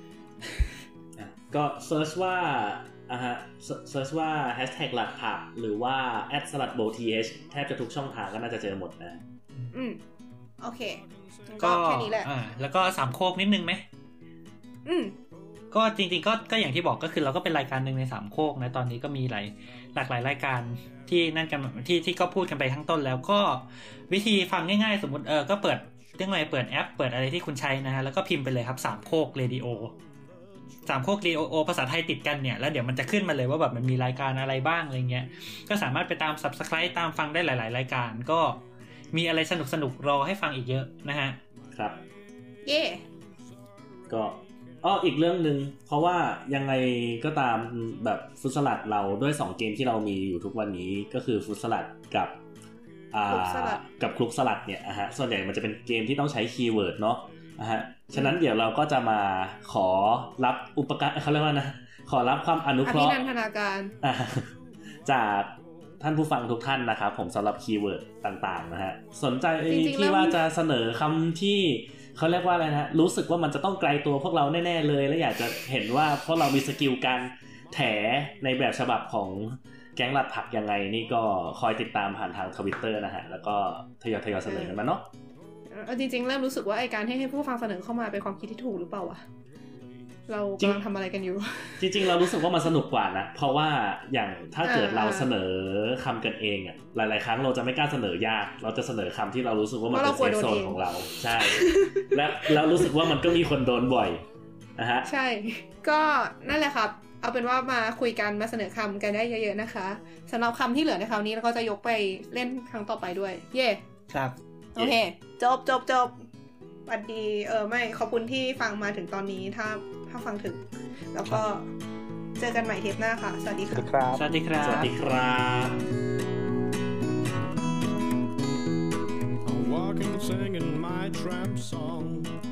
ก็เซิร์ชว่าเซิร์ชว่าแฮชแท็กหลักผักหรือว่า@saladbowthแทบจะทุกช่องทางก็น่าจะเจอหมดนะโอเคก็แค่นี้แหละแล้วก็สามโคกนิดนึงไหมก็จริงๆก็อย่างที่บอกก็คือเราก็เป็นรายการหนึ่งในสามโคกนะตอนนี้ก็มีหลากหลายรายการที่นั่นกันที่ก็พูดกันไปข้างต้นแล้วก็วิธีฟังง่ายๆสมมติก็เปิดเรื่องอะไรเปิดแอปเปิดอะไรที่คุณใช้นะฮะแล้วก็พิมพ์ไปเลยครับสามโคกเรดิโอสามโคกเรดิโอภาษาไทยติดกันเนี่ยแล้วเดี๋ยวมันจะขึ้นมาเลยว่าแบบมันมีรายการอะไรบ้างอะไรเงี้ยก็สามารถไปตาม Subscribe ตามฟังได้หลายๆรายการก็มีอะไรสนุกๆรอให้ฟังอีกเยอะนะฮะครับเย่ก็อีกเรื่องนึงเพราะว่ายังไงก็ตามแบบฟุตสลัดเราด้วย2เกมที่เรามีอยู่ทุกวันนี้ก็คือฟุตสลัดกับคลุกสลัดเนี่ยฮะส่วนใหญ่มันจะเป็นเกมที่ต้องใช้คีย์เวิร์ดเนาะฮะฉะนั้นเดี๋ยวเราก็จะมาขอรับอุปการเขาเรียกว่านะขอรับความอนุเคราะห์อภินันทนาการจากท่านผู้ฟังทุกท่านนะครับผมสำหรับคีย์เวิร์ดต่างๆนะฮะสนใจที่ว่าจะเสนอคำที่เขาเรียกว่าอะไรนะรู้สึกว่ามันจะต้องไกลตัวพวกเราแน่ๆเลยและอยากจะเห็นว่าพวกเรามีสกิลการแถในแบบฉบับของแก๊งหลัดผักยังไงนี่ก็คอยติดตามผ่านทาง Twitter นะฮะแล้วก็ทยอยเสนอกันมาเนาะจริงๆเริ่มรู้สึกว่าไอ้การให้ผู้ฟังเสนอเข้ามาเป็นความคิดที่ถูกหรือเปล่าวะเรากำลังทำอะไรกันอยู่จริงๆเรารู้สึกว่ามันสนุกกว่านะเพราะว่าอย่างถ้าเกิดเราเสนอคำกันเองอ่ะหลายๆครั้งเราจะไม่กล้าเสนอยากเราจะเสนอคำที่เรารู้สึกว่ามันเป็นเซฟโซนของเราใช่แล้วรู้สึกว่ามันก็มีคนโดนบ่อยนะฮะใช่ก็นั่นแหละครับเอาเป็นว่ามาคุยกันมาเสนอคำกันได้เยอะๆนะคะสำหรับคำที่เหลือในคราวนี้เราก็จะยกไปเล่นครั้งต่อไปด้วยเย่ครับโอเคจบสวัสดีไม่ขอบคุณที่ฟังมาถึงตอนนี้ถ้าฟังถึงแล้วก็เจอกันใหม่เทปหน้าค่ะสวัสดีครับสวัสดีครับสวัสดีครับ I'm walking singing my tramp song